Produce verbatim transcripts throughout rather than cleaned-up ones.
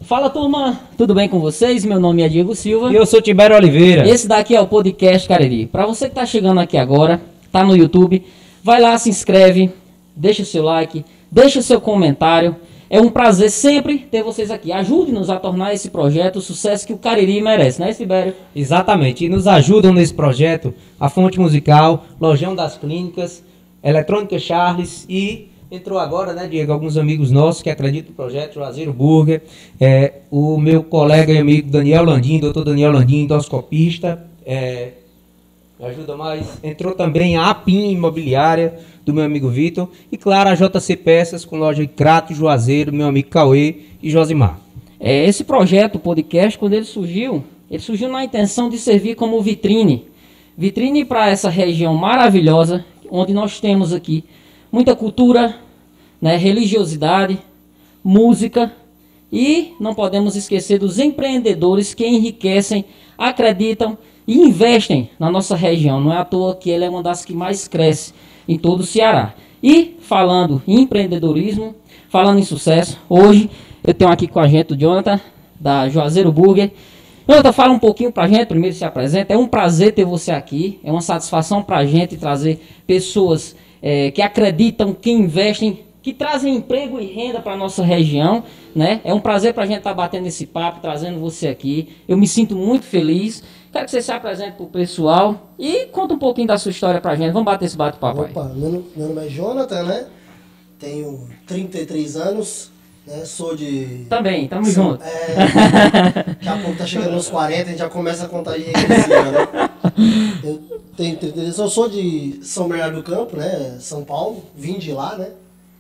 Fala, turma, tudo bem com vocês? Meu nome é Diego Silva. E eu sou Tibério Oliveira. Esse daqui é o podcast Cariri. Para você que tá chegando aqui agora, tá no YouTube, vai lá, se inscreve, deixa seu like, deixa seu comentário. É um prazer sempre ter vocês aqui. Ajude-nos a tornar esse projeto o sucesso que o Cariri merece, né, Tibério? Exatamente. E nos ajudam nesse projeto a Fonte Musical, Lojão das Clínicas, Eletrônica Charles e entrou agora, né, Diego, alguns amigos nossos que acreditam no projeto, Juazeiro Burger, é, o meu colega e amigo Daniel Landim, doutor Daniel Landim, endoscopista, é, me ajuda mais. Entrou também a APIM Imobiliária, do meu amigo Vitor, e claro, a J C Peças, com loja em Crato, Juazeiro, meu amigo Cauê e Josimar. É, esse projeto, o podcast, quando ele surgiu, ele surgiu na intenção de servir como vitrine. Vitrine para essa região maravilhosa, onde nós temos aqui muita cultura, né, religiosidade, música e não podemos esquecer dos empreendedores que enriquecem, acreditam e investem na nossa região. Não é à toa que ela é uma das que mais cresce em todo o Ceará. E falando em empreendedorismo, falando em sucesso, hoje eu tenho aqui com a gente o Jonathan, da Juazeiro Burger. Jonathan, fala um pouquinho pra gente, primeiro se apresenta. É um prazer ter você aqui, é uma satisfação pra gente trazer pessoas É, que acreditam, que investem, que trazem emprego e renda para a nossa região, né? É um prazer para a gente estar tá batendo esse papo, trazendo você aqui. Eu me sinto muito feliz. Quero que você se apresente para o pessoal e conta um pouquinho da sua história para a gente. Vamos bater esse bate-papo aí. Opa, meu, meu nome é Jonathan, né? Tenho trinta e três anos, né? Sou de... Também, tamo São, junto. É, daqui a pouco tá chegando nos quarenta, a gente já começa a contar de regressiva, né? Eu tenho trinta e três, eu sou de São Bernardo do Campo, né? São Paulo, vim de lá, né?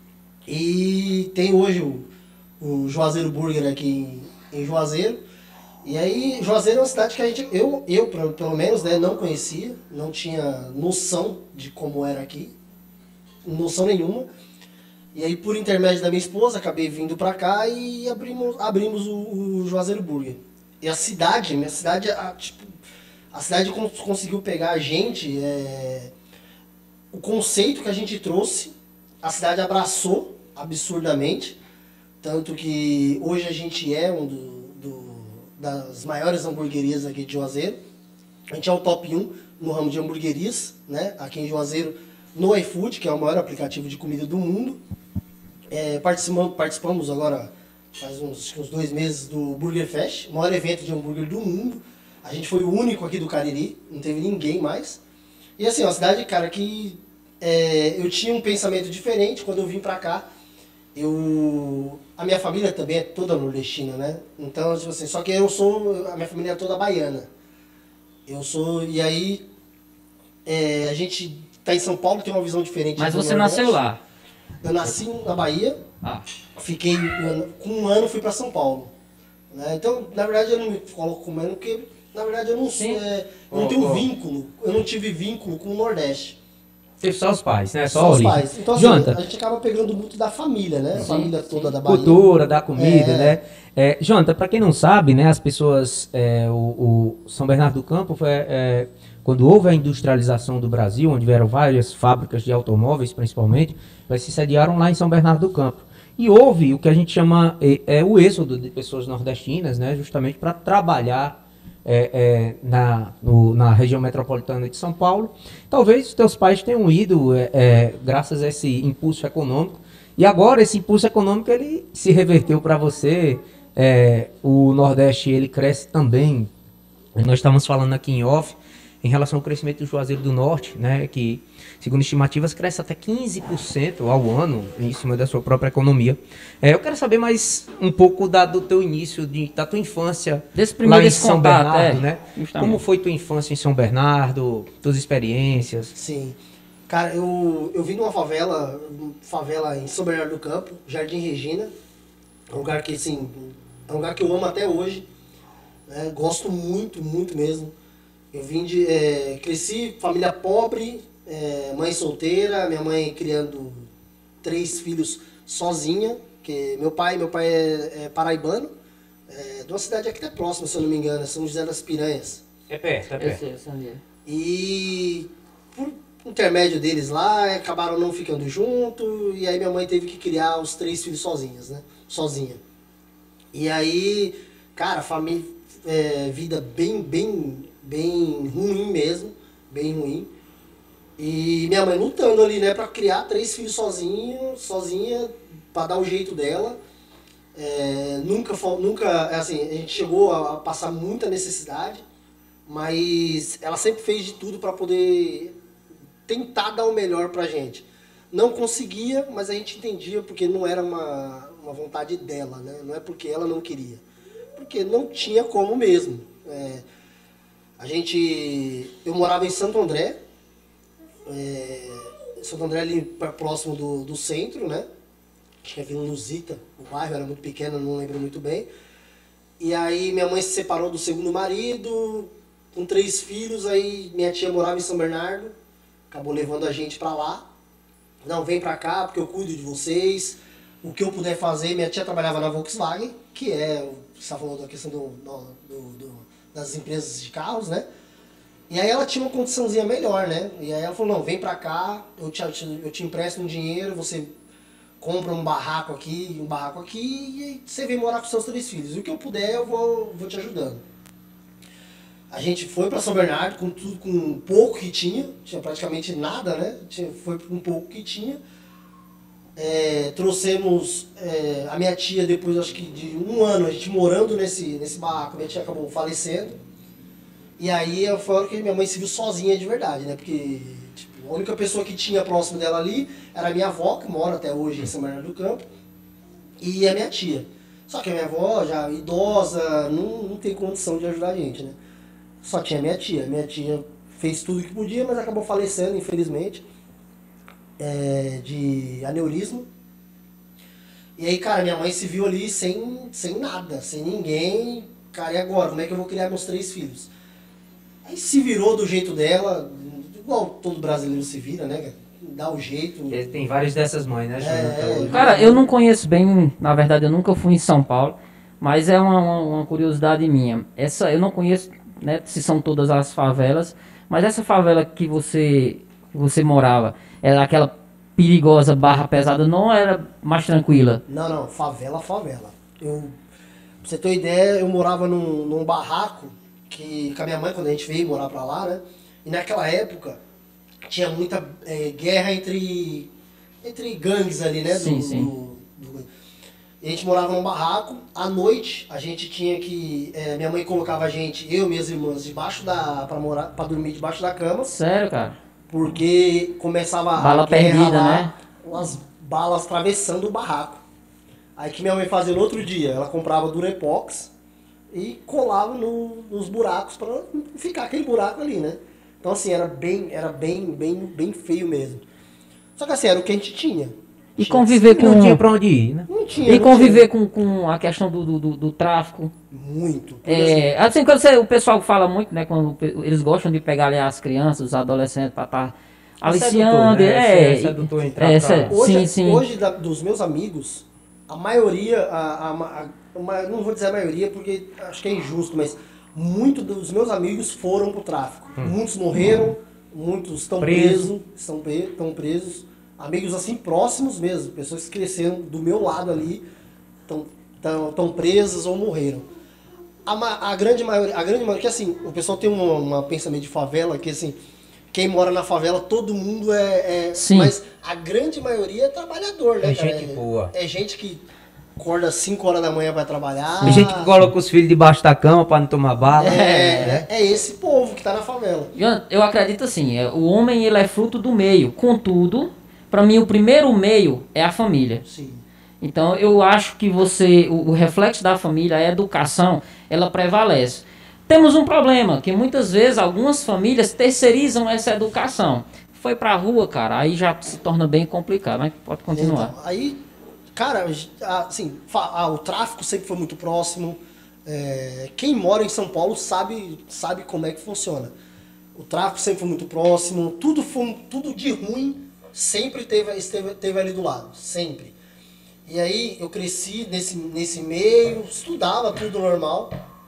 E tem hoje o, o Juazeiro Burger aqui em, em Juazeiro. E aí, Juazeiro é uma cidade que a gente, eu, eu pelo menos, né, não conhecia, não tinha noção de como era aqui, noção nenhuma. E aí, por intermédio da minha esposa, acabei vindo pra cá e abrimos, abrimos o, o Juazeiro Burger. E a cidade, minha cidade, a, tipo, a cidade cons conseguiu pegar a gente, é, o conceito que a gente trouxe, a cidade abraçou absurdamente, tanto que hoje a gente é um do, do, das maiores hamburguerias aqui de Juazeiro. A gente é o top um no ramo de hamburguerias, né, aqui em Juazeiro, no iFood, que é o maior aplicativo de comida do mundo. É, participamos, participamos agora, faz uns, uns dois meses, do Burger Fest, o maior evento de hambúrguer do mundo. A gente foi o único aqui do Cariri, não teve ninguém mais. E assim, uma cidade, cara, que é, eu tinha um pensamento diferente quando eu vim pra cá. Eu, a minha família também é toda nordestina, né? Então, tipo assim, só que eu sou, a minha família é toda baiana. Eu sou, e aí, é, a gente tá em São Paulo, tem uma visão diferente. Mas você nasceu lá? Eu nasci na Bahia, ah. fiquei, com um ano fui pra São Paulo. Né? Então, na verdade, eu não me coloco como ano, porque, na verdade, eu não, é, eu não oh, tenho oh. vínculo, eu não tive vínculo com o Nordeste. Teve só os pais, né? Só, só a os pais. Então, assim, Jonathan, a gente acaba pegando muito da família, né? Sim, a família toda sim. da Bahia. Cultura, da comida, é. né? É, Jonathan, pra quem não sabe, né? As pessoas, é, o, o São Bernardo do Campo foi... É, quando houve a industrialização do Brasil, onde vieram várias fábricas de automóveis, principalmente, elas se sediaram lá em São Bernardo do Campo. E houve o que a gente chama é, é o êxodo de pessoas nordestinas, né, justamente para trabalhar é, é, na, no, na região metropolitana de São Paulo. Talvez os teus pais tenham ido é, é, graças a esse impulso econômico. E agora esse impulso econômico ele se reverteu para você. É, o Nordeste ele cresce também. Nós estamos falando aqui em off em relação ao crescimento do Juazeiro do Norte, né, que, segundo estimativas, cresce até quinze por cento ao ano, em cima da sua própria economia. É, eu quero saber mais um pouco da, do teu início, de, da tua infância Desse primeiro lá em São contato, Bernardo, é, né? Justamente. Como foi tua infância em São Bernardo, tuas experiências? Sim. Cara, eu, eu vim de uma favela, favela em São Bernardo do Campo, Jardim Regina, um lugar que, assim, é um lugar que eu amo até hoje, né? Gosto muito, muito mesmo. Eu vim de, é, cresci, família pobre, é, mãe solteira, minha mãe criando três filhos sozinha, que meu pai, meu pai é, é paraibano, é, de uma cidade aqui até próxima, se eu não me engano, São José das Piranhas. É perto, é perto. Eu sei, eu e por intermédio deles lá, acabaram não ficando junto, e aí minha mãe teve que criar os três filhos sozinhas, né? Sozinha. E aí, cara, família, é, vida bem, bem, bem ruim mesmo, bem ruim. E minha mãe lutando ali, né, pra criar três filhos sozinho, sozinha, pra dar o jeito dela. É, nunca, nunca, assim, a gente chegou a passar muita necessidade, mas ela sempre fez de tudo para poder tentar dar o melhor pra gente. Não conseguia, mas a gente entendia porque não era uma, uma vontade dela, né? Não é porque ela não queria, porque não tinha como mesmo. É, a gente, eu morava em Santo André, é, Santo André ali próximo do, do centro, né? Acho que é Vila Luzita, o bairro era muito pequeno, não lembro muito bem. E aí minha mãe se separou do segundo marido, com três filhos, aí minha tia morava em São Bernardo, acabou levando a gente pra lá. Não, vem pra cá porque eu cuido de vocês, o que eu puder fazer. Minha tia trabalhava na Volkswagen, que é, você está falando da questão do, do, do, das empresas de carros, né? E aí ela tinha uma condiçãozinha melhor, né? E aí ela falou, não, vem pra cá, eu te, eu te empresto um dinheiro, você compra um barraco aqui, um barraco aqui, e você vem morar com seus três filhos. E o que eu puder, eu vou, vou te ajudando. A gente foi para São Bernardo com tudo, com um pouco que tinha, tinha praticamente nada, né? Tinha, foi com um pouco que tinha. É, trouxemos é, a minha tia, depois acho que de um ano, a gente morando nesse, nesse barraco, minha tia acabou falecendo. E aí foi a hora que minha mãe se viu sozinha de verdade, né? Porque tipo, a única pessoa que tinha próximo dela ali era a minha avó, que mora até hoje em São Bernardo do Campo, e a minha tia. Só que a minha avó, já idosa, não, não tem condição de ajudar a gente, né? Só tinha a minha tia. Minha tia fez tudo que podia, mas acabou falecendo, infelizmente, é, de aneurisma. E aí, cara, minha mãe se viu ali sem, sem nada, sem ninguém. Cara, e agora? Como é que eu vou criar meus três filhos? Aí se virou do jeito dela, igual todo brasileiro se vira, né? Dá o jeito. Tem várias dessas mães, né, Jonathan? É, Cara, eu não conheço bem, na verdade eu nunca fui em São Paulo, mas é uma, uma, uma curiosidade minha. Essa, eu não conheço, né, se são todas as favelas, mas essa favela que você, que você morava, era aquela perigosa barra pesada, não era mais tranquila? Não, não, favela, favela. Eu, pra você ter uma ideia, eu morava num, num barraco que, com a minha mãe, quando a gente veio morar pra lá, né? E naquela época tinha muita é, guerra entre, entre gangues ali, né? Sim, do, sim. Do, do, e a gente morava num barraco. À noite a gente tinha que. É, minha mãe colocava a gente, eu e minhas irmãs, debaixo da. Pra, morar, pra dormir debaixo da cama. Sério, cara? Porque começava Bala a guerra perdida, lá, né? umas balas atravessando o barraco. Aí que minha mãe fazia no outro dia, ela comprava Durepox e colava no, nos buracos para ficar aquele buraco ali, né? Então assim, era bem, era bem, bem, bem feio mesmo. Só que assim, era o que a gente tinha. E conviver com... Não tinha pra onde ir, né? Não tinha, E não conviver com, com a questão do, do, do, do tráfico. tinha. Muito. Porque, É, assim, quando você- o pessoal fala muito, né? Quando pe- eles gostam de pegar ali as crianças, os adolescentes, pra estar aliciando. Sedutor, né? É, Esse sedutor entrar é, pra- se- Hoje, sim, sim. hoje da- dos meus amigos, a maioria, a, a, a- uma- não vou dizer a maioria porque acho que é injusto, mas muitos dos meus amigos foram pro tráfico. Muitos morreram, muitos estão Preso. presos, estão, pre- estão presos. Amigos assim próximos mesmo, pessoas que cresceram do meu lado ali, estão tão, tão presas ou morreram. A, ma- a grande maioria, a grande maioria, que assim, o pessoal tem um, um pensamento de favela que assim, quem mora na favela, todo mundo é, é- Sim. mas a grande maioria é trabalhador, né, É cara? gente boa. É gente que acorda às cinco horas da manhã vai trabalhar. Tem gente que coloca os filhos debaixo da cama pra não tomar bala. É, é, é esse povo que tá na favela. Eu, eu acredito assim, é, o homem ele é fruto do meio. Contudo, para mim o primeiro meio é a família. Sim. Então eu acho que você, o, o reflexo da família, a educação, ela prevalece. Temos um problema, que muitas vezes algumas famílias terceirizam essa educação. Foi pra rua, cara, aí já se torna bem complicado, mas pode continuar. Então, aí, cara, assim, fa- ah, o tráfico sempre foi muito próximo. É, quem mora em São Paulo sabe, sabe como é que funciona. O tráfico sempre foi muito próximo, tudo, foi, tudo de ruim sempre teve, esteve, teve ali do lado, sempre. E aí eu cresci nesse, nesse meio, estudava tudo normal.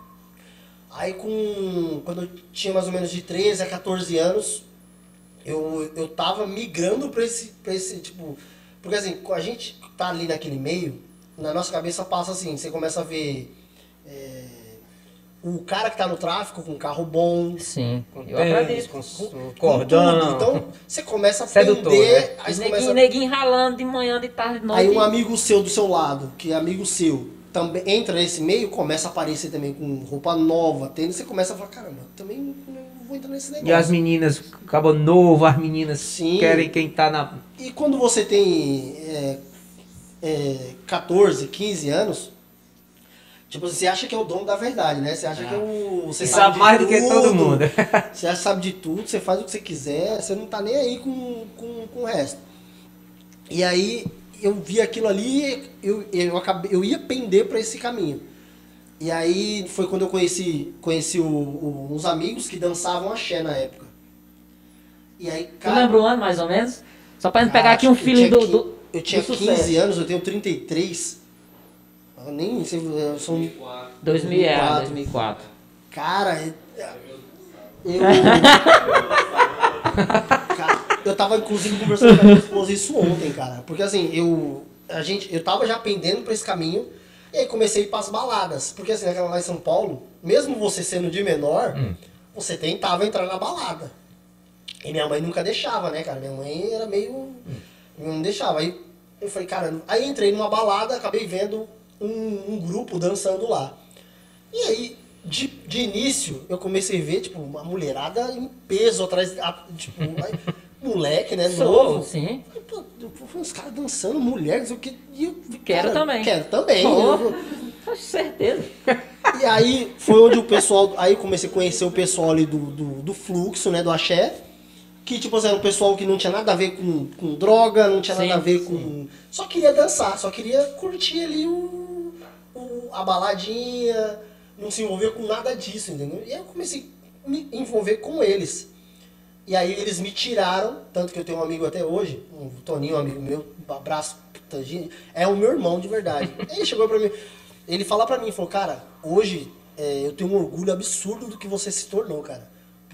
Aí com, quando eu tinha mais ou menos de treze a quatorze anos, eu, eu tava migrando pra esse, pra esse, tipo... Porque assim, a gente tá ali naquele meio, na nossa cabeça passa assim, você começa a ver é, o cara que tá no tráfico com um carro bom, Sim, Com eu tênis, acredito. com, com, com com cordão. tudo. Então você começa a Sedutor, aprender, né? aí E você neguinho, começa... neguinho ralando de manhã, de tarde, de noite. Aí um amigo seu do seu lado, que é amigo seu, também entra nesse meio, começa a aparecer também com roupa nova, tênis, você começa a falar, caramba, também não vou entrar nesse negócio. E as meninas, acabam novo, as meninas Sim. querem quem tá na... E quando você tem é, é, quatorze, quinze anos, tipo, você acha que é o dono da verdade, né? Você acha que é o... Você Você sabe sabe mais de do que tudo, todo mundo. Você já sabe de tudo, você faz o que você quiser, você não tá nem aí com, com, com o resto. E aí eu vi aquilo ali, eu, eu, acabei, eu ia pender para esse caminho. E aí foi quando eu conheci, conheci o, o, uns amigos que dançavam axé na época. E aí, Tu lembra o ano, mais ou menos? Só pra gente pegar cara, aqui um eu feeling tinha do, qui- do Eu tinha do quinze sucesso. anos, eu tenho trinta e três. Eu nem sei, eu sou um... dois mil, é, quatro. dois mil e quatro. Cara, eu... Cara, eu tava inclusive conversando com a minha esposa isso ontem, cara. Porque assim, eu... A gente, eu tava já pendendo pra esse caminho. E aí comecei a ir pras baladas. Porque assim, naquela lá em São Paulo, mesmo você sendo de menor, Hum. você tentava entrar na balada. E minha mãe nunca deixava, né, cara? Minha mãe era meio... Não deixava. Aí eu falei, cara... Aí entrei numa balada, acabei vendo um, um grupo dançando lá. E aí, de, de início, eu comecei a ver, tipo, uma mulherada em peso atrás... a- Tipo, aí, moleque, né, Sou, novo. sim. Aí, pô, eu- pô, uns caras dançando, mulheres, o que... E eu, Quero cara, também. Quero também. Pô. Eu- Com certeza. e aí foi onde o pessoal. Aí eu comecei a conhecer o pessoal ali do, do, do fluxo, né? Do axé. Que tipo assim, era um pessoal que não tinha nada a ver com, com droga, não tinha Sim, nada a ver com. Só queria dançar, só queria curtir ali o, o- a baladinha, não se envolver com nada disso, entendeu? E aí eu comecei a me envolver com eles. E aí eles me tiraram, tanto que eu tenho um amigo até hoje, um Toninho, um amigo meu, um abraço, puta, gente, é o meu irmão de verdade. Ele chegou pra mim, ele fala pra mim, falou, cara, hoje é, eu tenho um orgulho absurdo do que você se tornou, cara.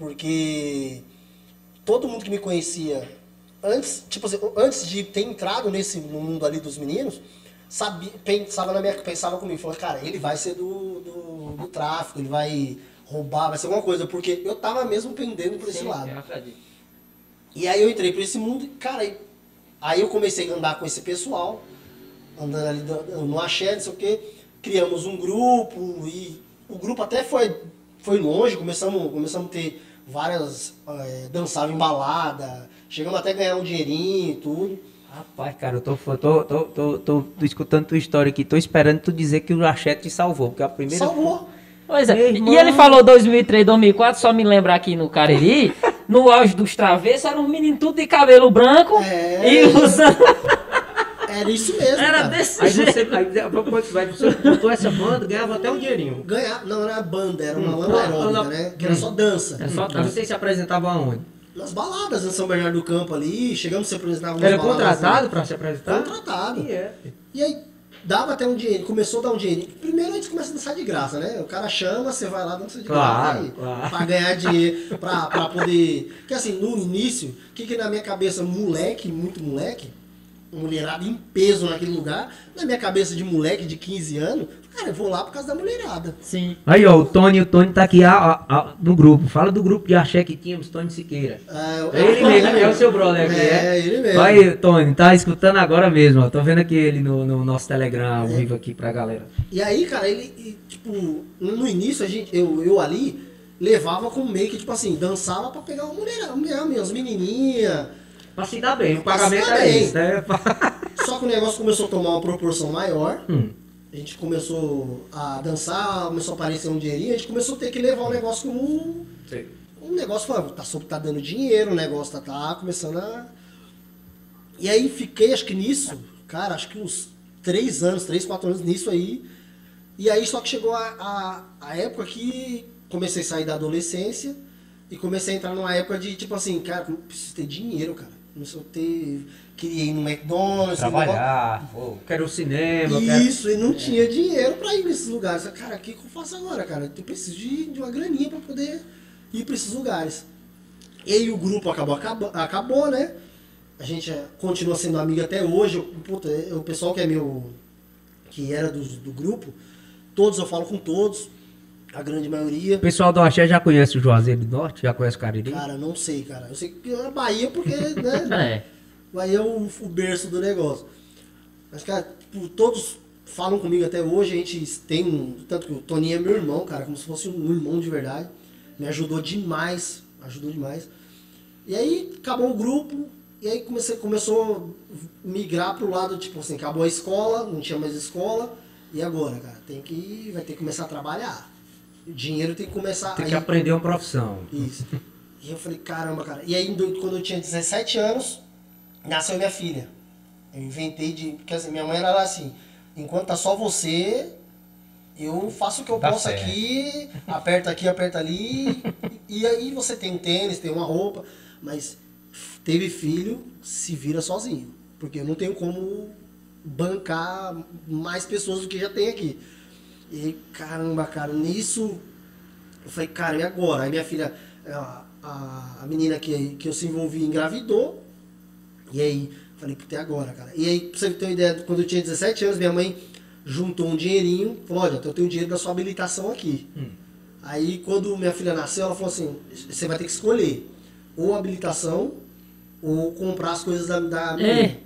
Porque todo mundo que me conhecia antes, tipo assim, antes de ter entrado nesse no mundo ali dos meninos, sabia, pensava na minha, pensava comigo, falou, cara, ele vai ser do, do, do tráfico, ele vai roubar, vai ser alguma coisa, porque eu tava mesmo pendendo por esse Sim, lado. eu acredito. E aí eu entrei pra esse mundo, e, cara, aí, aí eu comecei a andar com esse pessoal, andando ali do- no axé, não sei o quê, criamos um grupo, e o grupo até foi, foi longe, começamos, começamos a ter várias, é, dançavam em balada, chegamos até a ganhar um dinheirinho e tudo. Rapaz, cara, eu tô, tô, tô, tô, tô, tô- tô escutando tua história aqui, tô esperando tu dizer que o axé te salvou, porque a primeira... Salvou. Pois é. Meu E irmão. ele falou dois mil e três, dois mil e quatro, só me lembrar aqui no Cariri, no auge dos travessos, eram um menino tudo de cabelo branco É. e usando... Era isso mesmo, Era cara. desse Aí jeito. você, aí, depois vai- você botou essa banda, ganhava até um dinheirinho. Ganhar, não era banda, era uma Hum. lama Ah, aeróbica, não. né? Que era só dança. É só Aí dança. você se apresentava aonde? Nas baladas em São Bernardo do Campo ali, chegamos a se apresentar nas Era baladas, contratado né? pra se apresentar? Contratado. E é. E aí dava até um dinheiro, começou a dar um dinheiro. Primeiro a gente começa a dançar de graça, né? O cara chama, você vai lá dança de Claro, graça aí, claro. pra ganhar dinheiro, pra, pra poder. Porque assim, no início, o que que na minha cabeça, moleque, muito moleque, mulherada em peso naquele lugar, na minha cabeça de moleque de quinze anos, cara, eu vou lá por causa da mulherada. Sim. Aí, ó, o Tony, o Tony tá aqui ah, ah, no grupo. Fala do grupo de axé que tínhamos, Tony Siqueira. Ah, eu- É ele mesmo, é o seu brother aqui, É, é? ele mesmo. Aí, Tony, tá escutando agora mesmo, ó. Tô vendo aqui ele no, no nosso Telegram, ao vivo aqui pra galera. E aí, cara, ele, e, tipo, no início, a gente, eu, eu ali, levava como meio que, tipo assim, dançava pra pegar uma mulher, minhas menininhas. Pra se dar bem, o Pra se pagamento dar é bem. isso, né? Só que o negócio começou a tomar uma proporção maior. Hum. A gente começou a dançar, começou a aparecer um dinheirinho, a gente começou a ter que levar o negócio como um, Sim. um negócio, falando, tá, sobre- tá dando dinheiro, o negócio tá, tá começando a... E aí fiquei, acho que nisso, cara, acho que uns três anos, três, quatro anos nisso aí. E aí só que chegou a, a, a época que comecei a sair da adolescência e comecei a entrar numa época de, tipo assim, cara, eu preciso ter dinheiro, cara. Começou a ter... Queria ir no McDonald's... Trabalhar, pô, quero o cinema, negócio- quero... Isso, e não tinha dinheiro pra ir nesses lugares. Eu, Cara, o que, que eu faço agora, cara? Eu preciso de, de uma graninha pra poder ir pra esses lugares. E aí o grupo acabou, acabou, acabou, né? A gente eh, continua sendo amigo até hoje. Puta, eh, o pessoal que é meu, que era do, do grupo, todos eu falo com todos, a grande maioria. O pessoal do Axé já conhece o Juazeiro do Norte? Já conhece o Cariri? Cara, não sei, cara. Eu sei que é Bahia porque, né? É. Bahia é o, o berço do negócio. Mas, cara, tipo, todos falam comigo até hoje, a gente tem um... Tanto que o Toninho é meu irmão, cara, como se fosse um irmão de verdade. Me ajudou demais, ajudou demais. E aí, acabou o grupo, e aí comecei, começou a migrar pro lado, tipo assim, acabou a escola, não tinha mais escola, e agora, cara? Tem que... Vai ter que começar a trabalhar. O dinheiro tem que começar... Tem aí, que aprender uma profissão. Isso. E eu falei, caramba, cara. E aí, quando eu tinha dezessete anos, nasceu minha filha. Eu inventei de... Porque assim, minha mãe era assim, enquanto tá só você, eu faço o que eu Dá posso certo. aqui, aperta aqui, aperta ali, e aí você tem um tênis, tem uma roupa, mas teve filho, se vira sozinho. Porque eu não tenho como bancar mais pessoas do que já tem aqui. E caramba, cara, nisso eu falei, cara, e agora? Aí minha filha, a, a, a menina que, que eu se envolvi engravidou, e aí falei, até agora, cara. E aí, pra você ter uma ideia, quando eu tinha dezessete anos, minha mãe juntou um dinheirinho, falou, olha, eu tenho o dinheiro da sua habilitação aqui. Hum. Aí, quando minha filha nasceu, ela falou assim, você vai ter que escolher, ou habilitação, ou comprar as coisas da, da menina. É.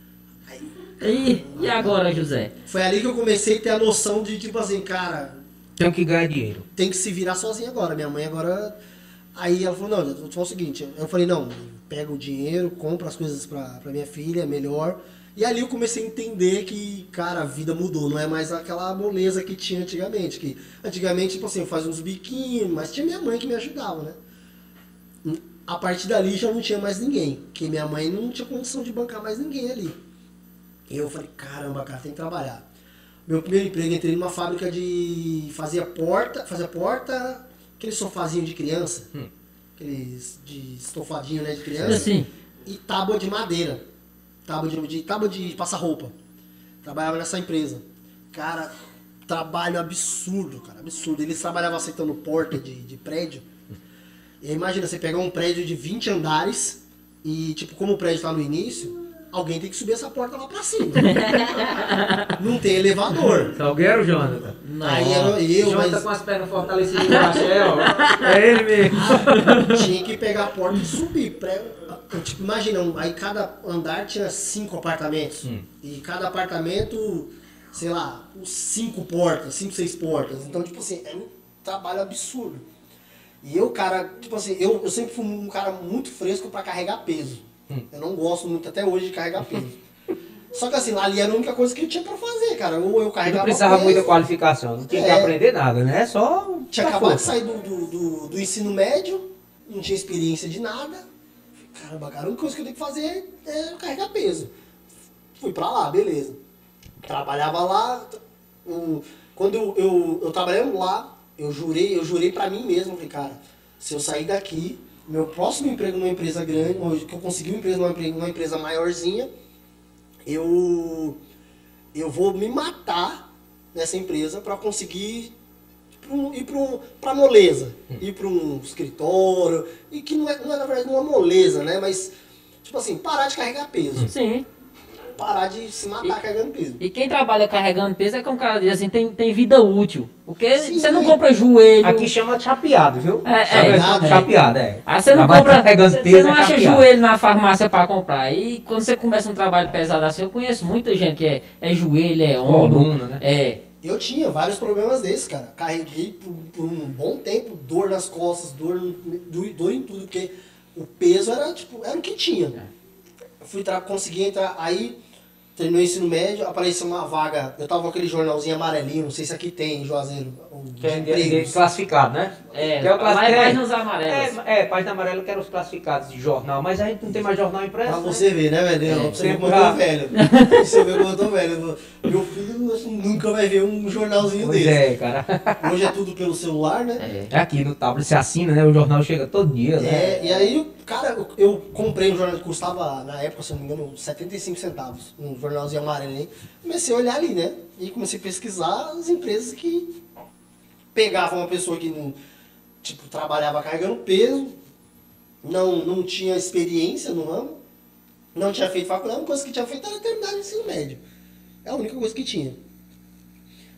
E, e agora, José? Foi ali que eu comecei a ter a noção de, tipo assim, cara... Tem que ganhar dinheiro. Tem que se virar sozinho agora. Minha mãe agora... Aí ela falou, não, eu vou falar o seguinte. Eu falei, não, pega o dinheiro, compra as coisas pra, pra minha filha, é melhor. E ali eu comecei a entender que, cara, a vida mudou. Não é mais aquela moleza que tinha antigamente. Que antigamente, tipo assim, eu fazia uns biquinhos, mas tinha minha mãe que me ajudava, né? A partir dali já não tinha mais ninguém. Porque minha mãe não tinha condição de bancar mais ninguém ali. E eu falei, caramba, cara, tem que trabalhar. Meu primeiro emprego, entrei numa fábrica de... Fazia porta, fazia porta, aquele sofazinho de criança. Hum. Aqueles de estofadinho, né, de criança. Sim. E tábua de madeira. Tábua de, de, tábua de passar roupa. Trabalhava nessa empresa. Cara, trabalho absurdo, cara, absurdo. Eles trabalhavam aceitando porta de, de prédio. E aí, imagina, você pegar um prédio de vinte andares e, tipo, como o prédio tá no início... Alguém tem que subir essa porta lá pra cima. Não tem elevador. Salgueiro, Jonathan? Não. Aí era eu, Jonathan mas... com as pernas fortalecidas no Axé, ó. É ele mesmo. Tinha que pegar a porta e subir. Pra... Tipo, imagina, aí cada andar tinha cinco apartamentos. Hum. E cada apartamento, sei lá, cinco portas, cinco, seis portas. Então, tipo assim, é um trabalho absurdo. E eu, cara, tipo assim, eu, eu sempre fui um cara muito fresco pra carregar peso. Eu não gosto muito até hoje de carregar peso. Só que assim, ali era a única coisa que eu tinha pra fazer, cara. Ou eu carregava Não precisava peso, muita qualificação, não tinha é, que aprender nada, né? Só... Tinha acabado de sair do, do, do, do ensino médio, não tinha experiência de nada. Caramba, cara, a única coisa que eu tenho que fazer é carregar peso. Fui pra lá, beleza. Trabalhava lá, um, quando eu, eu, eu trabalhando lá, eu jurei, eu jurei pra mim mesmo, falei, cara, se eu sair daqui... Meu próximo emprego numa empresa grande, que eu consegui um emprego numa, numa empresa maiorzinha, eu, eu vou me matar nessa empresa para conseguir ir para moleza, hum. ir para um escritório, e que não é, não é, na verdade, não é moleza, né? Mas, tipo assim, parar de carregar peso. Sim. Parar de se matar e, carregando peso. E quem trabalha carregando peso é como o cara diz assim, tem, tem vida útil. Porque Sim, você não compra joelho. Aqui chama de chapeado, viu? É, é, é, chapeado, é. Aí você não trabalho compra, carregando você, peso, você não é acha chapeado. joelho na farmácia para comprar. E quando você começa um trabalho pesado assim, eu conheço muita gente que é, é joelho, é ombro. Coluna, né? É. Eu tinha vários problemas desses, cara. Carreguei por, por um bom tempo, dor nas costas, dor, dor, dor em tudo, porque o peso era, tipo, era o que tinha. Eu fui conseguir entrar, aí terminei o ensino médio, apareceu uma vaga, eu tava com aquele jornalzinho amarelinho, não sei se aqui tem, em Juazeiro, que é de, de classificado, né? É, que é o lá é páginas amarelas. É, é, página amarela que eram os classificados de jornal, mas a gente não tem mais jornal impresso. Pra né? você ver, né, velho? É, pra você ver como eu tô velho. Pra você ver como eu tô velho. Meu filho nunca vai ver um jornalzinho pois desse. é, cara. Hoje é tudo pelo celular, né? É, aqui no tablet você assina, né? O jornal chega todo dia, né? É, e aí, cara, eu, eu comprei um jornal que custava, na época, se eu não me engano, setenta e cinco centavos. Um jornalzinho amarelo aí. Comecei a olhar ali, né? E comecei a pesquisar as empresas que pegavam uma pessoa que não, tipo, trabalhava carregando peso, não, não tinha experiência no ramo, não tinha feito faculdade, a única coisa que tinha feito era terminar o ensino médio. É a única coisa que tinha.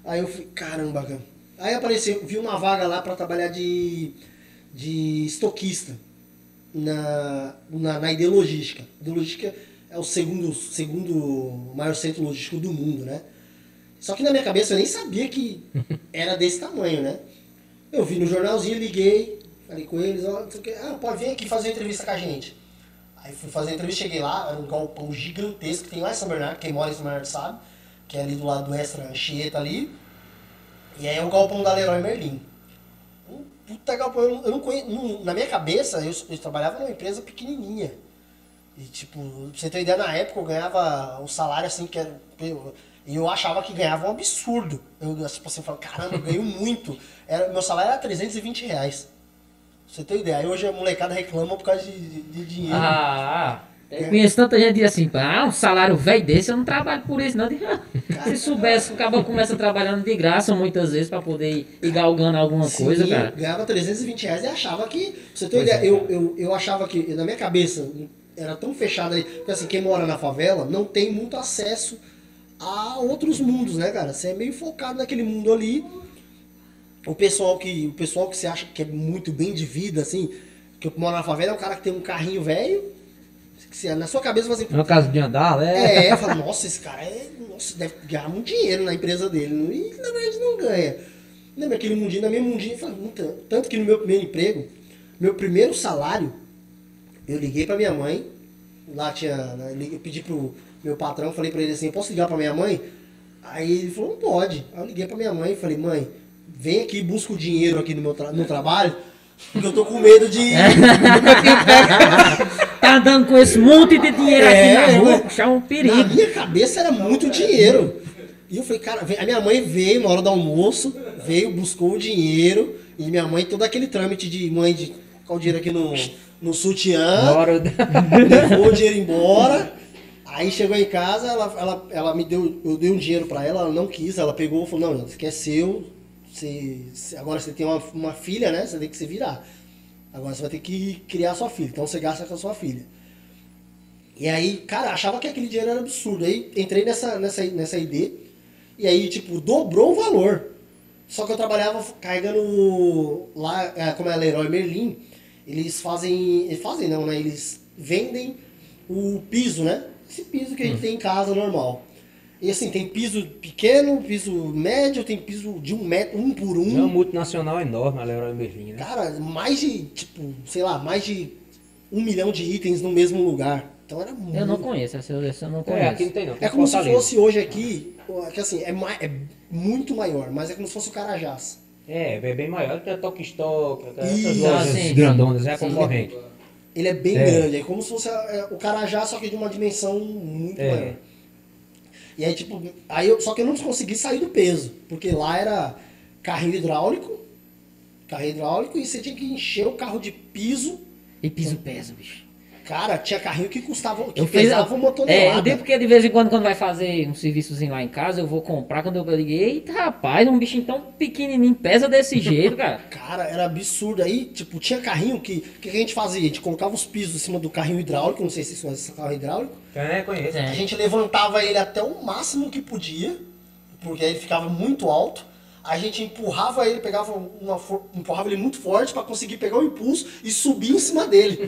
Aí eu falei, caramba, cara. Aí apareceu, vi uma vaga lá pra trabalhar de, de estoquista na, na, na I D Logística. I D Logística é o segundo, segundo maior centro logístico do mundo, né? Só que na minha cabeça eu nem sabia que era desse tamanho, né? Eu vi no jornalzinho, liguei, falei com eles, ó, não sei o quê. Ah, pode vir aqui fazer uma entrevista com a gente. Aí fui fazer a entrevista, cheguei lá, era um galpão gigantesco que tem lá em São Bernardo, quem mora em São Bernardo sabe, que é ali do lado do Extra Anchieta ali. E aí é o galpão da Leroy Merlin. Um puta galpão, eu não, eu não conheço, não, na minha cabeça eu, eu trabalhava numa empresa pequenininha. E tipo, pra você ter ideia, na época eu ganhava um salário assim que era... E eu achava que ganhava um absurdo. Eu tipo assim, falava, caramba, eu ganho muito. Era, meu salário era trezentos e vinte reais. Pra você ter ideia. Aí hoje a molecada reclama por causa de, de, de dinheiro. Ah, eu conheço tanta gente que diz assim, ah, um salário velho desse, eu não trabalho por isso, não. Se soubesse que o cara começa trabalhando de graça muitas vezes pra poder ir, ir galgando alguma Sim, coisa, cara. Ganhava trezentos e vinte reais e achava que. Pra você ter ideia, é, eu, eu, eu achava que, na minha cabeça, era tão fechado ali. Porque assim, quem mora na favela não tem muito acesso a outros mundos, né, cara? Você é meio focado naquele mundo ali. O pessoal que, o pessoal que você acha que é muito bem de vida, assim, que mora na favela é o cara que tem um carrinho velho. Que você, na sua cabeça você. No caso de andar, né? É, fala, nossa, esse cara é, nossa, deve ganhar muito dinheiro na empresa dele. E na verdade não ganha. Lembra aquele mundinho, na minha mundinha, fala, tanto, tanto que no meu primeiro emprego, meu primeiro salário, eu liguei pra minha mãe, lá tinha, eu pedi pro meu patrão, falei pra ele assim, eu posso ligar pra minha mãe? Aí ele falou, não pode. Aí eu liguei pra minha mãe e falei, mãe, vem aqui e busca o dinheiro aqui no meu tra no trabalho, porque eu tô com medo de... Tá andando com esse monte de dinheiro É, aqui na rua, eu- puxar um perigo. Na minha cabeça era muito dinheiro. E eu falei, cara, a minha mãe veio na hora do almoço, veio, buscou o dinheiro, e minha mãe, todo aquele trâmite de mãe de colocar o dinheiro aqui no, no sutiã, Bora. levou o dinheiro embora. Aí chegou em casa, ela, ela, ela me deu, eu dei um dinheiro pra ela, ela não quis, ela pegou e falou, não, isso aqui é seu, você, você- agora você tem uma, uma filha, né? Você tem que se virar. Agora você vai ter que criar sua filha, então você gasta com a sua filha. E aí, cara, achava que aquele dinheiro era absurdo. Aí entrei nessa, nessa, nessa I D, e aí, tipo, dobrou o valor. Só que eu trabalhava carregando lá, é, como é a Leroy Merlin, eles fazem, eles fazem não, né? Eles vendem o piso, né? Esse piso que a gente tem em casa normal. E assim, tem piso pequeno, piso médio, tem piso de um metro, um por É uma um. multinacional enorme, a Leroy Merlin, né? Cara, mais de, tipo, sei lá, mais de um milhão de itens no mesmo lugar. Então era muito. Eu não conheço, essa eu não É, conheço. aqui não tem não. tem É como se Fortaleza. fosse hoje aqui, que assim, é, mai- é muito maior, mas é como se fosse o Carajás. É, é bem maior que a Tok Stock, essas Isso, lojas sim. grandonas, é a Sim. concorrente. Ele é bem É. grande, é como se fosse a- é, o Carajás, só que de uma dimensão muito É. maior. E aí, tipo, aí eu, só que eu não consegui sair do peso, porque lá era carrinho hidráulico, carrinho hidráulico, e você tinha que encher o carro de piso. E piso pesa, bicho. Cara, tinha carrinho que custava, que Eu fiz, pesava uma é, tonelada. eu digo porque de vez em quando, quando vai fazer um serviçozinho lá em casa, eu vou comprar, quando eu liguei, eita rapaz, um bichinho tão pequenininho, pesa desse jeito, cara. Cara, era absurdo. Aí, tipo, tinha carrinho que... O que a gente fazia? A gente colocava os pisos em cima do carrinho hidráulico, não sei se isso é esse carro hidráulico. É, conheço. A gente levantava ele até o máximo que podia, porque aí ele ficava muito alto. A gente empurrava ele, pegava uma, for- empurrava ele muito forte para conseguir pegar o impulso e subir em cima dele.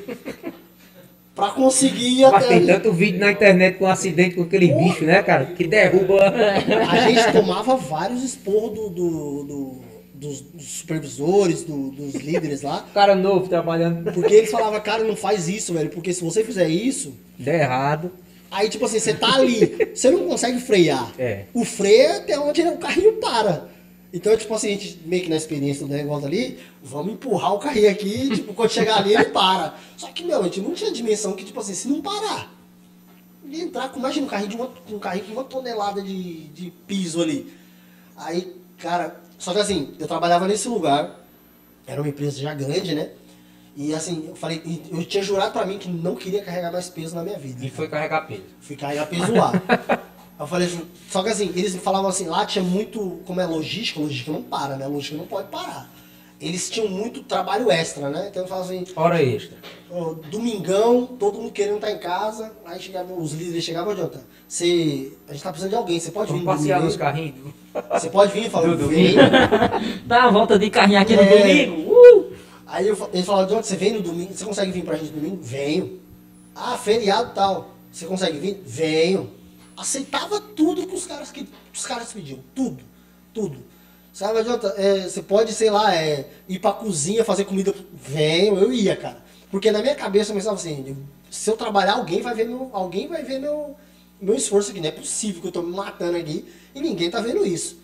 Pra conseguir ir Mas até tem ali. tanto vídeo na internet com um acidente com aquele bicho, né, cara? Que derruba. A gente tomava vários esporros do, do- do- dos, dos supervisores, do- dos líderes lá. Cara novo trabalhando. Porque eles falavam, cara, não faz isso, velho. Porque se você fizer isso, Der errado. aí tipo assim, você tá ali, você não consegue frear. É. O freio é até onde o carrinho para. Então, tipo assim, a gente meio que na experiência do negócio ali, vamos empurrar o carrinho aqui, tipo, quando chegar ali ele para. Só que, meu, a gente não tinha dimensão que, tipo assim, se não parar, ia entrar com, imagina um carrinho, de uma, um carrinho com uma tonelada de, de piso ali. Aí, cara, só que assim, eu trabalhava nesse lugar, era uma empresa já grande, né? E assim, eu falei, eu tinha jurado pra mim que não queria carregar mais peso na minha vida. E foi carregar peso. Fui carregar peso lá. Eu falei assim, só que assim, eles falavam assim, lá tinha muito, como é logística, logística não para, né? Logística não pode parar. Eles tinham muito trabalho extra, né? Então eu falava assim, Hora extra. ó, domingão, todo mundo querendo estar em casa, aí chegavam, os líderes chegavam, adianta, você, a gente tá precisando de alguém, você pode vir Vamos no passear domingo? nos carrinhos. Você pode vir? Eu falo, vem. Dá uma volta de carrinho aqui no É. domingo. Uh! Aí eu, ele falava, John, você vem no domingo? Você consegue vir pra gente no domingo? Venho. Ah, feriado e tal. Você consegue vir? Venho. Aceitava tudo que os caras, que os caras pediam. Tudo. Tudo. Sabe, Jota, é, você pode, sei lá, é, ir pra cozinha, fazer comida. Venho, eu ia, cara. Porque na minha cabeça eu pensava assim, eu, se eu trabalhar, alguém vai ver meu, alguém vai ver meu, meu esforço aqui. Não é possível que eu tô me matando aqui e ninguém tá vendo isso.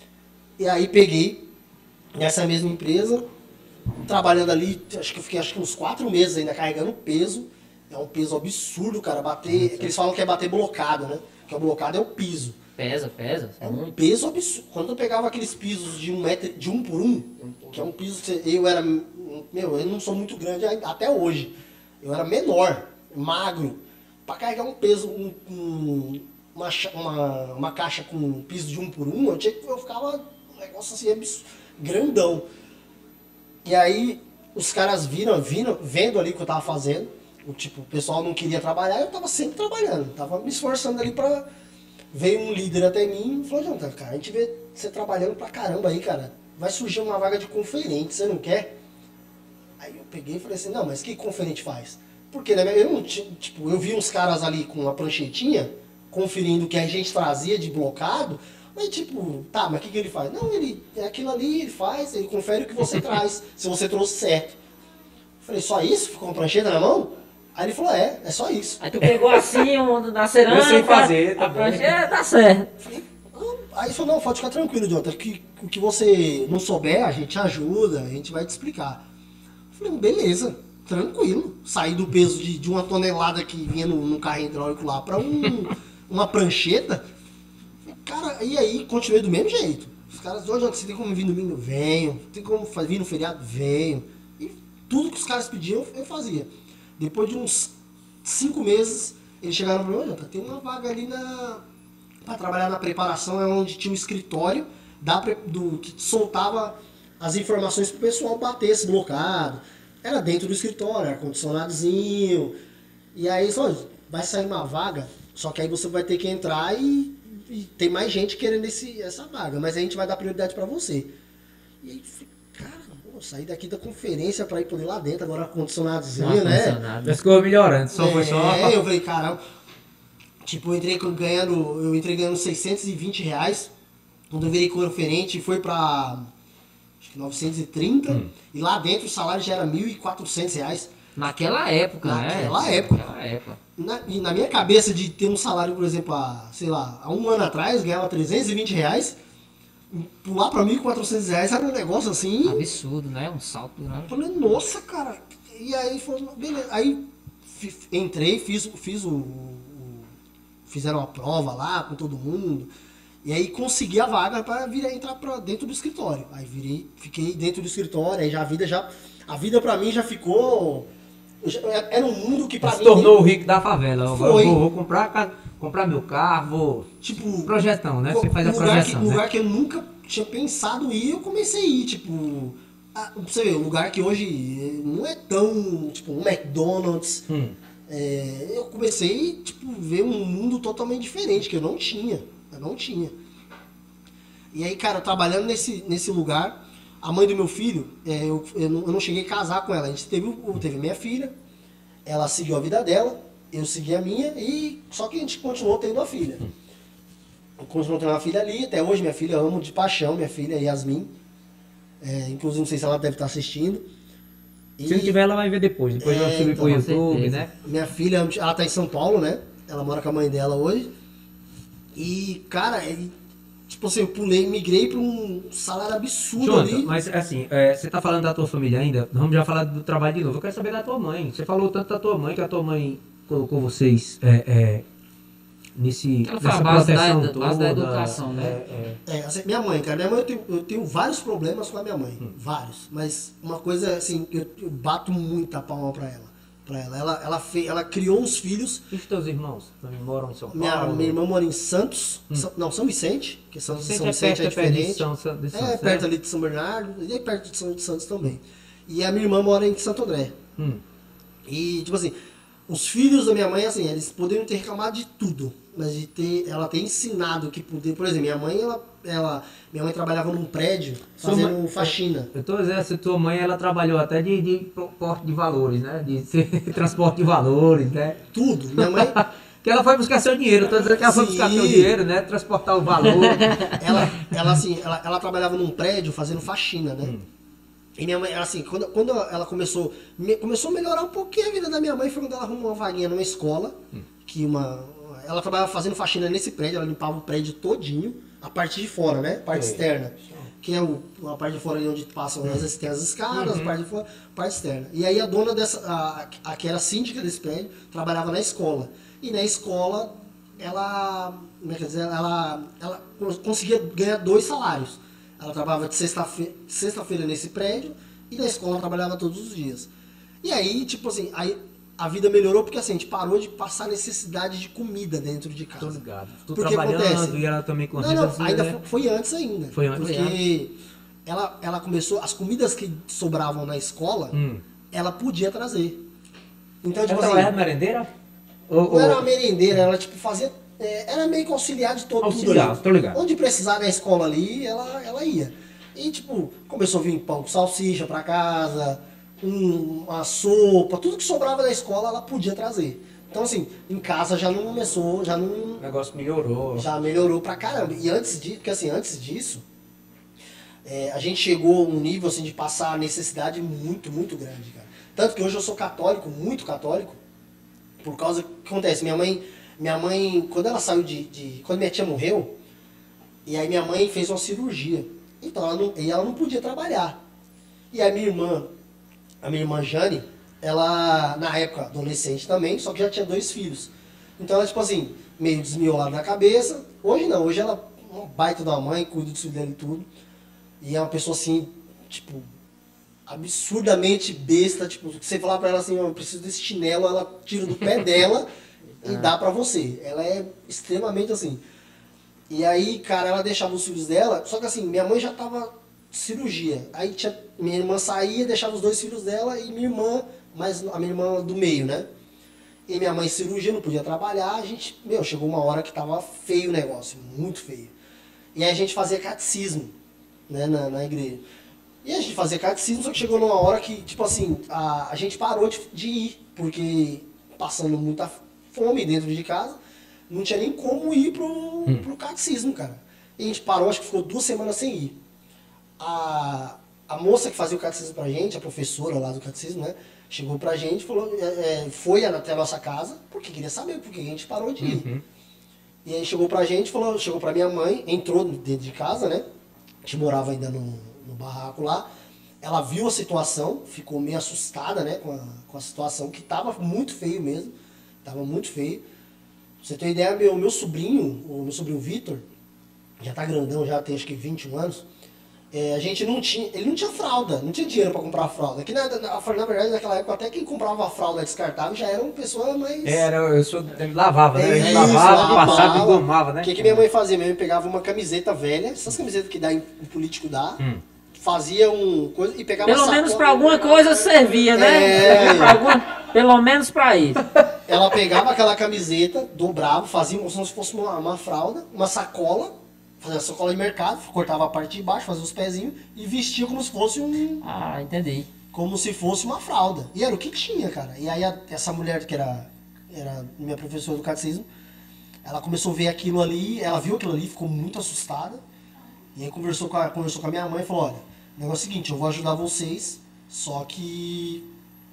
E aí peguei nessa mesma empresa, trabalhando ali, acho que eu fiquei acho que uns quatro meses ainda carregando peso. É um peso absurdo, cara. Bater. Que eles falam que é bater blocado, né? Que o blocado é o piso. Pesa, pesa. É um peso absurdo. Quando eu pegava aqueles pisos de um metro, de um por um, que é um piso que você- eu era. Meu, eu não sou muito grande até hoje. Eu era menor, magro. Pra carregar um peso, um, um- uma, cha- uma, uma caixa com um piso de um por um, eu, tinha, que- eu ficava um negócio assim absurdo, grandão. E aí os caras viram, viram, vendo ali o que eu tava fazendo. O, tipo, o pessoal não queria trabalhar, eu tava sempre trabalhando. Tava me esforçando ali pra. Veio um líder até mim e falou, Jonathan, cara, a gente vê você trabalhando pra caramba aí, cara. Vai surgir uma vaga de conferente, você não quer? Aí eu peguei e falei assim, não, mas o que conferente faz? Porque né, eu não tinha, tipo, eu vi uns caras ali com uma pranchetinha, conferindo o que a gente trazia de blocado, mas tipo, tá, mas o que, que ele faz? Não, ele, é aquilo ali, ele faz, ele confere o que você traz, se você trouxe certo. Eu falei, só isso? Ficou uma prancheta na mão? Aí ele falou, é, é só isso. Aí tu pegou assim, um da cerâmica. Eu sei fazer, tá a bom. prancha, dá certo. Falei, "Não." Aí ele falou, não, pode ficar tranquilo, Jonathan, que o que você não souber, a gente ajuda, a gente vai te explicar. Eu falei, beleza, tranquilo. Saí do peso de, de uma tonelada que vinha no, no carro hidráulico lá pra um, uma prancheta. Falei, cara, e aí continuei do mesmo jeito. Os caras, ô Jonathan, você tem como vir no domingo? Venho. Tem como fa- vir no feriado? Venho. E tudo que os caras pediam, eu fazia. Depois de uns cinco meses, eles chegaram para mim, olha, tem uma vaga ali na para trabalhar na preparação, é onde tinha um escritório da, pre- do, que soltava as informações pro pessoal bater esse blocado. Era dentro do escritório, ar-condicionadozinho. E aí, só vai sair uma vaga, só que aí você vai ter que entrar e, e tem mais gente querendo esse, essa vaga, mas a gente vai dar prioridade para você. E aí, cara, eu saí daqui da conferência para ir poder lá dentro, agora ar-condicionadozinho, né? Ar-condicionado. Já ficou melhorando, só foi só. É, eu falei, cara, tipo, eu entrei com- ganhando, eu entrei ganhando seiscentos e vinte reais, quando eu virei conferente foi pra, acho que novecentos e trinta, e lá dentro o salário já era mil e quatrocentos reais. Naquela época, Naquela né? época. Naquela época. Na, e na minha cabeça de ter um salário, por exemplo, há, sei lá, há um ano atrás, ganhava trezentos e vinte reais, pular pra mil e quatrocentos reais era um negócio assim. Absurdo, né? Um salto Eu grande. falei, nossa, cara. E aí, foi, beleza. Aí fi- entrei, fiz, fiz o, o- Fizeram a prova lá com todo mundo. E aí consegui a vaga para vir entrar pra dentro do escritório. Aí virei, fiquei dentro do escritório, aí já a vida já. A vida pra mim já ficou. já- Era um mundo que pra Se mim. tornou o rico da favela. Agora Foi. eu vou, vou comprar, ca- comprar meu carro, vou. Tipo. Projetão, né? Você faz a um lugar, que, projeção. um né? lugar que eu nunca tinha pensado ir, eu comecei a ir, tipo. Ah, pra você ver, um lugar que hoje não é tão. Tipo, um McDonald's. Hum. É, eu comecei tipo ver um mundo totalmente diferente que eu não tinha, eu não tinha. E aí, cara, trabalhando nesse, nesse lugar, a mãe do meu filho, é, eu, eu, não, eu não cheguei a casar com ela. A gente teve, o- teve minha filha, ela seguiu a vida dela, eu segui a minha e só que a gente continuou tendo uma filha. Eu continuo tendo uma filha ali, até hoje minha filha eu amo de paixão, minha filha Yasmin. É, inclusive não sei se ela deve estar assistindo. E- Se não tiver, ela vai ver depois. Depois É, vai subir então, pro com YouTube, certeza. né? Minha filha, ela tá em São Paulo, né? Ela mora com a mãe dela hoje. E, cara, e, tipo assim, eu pulei, migrei pra um salário absurdo Jonathan, ali. mas assim, é, você tá falando da tua família ainda, vamos já falar do trabalho de novo. Eu quero saber da tua mãe. Você falou tanto da tua mãe, que a tua mãe colocou vocês é, é, nesse, Ela foi a nessa base da- proteção da- toda. base da educação, né? é, é. É, assim, minha mãe, cara, minha mãe eu tenho, eu tenho vários problemas com a minha mãe. Hum. Vários. Mas uma coisa, assim, eu, eu bato muita palma pra ela. Pra ela. Ela, ela, fe, ela criou os filhos. E os teus irmãos? Também moram em São Paulo? Minha, minha irmã mora em Santos. São- não, São Vicente. Que São, Vicente São é Vicente perto, é é perto de diferente. São, São, de Santos, É, né? perto ali de São Bernardo. E aí perto de São de Santos também. E a minha irmã mora em Santo André. Hum. E, tipo assim, os filhos da minha mãe, assim, eles poderiam ter reclamado de tudo, mas de ter, ela ter ensinado que poder, por exemplo, minha mãe, ela, ela, minha mãe trabalhava num prédio fazendo mãe, faxina. Eu tô dizendo assim, tua mãe, ela trabalhou até de, de porte de valores, né? De ser, transporte de valores, né? Tudo. Minha mãe... Que ela foi buscar seu dinheiro, eu tô dizendo que ela foi Sim. buscar seu dinheiro, né? Transportar o valor. ela, ela, assim, ela, ela trabalhava num prédio fazendo faxina, né? Hum. E minha mãe, assim, quando, quando ela começou, me, começou a melhorar um pouquinho a vida da minha mãe, foi quando ela arrumou uma vaguinha numa escola, hum. que uma, ela trabalhava fazendo faxina nesse prédio, ela limpava o prédio todinho, a parte de fora, né? A parte Sim. externa. Que é o, a parte de fora ali onde passam hum. as, tem as escadas, uhum. a parte de fora, a parte externa. E aí a dona dessa, a, a que era síndica desse prédio, trabalhava na escola. E na escola, ela, como é que dizer, ela, ela conseguia ganhar dois salários. Ela trabalhava de sexta-feira sexta-feira nesse prédio e na escola ela trabalhava todos os dias. E aí, tipo assim, aí a vida melhorou porque assim, a gente parou de passar necessidade de comida dentro de casa. Tô ligado. Tô porque trabalhando acontece, e ela também com Não, não, assim, ainda né? foi antes ainda. Foi antes. Porque ela, ela começou, as comidas que sobravam na escola, hum. ela podia trazer. Então, tipo ela assim... era merendeira? Ou, não ou... era uma merendeira, ela tipo fazia... É, era meio que auxiliar de todo auxiliar, mundo. Tô ligado. Onde precisar na escola ali, ela, ela ia. E tipo, começou a vir pão com salsicha pra casa, um, uma sopa, tudo que sobrava da escola ela podia trazer. Então assim, em casa já não começou, já não... O negócio melhorou. Já melhorou pra caramba. E antes disso, porque assim, antes disso, é, a gente chegou a um nível assim de passar necessidade muito, muito grande, cara. Tanto que hoje eu sou católico, muito católico, por causa que acontece, minha mãe, minha mãe, quando ela saiu de, de quando minha tia morreu, e aí minha mãe fez uma cirurgia, então ela não, e ela não podia trabalhar. E a minha irmã, a minha irmã Jane, ela, na época, adolescente também, só que já tinha dois filhos. Então ela, tipo assim, meio desmiolada na cabeça, hoje não, hoje ela é uma baita da mãe, cuida do filho dela e tudo, e é uma pessoa assim, tipo... absurdamente besta, tipo, você falar pra ela assim, eu preciso desse chinelo, ela tira do pé dela e dá pra você. Ela é extremamente assim. E aí, cara, ela deixava os filhos dela, só que assim, minha mãe já tava cirurgia. Aí tinha, minha irmã saía, deixava os dois filhos dela e minha irmã, mas a minha irmã do meio, né? E minha mãe cirurgia, não podia trabalhar, a gente, meu, chegou uma hora que tava feio o negócio, muito feio. E aí a gente fazia catecismo, né, na, na igreja. E a gente fazia catecismo, só que chegou numa hora que, tipo assim, a, a gente parou de, de ir, porque passando muita fome dentro de casa, não tinha nem como ir pro, hum. pro catecismo, cara. E a gente parou, acho que ficou duas semanas sem ir. A, a moça que fazia o catecismo pra gente, a professora lá do catecismo, né, chegou pra gente, falou, é, foi até a nossa casa, porque queria saber por que a gente parou de ir. Uhum. E aí chegou pra gente, falou, chegou pra minha mãe, entrou dentro de casa, né, a gente morava ainda no... no barraco lá, ela viu a situação, ficou meio assustada, né, com a, com a situação, que tava muito feio mesmo, tava muito feio. Pra você ter ideia, meu, meu sobrinho, o meu sobrinho Vitor, já tá grandão, já tem acho que vinte e um anos, é, a gente não tinha, ele não tinha fralda, não tinha dinheiro para comprar fralda. Que na, na, na verdade, naquela época, até quem comprava a fralda descartável já era uma pessoa mais... Era, eu sou, ele lavava, né? É, Ele isso, lavava, lavava, passava e gomava, né? O que, que minha mãe fazia? Minha mãe pegava uma camiseta velha, essas camisetas que dá em, o político dá, hum. fazia um coisa e pegava Pelo uma menos para alguma coisa servia, né? É. Pra alguma, pelo menos para isso. Ela pegava aquela camiseta, dobrava, fazia como se fosse uma, uma fralda, uma sacola, fazia a sacola de mercado, cortava a parte de baixo, fazia os pezinhos e vestia como se fosse um... Ah, entendi. Como se fosse uma fralda. E era o que tinha, cara. E aí a, essa mulher que era, era minha professora do catecismo, ela começou a ver aquilo ali, ela viu aquilo ali, ficou muito assustada. E aí conversou com a, conversou com a minha mãe e falou, olha, o negócio é o seguinte, eu vou ajudar vocês, só que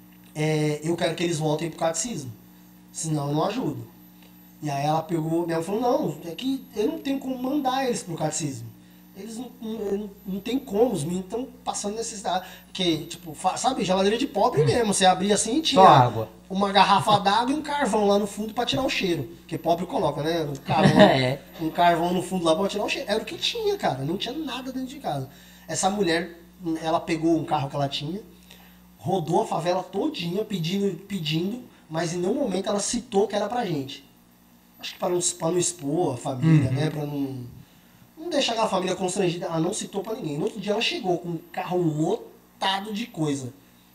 é, eu quero que eles voltem pro catecismo. Senão eu não ajudo. E aí ela pegou, minha mãe falou, não, é que eu não tenho como mandar eles pro catecismo. Eles não, não, não tem como, os meninos estão passando necessidade. Porque, tipo, sabe, geladeira de pobre mesmo. Você abria assim e tinha água. Uma garrafa d'água e um carvão lá no fundo pra tirar o cheiro. Porque pobre coloca, né? Um carvão, é. um carvão no fundo lá pra tirar o cheiro. Era o que tinha, cara. Não tinha nada dentro de casa. Essa mulher, ela pegou um carro que ela tinha, rodou a favela todinha pedindo, pedindo, mas em nenhum momento ela citou que era pra gente. Acho que para não, pra não expor a família, uhum. né? Pra não, não deixar aquela família constrangida. Ela não citou pra ninguém. No outro dia ela chegou com um carro lotado de coisa.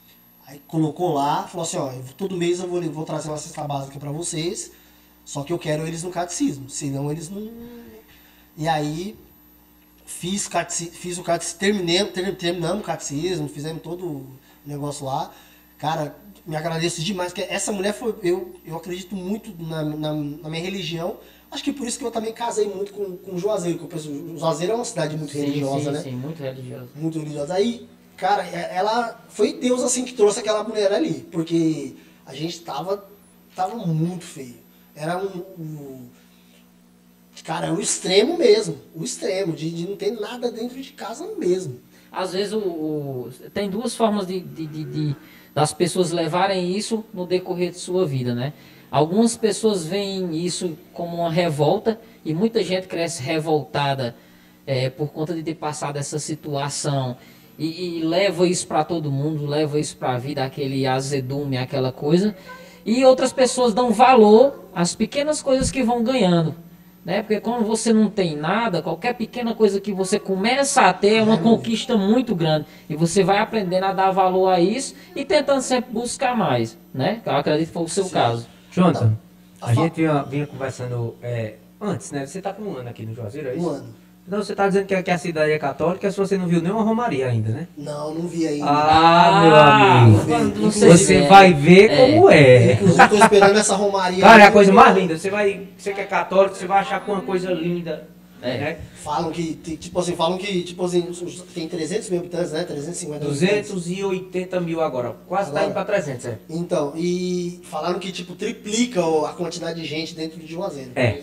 Aí colocou lá, falou assim, ó, eu- todo mês eu vou, vou trazer uma cesta básica pra vocês, só que eu quero eles no catecismo, senão eles não... E aí, fiz, cateci, fiz o catecismo, terminei, ter- terminamos o catecismo, fizemos todo o negócio lá. Cara, me agradeço demais, porque essa mulher foi, eu, eu acredito muito na, na, na minha religião, acho que por isso que eu também casei muito com, com Juazeiro, que eu penso, Juazeiro é uma cidade muito Sim, religiosa, sim, né? sim, muito religiosa. Muito religiosa. Aí, cara, é- ela foi Deus assim que trouxe aquela mulher ali, porque a gente tava, tava muito feio. Era um, um cara, é o extremo mesmo, o extremo de, de não ter nada dentro de casa mesmo. Às vezes o, o- tem duas formas de, de- de- de- das pessoas levarem isso no decorrer de sua vida, né? Algumas pessoas veem isso como uma revolta e muita gente cresce revoltada é, por conta de ter passado essa situação e, e leva isso para todo mundo, leva isso para a vida, aquele azedume, aquela coisa. E outras pessoas dão valor às pequenas coisas que vão ganhando. Né? Porque quando você não tem nada, qualquer pequena coisa que você começa a ter é uma conquista muito grande. E você vai aprendendo a dar valor a isso e tentando sempre buscar mais. Né? Eu acredito que foi o seu Sim. caso. Jonathan, Tá. a gente vinha, vinha conversando é, antes, né? Você tá com um ano aqui no Juazeiro, é isso? Um ano. Então você tá dizendo que, a- que a cidade é católica, se você não viu nenhuma romaria ainda, né? Não, não vi ainda. Ah, meu amigo. quando Você Você vê, vai ver é. como é. Inclusive, tô esperando essa romaria. Cara, é a aí. coisa mais linda. Você vai, você que é católico, você vai achar uma coisa linda. É. Né? Falam que, tem- tipo assim, falam que, tipo assim, tem trezentos mil habitantes, né? trezentos e cinquenta mil habitantes. duzentos e oitenta mil agora. Quase tá Agora. indo pra trezentos, é. Então, e falaram que, tipo, triplica o- a quantidade de gente dentro de Juazeiro. É.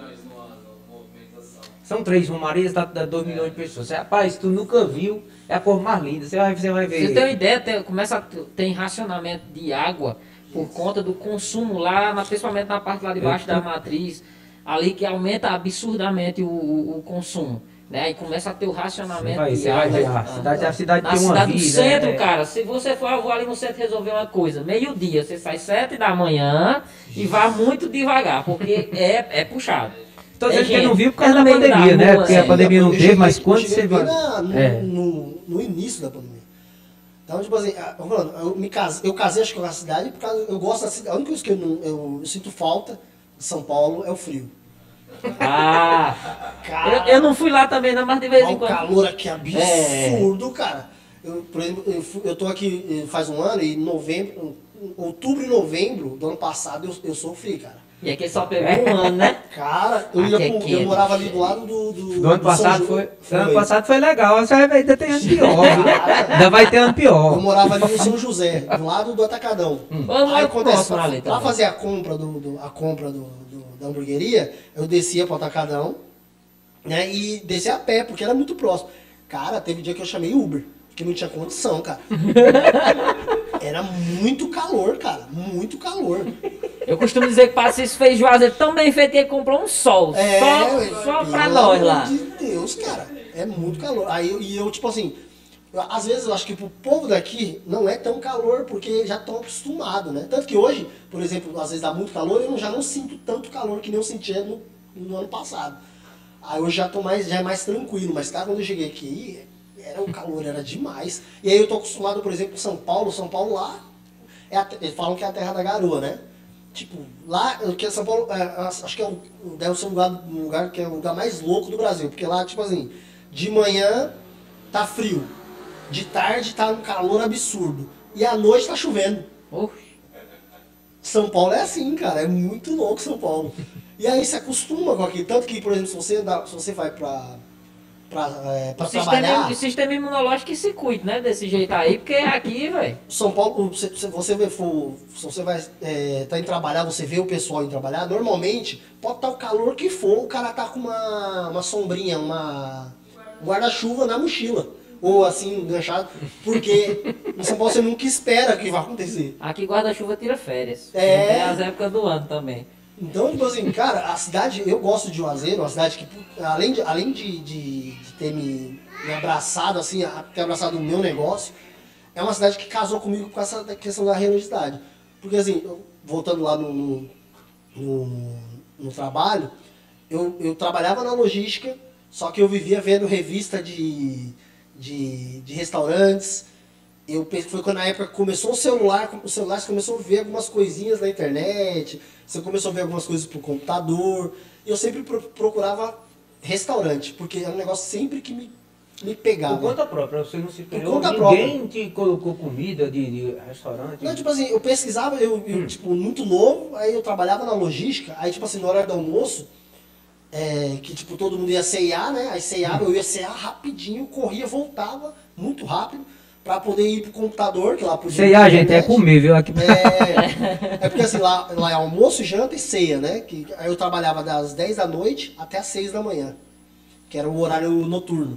São três romarias, tá dá dois milhões de pessoas. Você, rapaz, tu nunca viu, é a cor mais linda. Você vai, você vai ver. Você tem uma ideia, tem, começa a ter- tem racionamento de água por conta do consumo lá, na- principalmente na parte lá de baixo da matriz, ali que aumenta absurdamente o, o, o consumo. Né? E começa a ter o Você racionamento vai, de você vai água. ver. A Ah. cidade, a cidade Na tem uma cidade vida. do centro, é- cara, se você for, eu vou ali no centro resolver uma coisa, meio-dia, você sai sete da manhã e vá muito devagar, porque é, é puxado. Tô É, dizendo que gente, não viu por é causa no da meio da pandemia, né? rua, Porque é. a pandemia não Eu teve, cheguei- mas quando eu você cheguei vai. na- no, É. no, no início da pandemia. Então, tipo assim, a- eu, falando, eu me casei, eu casei acho que com a cidade, porque eu gosto da cidade. A única coisa que eu, não, eu, eu sinto falta de São Paulo é o frio. Ah, Cara, eu, eu não fui lá também, não, mas de vez olha em o quando. calor aqui absurdo, cara. Eu, por exemplo, eu, fui- eu tô aqui eh, faz um ano e em novembro, em outubro e novembro do ano passado eu, eu sofri, cara. E aqui só pegou um ano, né? Cara, eu, ia Aqui é pro- eu quente, morava ali cheio. do lado do. Do, Do ano do passado São foi, Ju- do ano passado foi legal, você vai ver, ainda tem ano pior. viu? Cara, Ainda vai ter ano eu pior. morava ali no São José, do lado do Atacadão. Eu Aí moro acontece, próximo pra, ali pra também. fazer a compra, do, do- a compra do, do- da hamburgueria, eu descia pro Atacadão, né, e descia a pé, porque era muito próximo. Cara, teve dia que eu chamei Uber, porque não tinha condição, cara. Era muito calor, cara, muito calor. Eu costumo dizer que Patrício fez Juazeiro tão bem feito que ele comprou um sol. É, só só pra pelo nós amor lá. de Deus, cara, é muito calor. Aí eu- e eu, tipo assim, eu- às vezes eu acho que pro povo daqui não é tão calor porque já estão acostumados, né? Tanto que hoje, por exemplo, às vezes dá muito calor e eu já não sinto tanto calor que nem eu sentia no, no ano passado. Aí hoje já tô mais, já é mais tranquilo, mas cara, quando eu cheguei aqui, era o calor, era demais. E aí eu tô acostumado, por exemplo, com São Paulo, São Paulo lá, é a, eles falam que é a terra da garoa, né? Tipo, lá, que São Paulo, é, acho que é um, deve ser um lugar, um lugar que é o lugar mais louco do Brasil, porque lá, tipo assim, de manhã tá frio, de tarde tá um calor absurdo, e à noite tá chovendo. Oxe, São Paulo é assim, cara, é muito louco São Paulo. E aí se acostuma com aquilo, tanto que, por exemplo, se você, dá, se você vai pra, pra, é, pra o trabalhar... sistema, o sistema imunológico que se cuide, né? Desse jeito aí, porque aqui, velho. São Paulo, se, se você vê, for, se você vai é, tá indo trabalhar, você vê o pessoal indo trabalhar, normalmente, pode estar o calor que for, o cara tá com uma, uma sombrinha, uma um guarda-chuva na mochila. Ou assim, enganchado, porque em São Paulo você nunca espera que vai acontecer. Aqui guarda-chuva tira férias. É. Não tem as épocas do ano também. Então, tipo assim, cara, a cidade, eu gosto de Juazeiro, uma cidade que, além de, além de, de, de ter me, me abraçado, assim, a- ter abraçado o meu negócio, é uma cidade que casou comigo com essa questão da religiosidade. Porque, assim, eu- voltando lá no, no, no, no trabalho, eu, eu trabalhava na logística, só que eu vivia vendo revista de, de, de restaurantes, eu pensei, foi quando na época começou o celular, o celular você começou a ver algumas coisinhas na internet, você começou a ver algumas coisas pro computador, e eu sempre pro- procurava restaurante, porque era um negócio sempre que me, me pegava. Por conta própria, você não se Por pegou, conta ninguém te colocou comida de, de restaurante? Não, tipo assim, eu pesquisava, eu, eu, tipo, muito novo, aí eu trabalhava na logística, aí tipo assim, no horário do almoço, é, que tipo, todo mundo ia ceiar, né? Aí ceiava, eu ia cear rapidinho, corria, voltava, muito rápido, pra poder ir pro computador, que lá podia... Sei, a gente é comer, viu? Aqui. É, é porque assim, lá, lá é almoço, janta e ceia, né? Que, aí eu trabalhava das dez da noite até as seis da manhã, que era o horário noturno.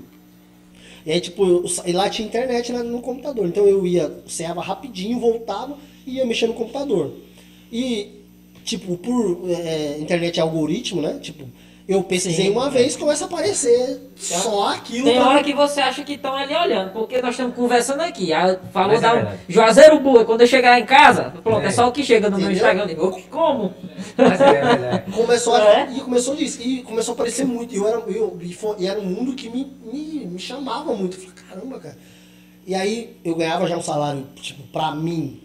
E aí, tipo, eu, e lá tinha internet, né, no computador. Então eu ia, ceava rapidinho, voltava e ia mexer no computador. E, tipo, por é, internet é algoritmo, né? Tipo, eu pesquisei Sim, uma é. vez, começa a aparecer só aquilo. Tem pra- hora que você acha que estão ali olhando, porque nós estamos conversando aqui. Aí falou Mas é da verdade. Juazeiro Boa, quando eu chegar em casa, pronto, é, É. só o que chega no meu Entendeu? Instagram. Eu digo, como? Mas é verdade. Começou a, É? e começou disso, e começou a aparecer muito. E, eu era, eu, e, foi- e era um mundo que me, me, me chamava muito. Eu falei, caramba, cara. E aí eu ganhava já um salário, tipo, pra mim,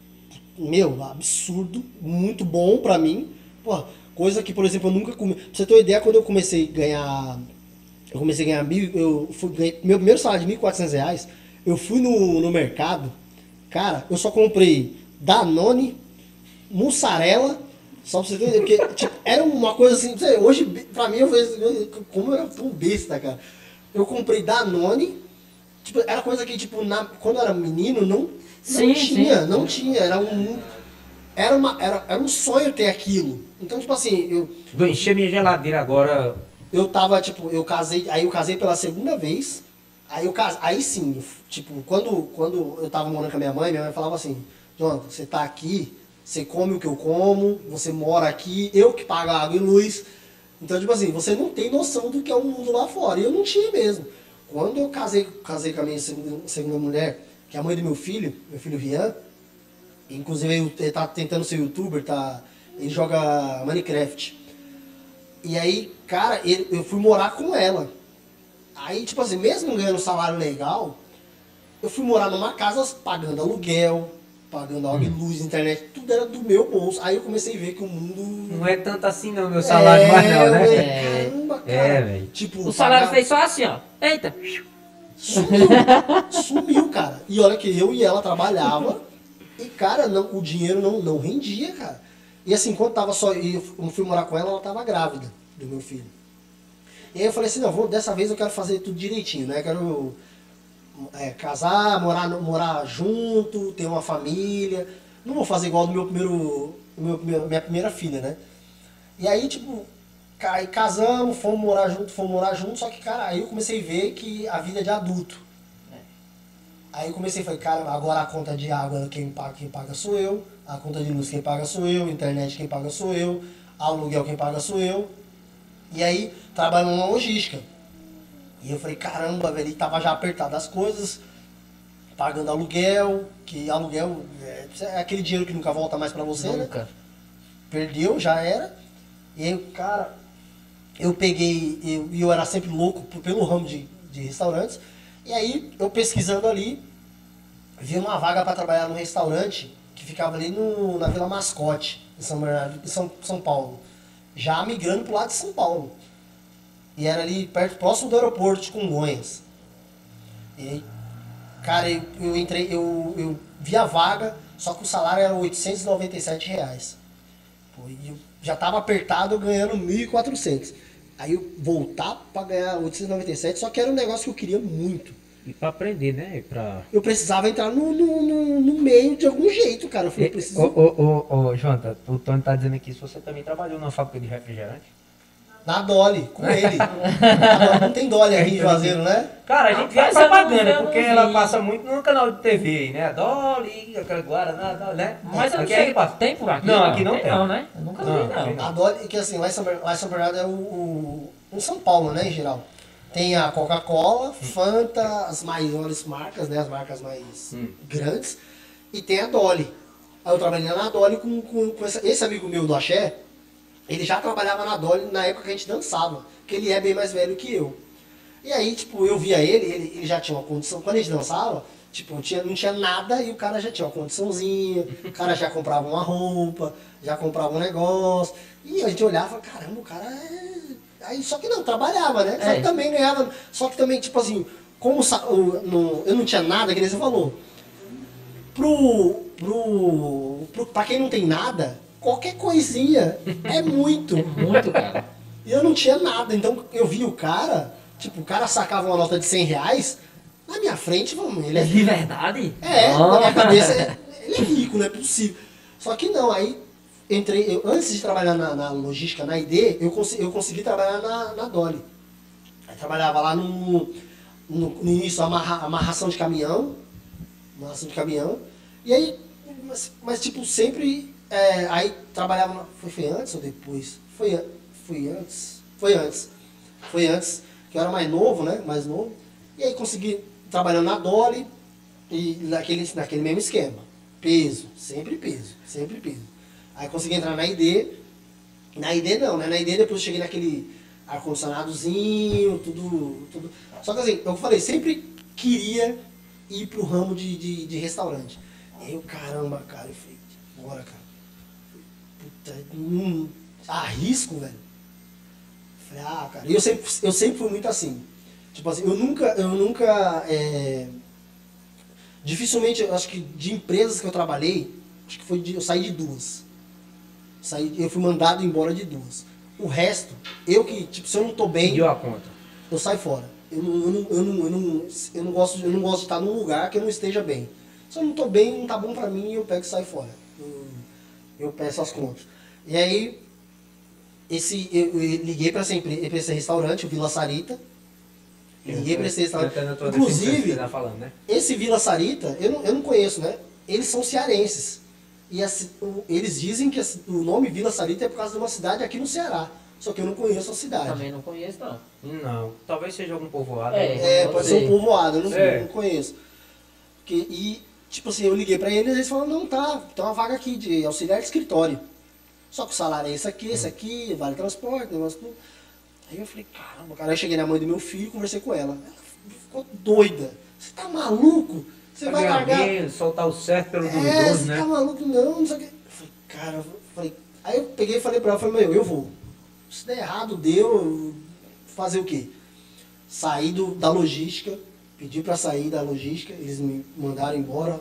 meu, absurdo, muito bom pra mim. Pô, coisa que, por exemplo, eu nunca comi. Pra você ter uma ideia, quando eu comecei a ganhar. Eu comecei a ganhar mil. Eu fui, ganhei- meu primeiro salário de mil e quatrocentos reais, eu fui no, no mercado, cara, eu só comprei Danone, mussarela, só pra você entender, porque tipo, era uma coisa assim, não sei, hoje pra mim eu vejo como eu era tão besta, cara. Eu comprei Danone, tipo, era coisa que tipo, na, quando eu era menino, não, não Sim, tinha, sim. não tinha, era um. Era, uma, era, era um sonho ter aquilo. Então, tipo assim, eu, Vou encher minha geladeira agora. eu tava, tipo, eu casei, aí eu casei pela segunda vez, aí eu casei, aí sim, tipo, quando, quando eu tava morando com a minha mãe, minha mãe falava assim, Jonathan, você tá aqui, você come o que eu como, você mora aqui, eu que pago água e luz, então, tipo assim, você não tem noção do que é o mundo lá fora, e eu não tinha mesmo. Quando eu casei, casei com a minha segunda, segunda mulher, que é a mãe do meu filho, meu filho Rian, inclusive ele tá tentando ser youtuber, tá, ele joga Minecraft. E aí, cara, ele- eu fui morar com ela. Aí, tipo assim, mesmo ganhando um salário legal, eu fui morar numa casa pagando aluguel, pagando água e luz, internet, tudo era do meu bolso. Aí eu comecei a ver que o mundo. Não é tanto assim não, meu salário mais não, eu né? falei, É. Caramba, cara. É, velho. Tipo, O salário pagar- fez só assim, ó. Eita. Sumiu. Sumiu, cara. E olha que eu e ela trabalhava e, cara, não, o dinheiro não, não rendia, cara. E assim, quando tava só. E eu fui- fui morar com ela, ela tava grávida do meu filho. E aí eu falei assim, não, vou, dessa vez eu quero fazer tudo direitinho, né? Quero é, casar, morar, no- morar junto, ter uma família. Não vou fazer igual do meu primeiro. do meu, meu- minha primeira filha, né? E aí, tipo, ca- aí casamos, fomos morar junto, fomos morar junto, só que, cara, aí eu comecei a ver que a vida é de adulto. Aí eu comecei a falar, cara, agora a conta de água quem paga, quem paga sou eu, a conta de luz quem paga sou eu, internet quem paga sou eu, aluguel quem paga sou eu. E aí, trabalhando na logística. E eu falei, caramba, velho, e tava já apertado as coisas, pagando aluguel, que aluguel é, é aquele dinheiro que nunca volta mais pra você, né? Nunca. Perdeu, já era. E aí, cara, eu peguei, e eu, e eu era sempre louco por- pelo ramo de, de restaurantes. E aí, eu pesquisando ali, vi uma vaga para trabalhar num restaurante que ficava ali no, na Vila Mascote, em São Bernardo, em São, São Paulo. Já migrando pro lado de São Paulo. E era ali perto, próximo do aeroporto de Congonhas. E aí, cara, eu, eu entrei, eu, eu vi a vaga, só que o salário era oitocentos e noventa e sete reais. Pô, e eu já tava apertado, eu ganhando mil e quatrocentos. Aí eu voltar para ganhar oitocentos e noventa e sete, só que era um negócio que eu queria muito. E pra aprender, né? Pra... Eu precisava entrar no, no, no, no meio de algum jeito, cara. Eu falei, eu preciso... Ô, ô, ô, ô, Jonathan, o Tony tá dizendo aqui, se você também trabalhou numa fábrica de refrigerante? Na Dolly, com ele. Na Dolly, não tem Dolly aqui em Juazeiro, né? Cara, a gente vê a Rapaz, eu não- propaganda, eu não porque vi. ela passa muito no canal de T V, né? A Dolly, aquela Guaraná, né? Mas eu não Aqui sei, aí passa. tem por aqui? Não, aqui não tem. Não, né? Eu nunca Não, vi, tem não. A Dolly, que assim, lá em São, Ber- lá em São Bernardo é o, o... Em São Paulo, né, em geral. Tem a Coca-Cola, Fanta, as maiores marcas, né? As marcas mais Hum. grandes. E tem a Dolly. Aí eu trabalhei na Dolly com, com, com esse, esse amigo meu do Axé. Ele já trabalhava na Dolly na época que a gente dançava. Porque ele é bem mais velho que eu. E aí, tipo, eu via ele, ele, ele já tinha uma condição. Quando a gente dançava, Tipo, não tinha, não tinha nada e o cara já tinha uma condiçãozinha, o cara já comprava uma roupa, já comprava um negócio. E a gente olhava e falava, caramba, o cara é... Aí, só que não, trabalhava, né? Só É. que também ganhava... Só que também, tipo assim, como sa- o- no- eu não tinha nada, que nem você falou, pro, pro, pro, pra quem não tem nada, qualquer coisinha é muito. É muito, cara. E eu não tinha nada, então eu vi o cara, tipo, o cara sacava uma nota de cem reais, na minha frente, vamos, ele é De rico. verdade? É, Ah. na minha cabeça, é- ele é rico, não é possível. Só que não, aí entrei, eu, antes de trabalhar na, na logística, na I D, eu, consegui, eu consegui trabalhar na, na Dolly. Aí trabalhava lá no, no, no início, amarra, amarração de caminhão, amarração de caminhão, e aí, mas, mas tipo, sempre, é, aí trabalhava, na- foi, foi antes ou depois? Foi, an- foi antes, foi antes, foi antes, que eu era mais novo, né, mais novo, e aí consegui, trabalhando na Dolly, e naquele, naquele mesmo esquema, peso, sempre peso, sempre peso. Aí consegui entrar na I D, na I D não, né, na I D depois eu cheguei naquele ar-condicionadozinho, tudo, tudo, só que assim, eu falei, sempre queria ir pro ramo de, de, de restaurante. E aí eu, caramba, cara, eu falei, bora, cara. Puta, hum, arrisco, velho. Falei, ah, cara, e eu sempre, eu sempre fui muito assim. Tipo assim, eu nunca, eu nunca, é, dificilmente, eu acho que de empresas que eu trabalhei, acho que foi de, eu saí de duas. Saí, eu fui mandado embora de duas. O resto, eu que, tipo, se eu não tô bem, Pediu a conta. eu saio fora. Eu não, eu, não, eu, não, eu, não, eu, não gosto, eu não gosto de estar num lugar que eu não esteja bem. Se eu não estou bem, não tá bom pra mim, eu pego e saio fora. Eu, eu peço as contas. E aí, esse, eu, eu liguei para esse restaurante, o Vila Sarita. Liguei para esse restaurante. Inclusive, tá falando, né? esse Vila Sarita, eu não, eu não conheço, né? Eles são cearenses. E a, o, eles dizem que a, o nome Vila Sarita é por causa de uma cidade aqui no Ceará. Só que eu não conheço a cidade. Também não conheço, não. Não, talvez seja algum povoado. É. né? É, Pode pode ser. ser um povoado, eu não, É. não conheço. Que, e, tipo assim, eu liguei pra eles e eles falaram, não, tá, tem uma vaga aqui de auxiliar de escritório. Só que o salário é esse aqui, esse aqui, vale transporte, negócio tudo. Aí eu falei, caramba, cara, aí eu cheguei na mãe do meu filho e conversei com ela. Ela ficou doida. Você tá maluco? Você vai Ganhar largar... bem, soltar o certo pelo É, duvidoso, você né? tá maluco? Não, não sei o que. Eu falei, cara, eu falei... Aí eu peguei e falei pra ela, falei, meu, eu vou. Se der errado, deu, fazer o quê? Saí do, da logística, pedi pra sair da logística, eles me mandaram embora,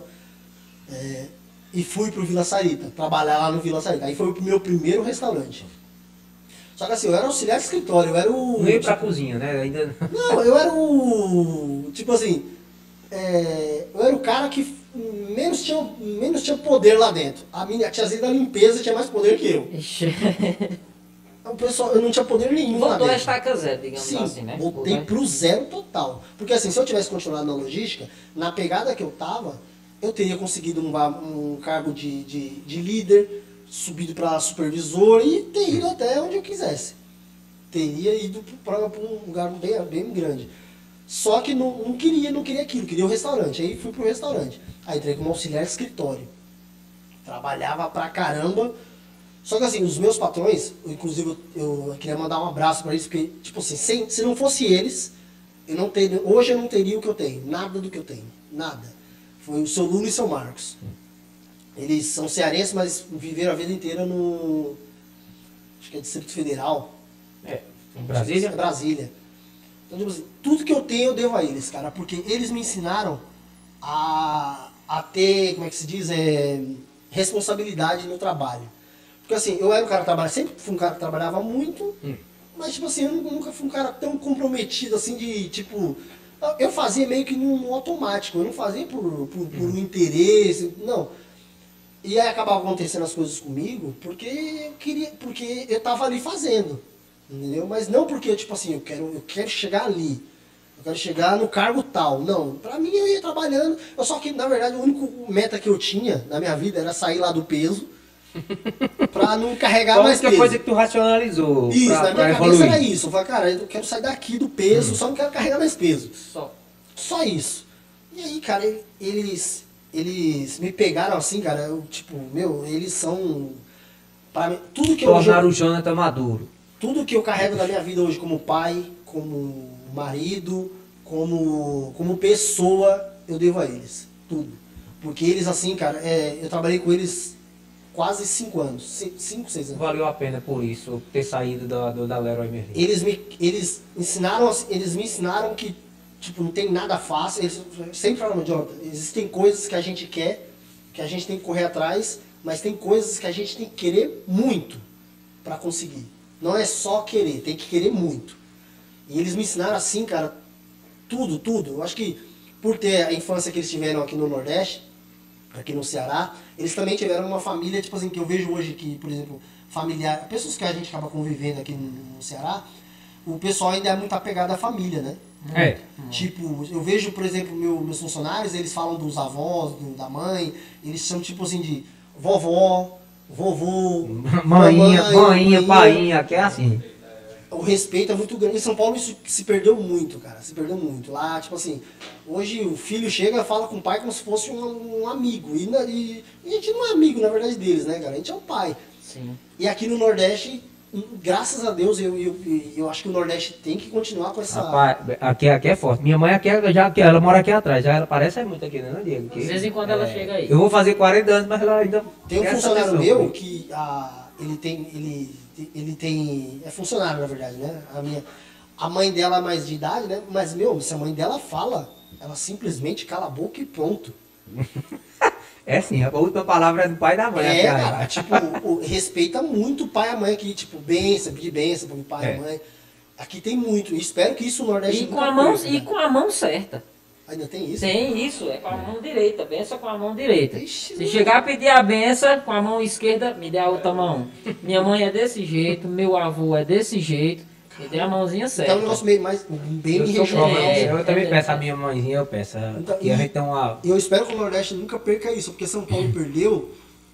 é, e fui pro Vila Sarita, trabalhar lá no Vila Sarita. Aí foi o meu primeiro restaurante. Só que assim, eu era auxiliar de escritório, eu era o... Não ia pra tipo, cozinha, né? Ainda... não, eu era o... Tipo assim, é, eu era o cara que menos tinha, menos tinha poder lá dentro. A minha a tiazinha da limpeza tinha mais poder que eu. Ixi. O pessoal, eu não tinha poder nenhum lá Voltou a dentro. estaca zero, digamos Sim, assim, né? voltei Voltou- pro zero total. Porque assim, se eu tivesse continuado na logística, na pegada que eu tava, eu teria conseguido um, va- um cargo de, de, de líder, subido para supervisor e ter ido até onde eu quisesse. Teria ido para um lugar bem, bem grande. Só que não, não queria, não queria aquilo, queria o restaurante. Aí fui pro restaurante. Aí entrei como auxiliar de escritório. Trabalhava pra caramba. Só que assim, os meus patrões, eu, inclusive eu, eu queria mandar um abraço pra eles, porque, tipo assim, sem, se não fosse eles, eu não teria, hoje eu não teria o que eu tenho, nada do que eu tenho, nada. Foi o seu Lula e o seu Marcos. Eles são cearenses, mas viveram a vida inteira no, acho que é Distrito Federal. É, em Brasília? É Brasília. Então, tipo assim, tudo que eu tenho eu devo a eles, cara, porque eles me ensinaram a, a ter, como é que se diz, é, responsabilidade no trabalho. Porque assim, eu era um cara que trabalhava, sempre fui um cara que trabalhava muito, Hum. mas tipo assim, eu nunca fui um cara tão comprometido assim de, tipo, eu fazia meio que no, no automático, eu não fazia por, por, por um interesse, não. E aí acabava acontecendo as coisas comigo porque eu queria, porque eu tava ali fazendo, entendeu? Mas não porque, tipo assim, eu quero, eu quero chegar ali, eu quero chegar no cargo tal, não. Pra mim eu ia trabalhando, eu só que na verdade o único meta que eu tinha na minha vida era sair lá do peso, pra não carregar Qual mais que é a peso. coisa que tu racionalizou Isso, pra, na pra minha cabeça evoluir? era isso. Eu falei, cara, eu quero sair daqui do peso, só não quero carregar mais peso. Só. Só isso. E aí, cara, ele- eles, eles me pegaram assim, cara, eu, tipo, meu, eles são... Pra mim, tudo que eu hoje, Tornar o Jonathan maduro. tudo que eu carrego na minha vida hoje como pai, como marido, como, como pessoa, eu devo a eles. Tudo. Porque eles, assim, cara, é, eu trabalhei com eles quase cinco anos. Cinco, seis anos. Valeu a pena por isso, ter saído da, do, da Leroy Merlin. Eles me, eles ensinaram, eles me ensinaram que, tipo, não tem nada fácil. Eles sempre falam, Jonathan, existem coisas que a gente quer, que a gente tem que correr atrás, mas tem coisas que a gente tem que querer muito para conseguir. Não é só querer, tem que querer muito. E eles me ensinaram assim, cara, tudo, tudo. Eu acho que por ter a infância que eles tiveram aqui no Nordeste, aqui no Ceará, eles também tiveram uma família, tipo assim, que eu vejo hoje que, por exemplo, familiar, pessoas que a gente acaba convivendo aqui no, no Ceará, o pessoal ainda é muito apegado à família, né? É. Tipo, eu vejo, por exemplo, meu, meus funcionários, eles falam dos avós, do, da mãe, eles são tipo assim de vovó, vovô, Maninha, mamãe, maninha, maninha. painha, que é assim. O respeito é muito grande. Em São Paulo isso se perdeu muito, cara. Se perdeu muito. Lá, tipo assim, hoje o filho chega e fala com o pai como se fosse um, um amigo. E, e, e a gente não é amigo, na verdade, deles, né, cara? A gente é o pai. Sim. E aqui no Nordeste, graças a Deus, eu, eu, eu acho que o Nordeste tem que continuar com essa... Rapaz, aqui, aqui é forte. Minha mãe aqui, é- já, aqui, ela mora aqui atrás. Já ela parece muito aqui, né, Diego? Que, De vez em quando ela chega aí. Eu vou fazer quarenta anos, mas ela ainda... Tem um quer essa funcionário pessoa. meu que a, ele tem... Ele, ele tem... É funcionário, na verdade, né? A, minha, a mãe dela é mais de idade, né? Mas, meu, se a mãe dela fala, ela simplesmente cala a boca e pronto. É sim, a última palavra é do pai e da mãe. É, aqui, cara, tipo, o- respeita muito o pai e a mãe aqui, tipo, benção, pedir benção pro pai e É. a mãe. Aqui tem muito, e espero que isso no Nordeste E com, nunca a mão, perca, e né? com a mão certa. Ainda tem isso? Tem isso, é com a mão direita, benção com a mão direita. Ixi, Se mano. chegar a pedir a benção com a mão esquerda, me dê a outra mão. Minha mãe é desse jeito, meu avô é desse jeito, me dê a mãozinha certa. Então é um negócio meio mais, bem Eu sou regional. é, Eu também é, peço é. a minha mãezinha, eu peço. Então, Que a gente tem uma... E eu espero que o Nordeste nunca perca isso, porque São Paulo perdeu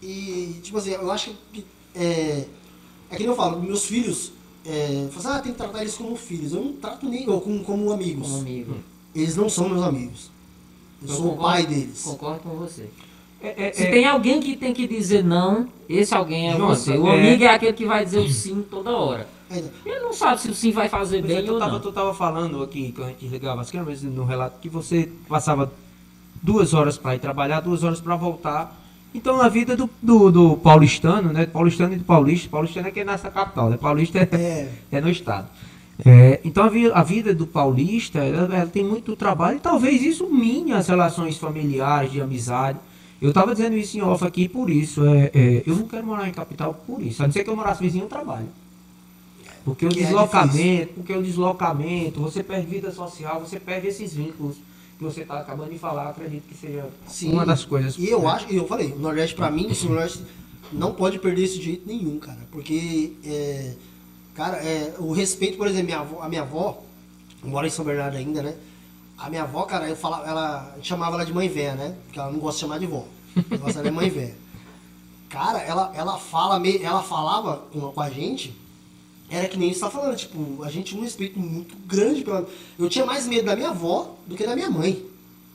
e, tipo assim, eu acho que é, é que nem eu falo, meus filhos, é, falam assim, ah, tem que tratar eles como filhos. Eu não trato nem ou como, como amigos. Como amigo. Eles não são meus amigos. Eu Eu sou o concordo- pai deles. Concordo com você. É, é, Se é- tem alguém que tem que dizer não, esse alguém é Jonathan, você. O é- amigo é aquele que vai dizer o sim toda hora. Ainda. Ele não sabe se o sim vai fazer Pois é, bem tu ou tava, não. tu tava falando aqui, quando a gente ligava as câmeras, no relato, que você passava duas horas para ir trabalhar, duas horas para voltar. Então a vida do, do, do paulistano, né? Paulistano e do paulista, paulistano é que é nessa capital, né? Paulista é, É. é no estado. É, então a, vi- a vida do paulista, ela, ela tem muito trabalho e talvez isso mine as relações familiares, de amizade. Eu estava dizendo isso em off aqui por isso. É, é, eu não quero morar em capital por isso. A não ser que eu morasse vizinho, eu trabalho. Porque o Que é deslocamento, porque o deslocamento, você perde vida social, você perde esses vínculos que você está acabando de falar, acredito que seja Sim. uma das coisas. E eu né? acho, e eu falei, o Nordeste pra mim, o Nordeste não pode perder isso de jeito nenhum, cara. Porque, é, cara, é, o respeito, por exemplo, minha avó, a minha avó, mora em São Bernardo ainda, né? A minha avó, cara, eu falava, ela eu chamava ela de mãe véia, né? Porque ela não gosta de chamar de vó. Ela gosta de mãe véia. Cara, ela, ela fala, meio- ela falava com, com a gente, era que nem você tá falando, tipo, a gente tinha um respeito muito grande pela. Eu tinha mais medo da minha avó do que da minha mãe.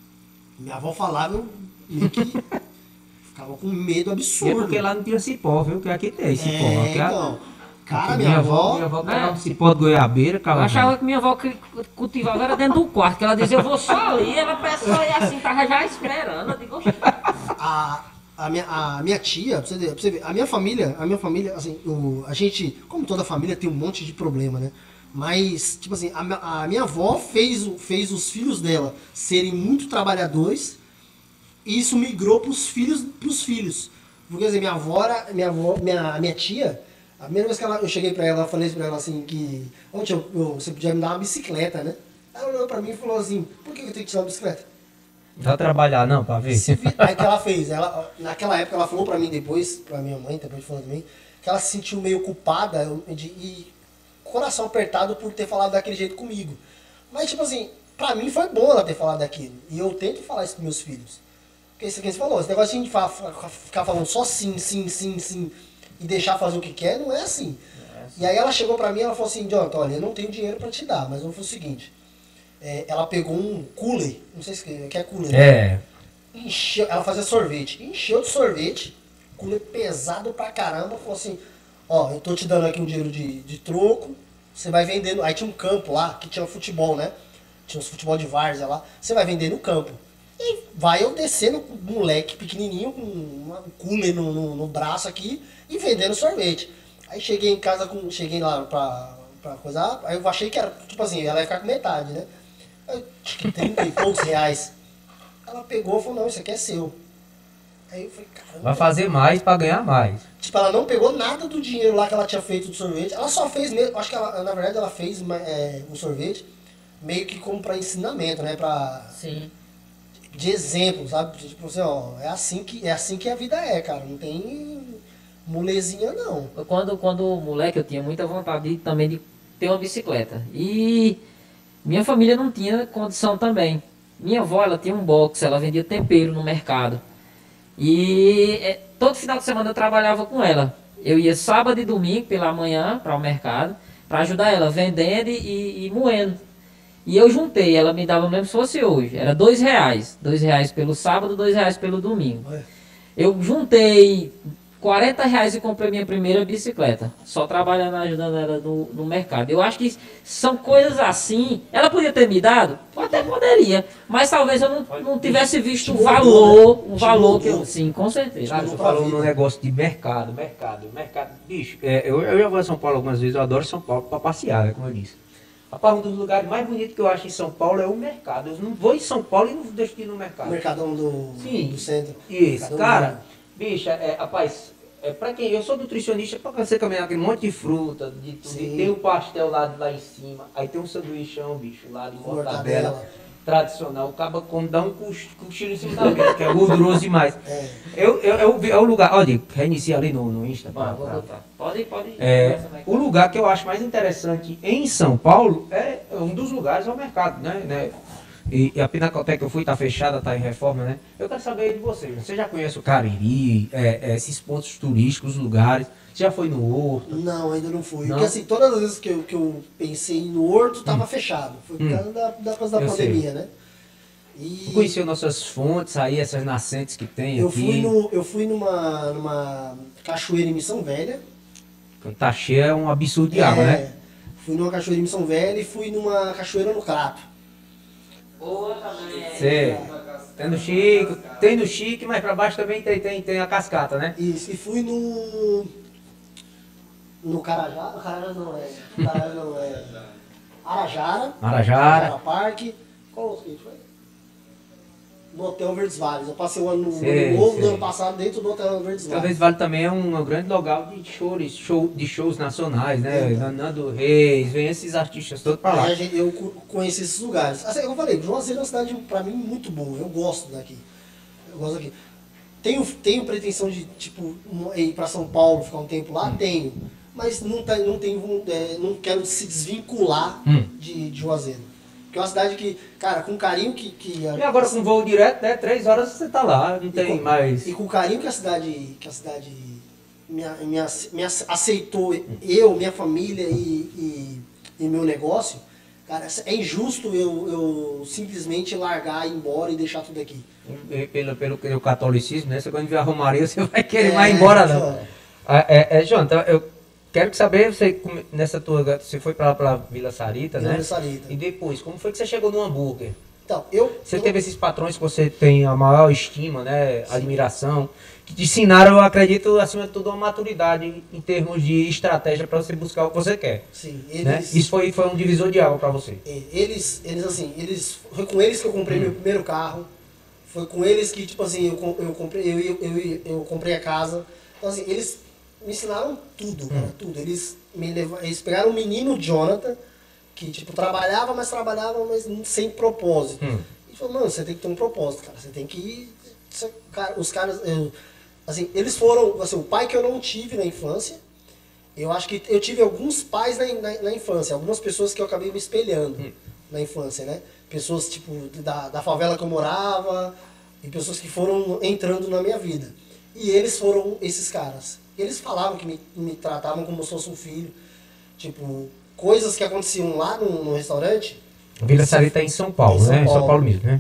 Minha avó falava, eu meio que ficava com medo E é absurdo. porque lá não tinha cipó, viu? Que aqui tem cipó. É, aqui a- então. Cara, aqui minha, avó. Minha avó É. pegava cipó de goiabeira, Eu cala achava que minha avó cri- cultivava era dentro do quarto, que ela dizia, eu vou só ali, ela pessoa e assim, tava já esperando. Eu digo, "Oxe, A, a, minha, a minha tia, pra você, ver, pra você ver, a minha família, a minha família, assim, o, a gente, como toda família, tem um monte de problema, né? Mas, tipo assim, a, minha- a minha avó fez, o- fez os filhos dela serem muito trabalhadores e isso migrou pros filhos, pros filhos. Porque, assim, minha avó, era- minha, avó minha, minha tia, a primeira vez que ela, eu cheguei pra ela, eu falei pra ela assim que, ontem eu, eu- você podia me dar uma bicicleta, né? Ela olhou pra mim e falou assim, por que eu tenho que te dar uma bicicleta? Vai trabalhar não, pra ver. Se vi- Aí que ela fez, ela, naquela época ela falou pra mim depois, pra minha mãe, depois falou pra mim, que ela se sentiu meio culpada eu- de, e coração apertado por ter falado daquele jeito comigo. Mas tipo assim, pra mim foi bom ela ter falado daquilo. E eu tento falar isso pros meus filhos. Porque isso que você falou, esse negócio de fa- fa- ficar falando só sim, sim, sim, sim, e deixar fazer o que quer, não é assim. E aí ela chegou pra mim e ela falou assim, Jonathan, olha, eu não tenho dinheiro pra te dar, mas eu vou fazer o seguinte. É, ela pegou um cooler, não sei se que que é cooler, né? É. Encheu, ela fazia sorvete, encheu de sorvete, cooler pesado pra caramba, falou assim, ó, eu tô te dando aqui um dinheiro de, de troco, você vai vendendo, aí tinha um campo lá, que tinha futebol, né? Tinha uns futebol de várzea lá, você vai vender no campo. E vai eu descendo com um moleque pequenininho, com um cooler no, no, no braço aqui, e vendendo sorvete. Aí cheguei em casa, com, cheguei lá pra, pra coisar, aí eu achei que era, tipo assim, ela ia ficar com metade, né? Aí, trinta e poucos reais. Ela pegou e falou, não, isso aqui é seu. Aí eu falei, caramba. Vai fazer mais pra ganhar mais. Tipo, ela não pegou nada do dinheiro lá que ela tinha feito do sorvete. Ela só fez mesmo, acho que ela, na verdade ela fez é, um sorvete meio que como pra ensinamento, né? Pra, Sim. de exemplo, sabe? Tipo assim, ó, é assim que, é assim que a vida é, cara. Não tem molezinha, não. Quando, quando moleque, eu tinha muita vontade de, também de ter uma bicicleta. E minha família não tinha condição também. Minha avó, ela tinha um box, ela vendia tempero no mercado. E é, todo final de semana eu trabalhava com ela. Eu ia sábado e domingo pela manhã para o mercado, para ajudar ela vendendo e, e moendo. E eu juntei, ela me dava, não lembro se fosse hoje, era dois reais. Dois reais pelo sábado, dois reais pelo domingo. Eu juntei quarenta reais e comprei minha primeira bicicleta. Só trabalhando, ajudando ela no, no mercado. Eu acho que são coisas assim. Ela podia ter me dado? Até poderia. Mas talvez eu não, não tivesse visto o valor. O valor que eu. Sim, com certeza. Cara, você falou no negócio de mercado, mercado, mercado. Bicho, é, eu, eu já vou a São Paulo algumas vezes, eu adoro São Paulo pra passear, né, como eu disse. Rapaz, um dos lugares mais bonitos que eu acho em São Paulo é o mercado. Eu não vou em São Paulo e não deixo de ir no mercado. O mercadão do, Sim. do centro. Isso, Mercadão cara, do... bicho, é, rapaz, é, pra quem, eu sou nutricionista, pra você caminhar aquele monte de fruta, de tudo, Sim. e tem o pastel lá, lá em cima, aí tem um sanduichão, bicho, lá de mortadela, Mortadela. tradicional, o caba como dá um coch- cochilo em cima da mesa, que é gorduroso demais. É. Eu, eu, eu, é o lugar, olha, reinicia ali no, no Insta. Vai, pra- vou pra- botar. Pode ir, pode ir. É, Começa, vai. o lugar que eu acho mais interessante em São Paulo é um dos lugares é o mercado, né? né? E, e a Pinacoteca que eu fui tá fechada, tá em reforma, né? Eu quero saber de você. Você já conhece o Cariri, é, é, esses pontos turísticos, lugares? Você já foi no Horto? Não, ainda não fui. Não? Porque assim, todas as vezes que eu, que eu pensei no Horto, tava fechado. Foi por Hum. causa da, da, coisa da Eu pandemia, né? E Conheceu nossas fontes aí, essas nascentes que tem eu aqui? fui, no, eu fui numa, numa cachoeira em Missão Velha. Tá cheio, é um absurdo de água, É, né? Fui numa cachoeira em Missão Velha e fui numa cachoeira no Crato. Boa também. Sei. Tem no Chique, tem no Chique, mas pra baixo também tem, tem, tem a cascata, né? Isso, e fui no. No Carajá. No Carajá não é. Carajá não é. Arajara. Marajara. Parque. Qual outro que a gente foi? No Hotel Verdes Vales. Eu passei o ano no, Sei, no novo sei. do ano passado dentro do Hotel Verdes Talvez Vales. Vale também é um, um grande local de shows, show, de shows nacionais, né? Nando Reis, vem esses artistas todos pra lá. Aí a gente- eu co- conheci esses lugares. Assim, como eu falei, Juazeiro é uma cidade, pra mim, muito boa. Eu gosto daqui. Eu gosto daqui. Tenho, tenho pretensão de, tipo, um- ir pra São Paulo, ficar um tempo lá? Tenho. Mas não, tá, não, tenho, é, não quero se desvincular Hum. de, de Juazeiro. Porque é uma cidade que, cara, com o carinho que... que E agora com voo direto, né? Três horas você tá lá, não e tem com, mais. E com o carinho que a cidade, que a cidade me, a- me, ace- me ace- aceitou, eu, minha família e, e, e meu negócio, cara, é injusto eu, eu simplesmente largar, ir embora e deixar tudo aqui. E Pelo, pelo, pelo catolicismo, né? Você quando vier a Romaria, você vai querer É, mais ir embora, não. então. Ah, É, é, João, então eu quero saber, você come- nessa tua. Você foi pra, pra Vila Sarita, Vila né? Sarita. E depois, como foi que você chegou no hambúrguer? Então, eu... Você eu- teve esses patrões que você tem a maior estima, né? Admiração, que te ensinaram, eu acredito, acima de tudo, uma maturidade em termos de estratégia para você buscar o que você quer. Sim, Né? eles... Isso foi, foi um divisor de água para você. É, Eles, eles assim, eles, foi com eles que eu comprei meu primeiro carro, foi com eles que, tipo assim, eu, com- eu, comprei, eu, eu, eu, eu comprei a casa. Então, assim, eles me ensinaram tudo, cara, tudo. Eles, me levaram, eles pegaram o menino Jonathan, que, tipo, trabalhava, mas trabalhava, mas sem propósito. Hum. E falou, mano, você tem que ter um propósito, cara, você tem que... você- cara, os caras, eu- assim, eles foram, assim, o pai que eu não tive na infância, eu acho que eu tive alguns pais na, na, na infância, algumas pessoas que eu acabei me espelhando Hum. na infância, né? Pessoas, tipo, da, da favela que eu morava, e pessoas que foram entrando na minha vida. E eles foram esses caras. Eles falavam que me, me tratavam como se fosse um filho. Tipo, coisas que aconteciam lá no, no restaurante, Vila Sarita é em São Paulo, Em São né? Em São Paulo. Paulo mesmo, né?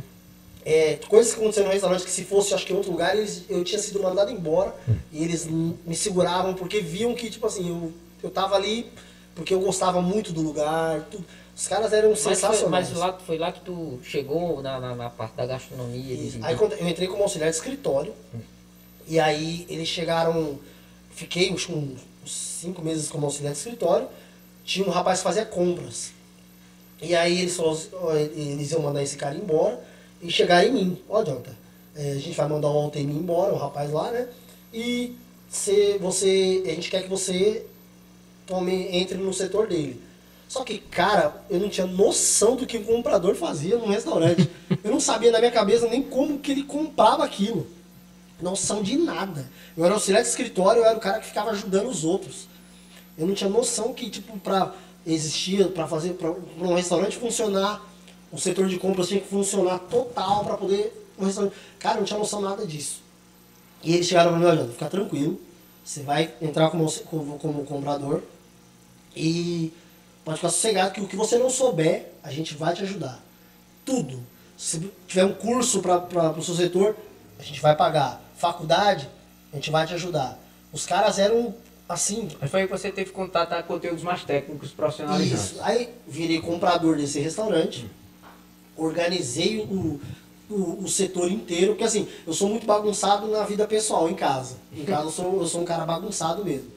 é, coisas que aconteceram no restaurante que se fosse, acho que em outro lugar, eles, eu tinha sido mandado embora. E eles m- me seguravam porque viam que, tipo assim, eu, eu tava ali porque eu gostava muito do lugar. Tudo. Os caras eram Mas, foi, sensacionais. mas lá, foi lá que tu chegou na, na, na parte da gastronomia. Isso. De... Aí quando eu entrei como auxiliar de escritório, hum. e aí eles chegaram, fiquei uns, uns cinco meses como auxiliar de escritório, tinha um rapaz que fazia compras. E aí eles, falaram, eles iam mandar esse cara embora e chegaram em mim. Ó, Jonathan, é, a gente vai mandar o Altemir embora, o rapaz lá, né? E se você, a gente quer que você tome, entre no setor dele. Só que, cara, eu não tinha noção do que o comprador fazia num restaurante. Eu não sabia na minha cabeça nem como que ele comprava aquilo. Noção de nada. Eu era auxiliar de escritório, eu era o cara que ficava ajudando os outros. Eu não tinha noção que, tipo, pra existir, pra fazer, pra, pra um restaurante funcionar, o setor de compras tinha que funcionar total pra poder... Um restaurante... Cara, eu não tinha noção nada disso. E eles chegaram pra mim, olha, fica tranquilo, você vai entrar como, como, como comprador e... Pode ficar sossegado que o que você não souber, a gente vai te ajudar. Tudo. Se tiver um curso para o seu setor, a gente vai pagar. Faculdade, a gente vai te ajudar. Os caras eram assim... Mas foi aí que você teve contato com conteúdos mais técnicos, profissionalizantes. Isso. Aí virei comprador desse restaurante, organizei o, o, o setor inteiro, porque assim, eu sou muito bagunçado na vida pessoal, em casa. Em casa eu sou, eu sou um cara bagunçado mesmo.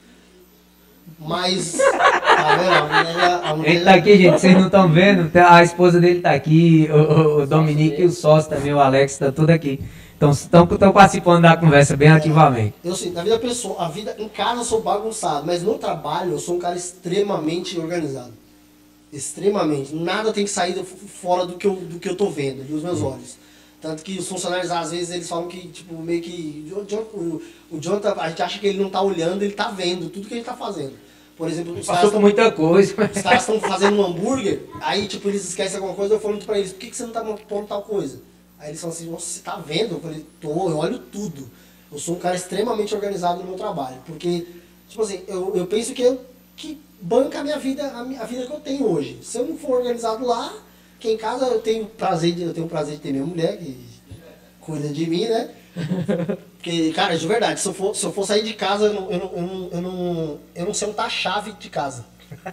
Mas, tá vendo? A mulher, a mulher ele tá aqui, gente, vocês não estão vendo, a esposa dele tá aqui, o, o Dominique e o sócio também, o Alex, tá tudo aqui. Então estão participando da conversa bem ativamente. Eu sei, na vida pessoal, a vida em casa eu sou bagunçado, mas no trabalho eu sou um cara extremamente organizado. Extremamente. Nada tem que sair fora do que eu, do que eu tô vendo, dos meus olhos. Tanto que os funcionários, às vezes, eles falam que, tipo, meio que... O, o, o Jonathan, a gente acha que ele não tá olhando, ele tá vendo tudo que a gente tá fazendo. Por exemplo, os Passou por muita coisa. Os caras estão fazendo um hambúrguer, aí, tipo, eles esquecem alguma coisa, eu falo pra eles, por que, que você não tá pondo tal coisa? Aí eles falam assim, nossa, você tá vendo? Eu falei, tô, eu olho tudo. Eu sou um cara extremamente organizado no meu trabalho. Porque, tipo assim, eu, eu penso que, eu, que banca a minha vida, a, minha, a vida que eu tenho hoje. Se eu não for organizado lá, que em casa eu tenho prazer de, eu tenho prazer de ter minha mulher, que cuida de mim, né? Porque, cara, de verdade, se eu for, se eu for sair de casa, eu não, eu não, eu não, eu não, eu não sei onde tá a chave de casa.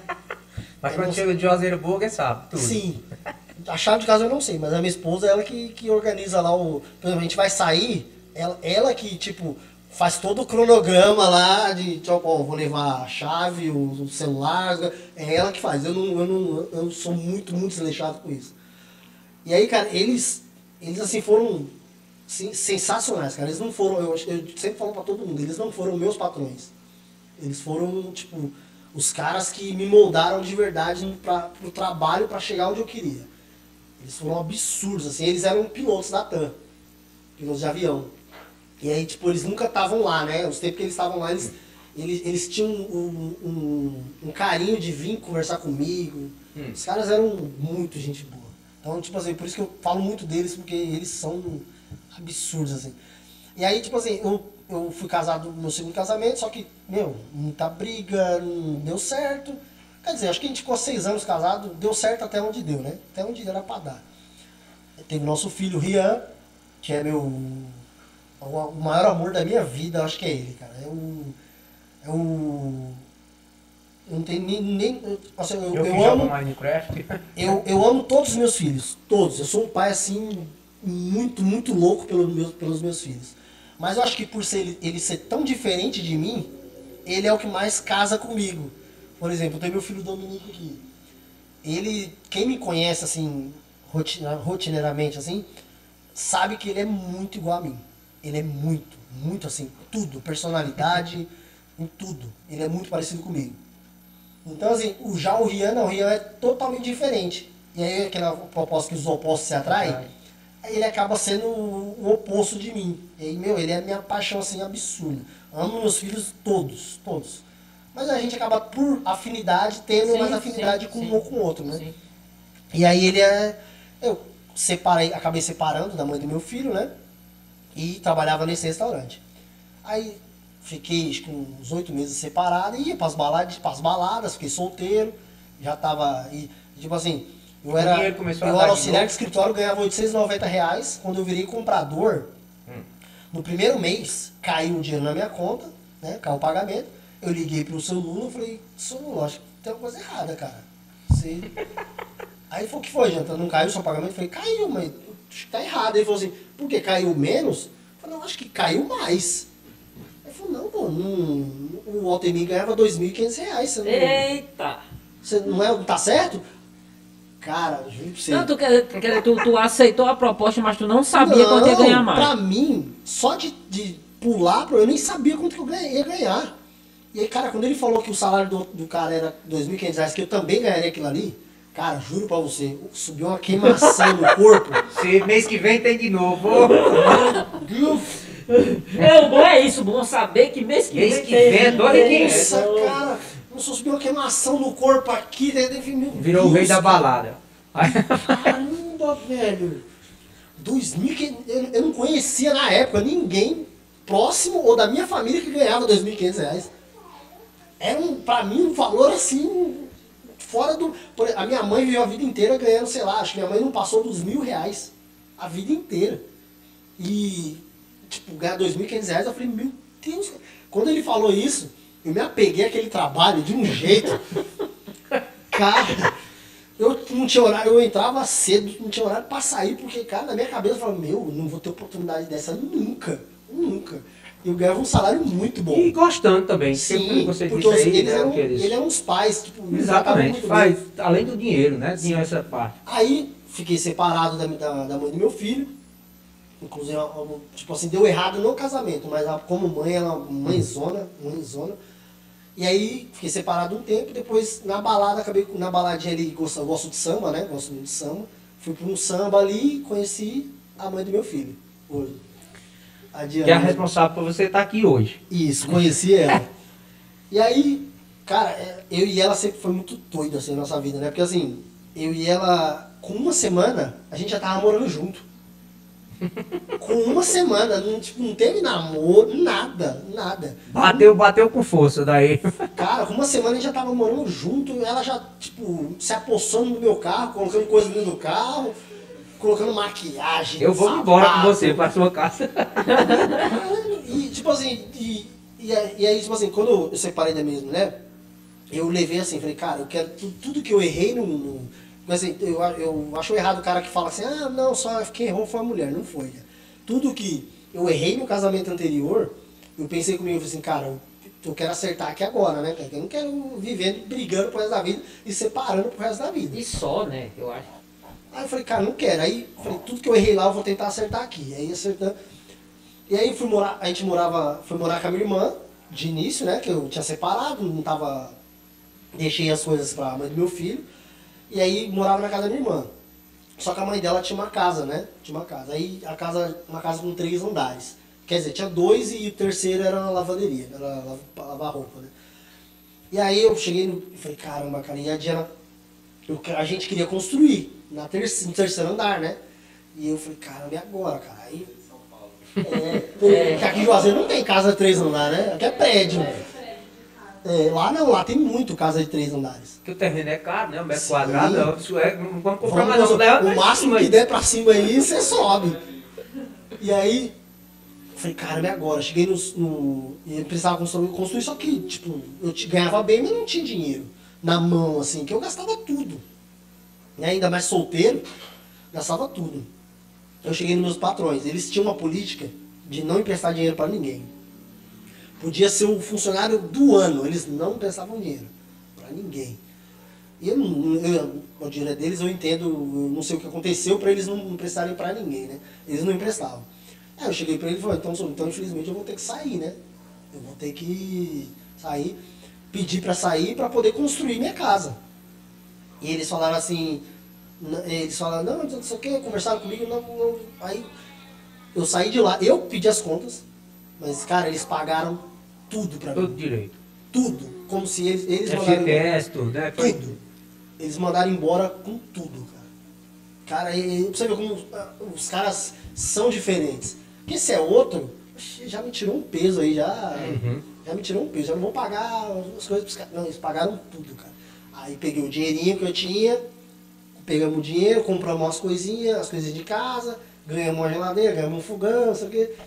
Mas quando chega de Juazeiro Burger, sabe tudo. Sim. A chave de casa eu não sei, mas a minha esposa, ela que, que organiza lá o... Por exemplo, a gente vai sair, ela, ela que, tipo, faz todo o cronograma lá de, tipo, ó, vou levar a chave, o, o celular, é ela que faz. Eu não, eu não, eu sou muito, muito desleixado com isso. E aí, cara, eles, eles assim, foram assim, sensacionais, cara. Eles não foram, eu, eu sempre falo pra todo mundo, eles não foram meus patrões. Eles foram, tipo, os caras que me moldaram de verdade pra, pro trabalho pra chegar onde eu queria. Eles foram absurdos, assim, eles eram pilotos da TAM, pilotos de avião. E aí, tipo, eles nunca estavam lá, né? Os tempos que eles estavam lá, eles, eles, eles tinham um, um, um carinho de vir conversar comigo. Hum. Os caras eram muito gente boa. Então, tipo assim, por isso que eu falo muito deles, porque eles são absurdos, assim. E aí, tipo assim, eu, eu fui casado no meu segundo casamento, só que, meu, muita briga, não deu certo. Quer dizer, acho que a gente ficou seis anos casado, deu certo até onde deu, né? Até onde era pra dar. Teve nosso filho, Rian, que é meu... O maior amor da minha vida, acho que é ele, cara. É o... É o... Eu não tenho nem... nem assim, eu, eu, eu amo... Minecraft. Eu, eu amo todos os meus filhos. Todos. Eu sou um pai, assim, muito, muito louco pelos meus, pelos meus filhos. Mas eu acho que por ser ele, ele ser tão diferente de mim, ele é o que mais casa comigo. Por exemplo, eu tenho meu filho Dominique aqui. Ele, quem me conhece assim, rotineiramente assim, sabe que ele é muito igual a mim. Ele é muito, muito assim, tudo, personalidade, em tudo. Ele é muito parecido comigo. Então assim, o, já o Rian, não, o Rian é totalmente diferente. E aí aquela proposta que os opostos se atraem, aí ele acaba sendo o, o oposto de mim. E aí, meu, ele é a minha paixão assim, absurda. Amo meus filhos todos, todos. Mas a gente acaba, por afinidade, tendo sim, mais afinidade sim, com sim, um ou com o outro, né? Sim. E aí ele é... Eu separei, acabei separando da mãe do meu filho, né? E trabalhava nesse restaurante. Aí fiquei acho que uns oito meses separado, ia pras baladas, pras baladas, fiquei solteiro, já tava... E, tipo assim, eu era, eu era auxiliar de escritório, ganhava oitocentos e noventa reais. Quando eu virei comprador, hum. no primeiro mês, caiu o dinheiro na minha conta, né? Caiu o pagamento. Eu liguei pro seu Lula e falei, seu Lula, acho que tem uma coisa errada, cara. Você Aí ele falou, o que foi, Janta? Não caiu o seu pagamento? Eu falei, caiu, mas acho que tá errado. Ele falou assim, por que caiu menos? Eu falei, não, acho que caiu mais. Ele falou, não, pô, não, o Altemir ganhava dois mil e quinhentos reais. Você não, Eita! você não é, tá certo? Cara, juro pra você. Não, tu, quer, quer, tu, tu aceitou a proposta, mas tu não sabia Não, quanto ia ganhar mais. Pra mim, só de, de pular, eu nem sabia quanto que eu ganha- ia ganhar. E aí, cara, quando ele falou que o salário do, do cara era dois mil e quinhentos reais, que eu também ganharia aquilo ali, cara, juro pra você, subiu uma queimação no corpo. Se mês que vem tem de novo. Deus, É, o bom é isso, o bom é saber que mês que Mês vem que vem é dois mil e quinhentos. Nossa, cara, começou a subir uma queimação no corpo aqui, daí eu falei, meu Virou o Deus, rei da cara. balada. Aí- Caramba, velho. dois mil, que- eu, eu não conhecia na época ninguém próximo ou da minha família que ganhava dois mil e quinhentos reais. Era, um, pra mim, um valor assim, fora do... por- A minha mãe viveu a vida inteira ganhando, sei lá, acho que minha mãe não passou dos mil reais a vida inteira. E, tipo, ganhar dois mil e quinhentos reais, eu falei, meu Deus. Quando ele falou isso, eu me apeguei àquele trabalho de um jeito. Cara, eu não tinha horário, eu entrava cedo, não tinha horário pra sair, porque, cara, na minha cabeça eu falava, meu, não vou ter oportunidade dessa nunca, nunca. E eu ganhava um salário muito bom. E gostando também. Sim, você porque disse os- aí, eles, né, eram, o que eles... eles eram uns pais, tipo, eles tratavam Exatamente, muito faz, bem. além do dinheiro, né? Tinha essa parte. Aí, fiquei separado da, da, da mãe do meu filho. Inclusive, ela, ela, tipo assim, deu errado no casamento, mas ela, como mãe, ela é uma mãezona, mãezona. E aí, fiquei separado um tempo, depois na balada, acabei com- na baladinha ali, gosto, eu gosto de samba, né? Gosto muito de samba. Fui para um samba ali e conheci a mãe do meu filho, hoje. A Que é a Diana. responsável por você estar aqui hoje. Isso, conheci ela. E aí, cara, é, eu e ela sempre foi muito doido assim na nossa vida, né? Porque assim, eu e ela, com uma semana, a gente já tava morando junto. Com uma semana, não, tipo, não teve namoro, nada, nada. Bateu, bateu com força daí. Cara, com uma semana a gente já tava morando junto, ela já, tipo, se apossando no meu carro, colocando coisa dentro do carro, colocando maquiagem. Eu vou sapato. embora com você pra sua casa. E, tipo assim, e, e, e aí, tipo assim, quando eu separei da minha mulher, eu levei assim, falei, cara, eu quero tu- tudo que eu errei no. no mas, assim, eu, eu acho errado o cara que fala assim, ah, não, só quem errou foi a mulher, não foi. Tudo que eu errei no casamento anterior, eu pensei comigo, eu falei assim, cara, eu, eu quero acertar aqui agora, né? Eu não quero viver brigando pro resto da vida e separando pro resto da vida. E só, né, eu acho. Aí eu falei, cara, não quero. Aí eu falei, tudo que eu errei lá eu vou tentar acertar aqui. Aí acertando. E aí fui morar, a gente morava, fui morar com a minha irmã, de início, né? Que eu tinha separado, não tava. Deixei as coisas pra mãe do meu filho. E aí morava na casa da minha irmã. Só que a mãe dela tinha uma casa, né? Tinha uma casa. Aí a casa, uma casa com três andares. Quer dizer, tinha dois e o terceiro era uma lavanderia, era lavar, lavar roupa, né? E aí eu cheguei no, e falei, caramba, cara, e a Diana, eu, a gente queria construir na terceiro, no terceiro andar, né? E eu falei, caramba, e agora, cara? Aí, é, porque aqui em Juazeiro não tem casa de três andares, né? Aqui é prédio. É, lá não, lá tem muito casa de três andares. Que o terreno é caro, né? Um metro Sim. quadrado, isso é, não vamos comprar Vamos, mais não, né? o máximo que der pra cima aí, você sobe. E aí, eu falei, caramba, e agora? Cheguei no. no e eu precisava construir, construir, só que, tipo, eu te- ganhava bem, mas não tinha dinheiro na mão, assim, que eu gastava tudo. E ainda mais solteiro, gastava tudo. Eu cheguei nos meus patrões, eles tinham uma política de não emprestar dinheiro para ninguém. Podia ser o funcionário do ano, eles não emprestavam dinheiro para ninguém. E eu, não- eu, o dinheiro é deles, eu entendo, eu não sei o que aconteceu para eles não emprestarem para ninguém, né? Eles não emprestavam. Aí eu cheguei para ele e falei, então, senhor, então infelizmente eu vou ter que sair, né? Eu vou ter que sair, pedir para sair para poder construir minha casa. E eles falaram assim, n- eles falaram, não, não sei o que, conversaram comigo, não, não. Aí eu saí de lá, eu pedi as contas, mas, cara, eles pagaram tudo pra Todo mim. direito. Tudo. Como se eles, eles mandaram. F G T S, tudo, né? Foi- Tudo. Eles mandaram embora com tudo, cara. Cara, e, e pra você ver como ah, os caras são diferentes. Porque se é outro, oxi, já me tirou um peso aí, já. Uhum. Já me tirou um peso, já não vou pagar as coisas pros caras. Não, eles pagaram tudo, cara. Aí peguei o dinheirinho que eu tinha, pegamos o dinheiro, compramos umas coisinhas, as coisinhas de casa, ganhamos uma geladeira, ganhamos um fogão, não sei o quê.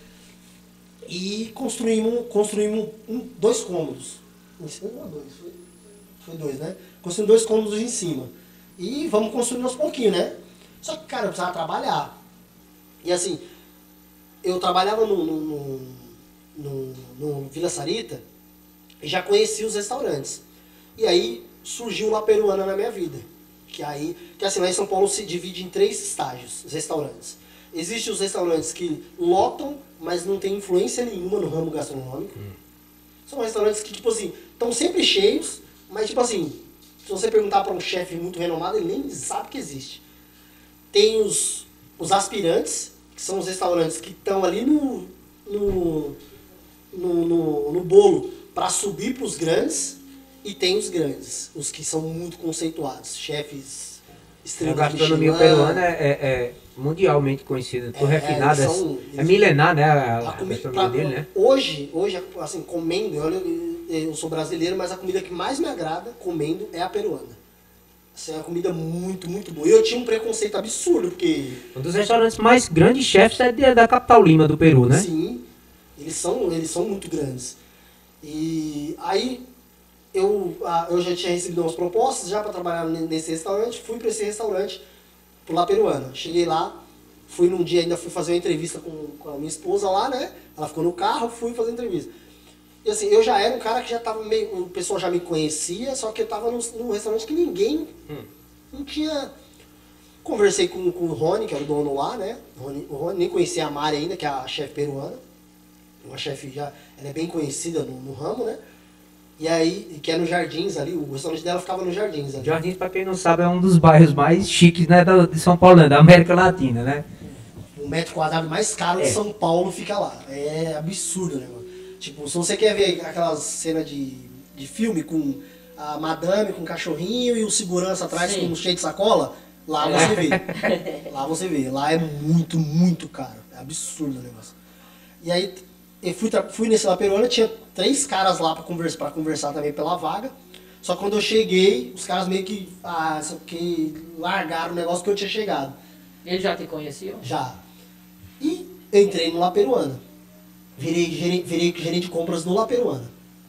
E construímos, construímos um, dois cômodos. Em cima, não, dois, foi, foi dois, né? Construímos dois cômodos em cima. E vamos construindo aos pouquinhos, né? Só que, cara, eu precisava trabalhar. E assim, eu trabalhava no, no, no, no, no Vila Sarita e já conhecia os restaurantes. E aí surgiu La Peruana na minha vida. Que aí, que assim, lá em São Paulo se divide em três estágios, os restaurantes. Existem os restaurantes que lotam, mas não tem influência nenhuma no ramo gastronômico. Hum. São restaurantes que, tipo assim, estão sempre cheios, mas tipo assim, se você perguntar para um chefe muito renomado, ele nem sabe que existe. Tem os, os aspirantes, que são os restaurantes que estão ali no, no, no, no, no bolo para subir para os grandes, e tem os grandes, os que são muito conceituados, chefes estrelas. A gastronomia peruana é, é mundialmente conhecida, por é, refinada, são, é, é milenar, né, a, a gastronomia pra, dele, né? Hoje, hoje, assim, comendo, eu, eu sou brasileiro, mas a comida que mais me agrada comendo é a peruana. Assim, é uma comida muito, muito boa. E eu tinha um preconceito absurdo, porque... Um dos restaurantes mais grandes chefes é de, da capital Lima, do Peru, né? Sim, eles são, eles são muito grandes. E aí, eu, eu já tinha recebido umas propostas já para trabalhar nesse restaurante, fui para esse restaurante, pro La Peruana. Cheguei lá, fui num dia, ainda fui fazer uma entrevista com, com a minha esposa lá, né? Ela ficou no carro, fui fazer entrevista. E assim, eu já era um cara que já tava meio... O pessoal já me conhecia, só que eu tava num, num restaurante que ninguém... Hum. Não tinha... Conversei com, com o Rony, que era o dono lá, né? O Rony, o Rony nem conhecia a Mari ainda, que é a chefe peruana. Uma chefe já... Ela é bem conhecida no, no ramo, né? E aí, que é no Jardins ali, o restaurante dela ficava no Jardins ali. Jardins, pra quem não sabe, é um dos bairros mais chiques, né, de São Paulo, né, da América Latina, né? O metro quadrado mais caro é. de São Paulo fica lá. É absurdo, né, mano? Tipo, se você quer ver aquelas cenas de, de filme com a madame com o cachorrinho e o segurança atrás com cheio de sacola, lá é. você vê. Lá você vê. Lá é muito, muito caro. É absurdo o negócio. E aí, eu fui, fui nesse La Peruana, tinha três caras lá pra conversar, pra conversar também pela vaga. Só que quando eu cheguei, os caras meio que, ah, que largaram o negócio que eu tinha chegado. Eles já te conheciam? Já. E eu entrei no La Peruana. Virei gerente, virei gerente de compras no La Peruana.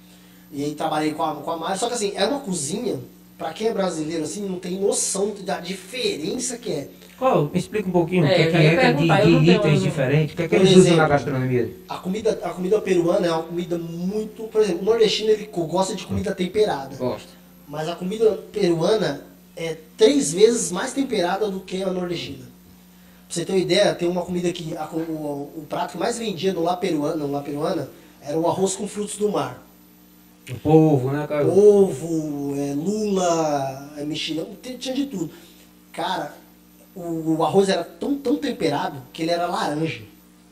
E aí trabalhei com a, com a Mari. Só que assim, é uma cozinha, pra quem é brasileiro assim, não tem noção da diferença que é. Qual? Me explica um pouquinho é, o que é que entra de, de itens um... diferentes. O que é que eles usam na gastronomia? A comida, a comida peruana é uma comida muito... Por exemplo, o nordestino ele gosta de comida temperada. Gosta. Mas a comida peruana é três vezes mais temperada do que a nordestina. Pra você ter uma ideia, tem uma comida que a, o, o prato que mais vendia no La Peruana, no La Peruana era o arroz com frutos do mar. O polvo, né, cara? Polvo, é, lula, é, mexilhão, tinha de tudo. Cara, o, o arroz era tão, tão temperado que ele era laranja.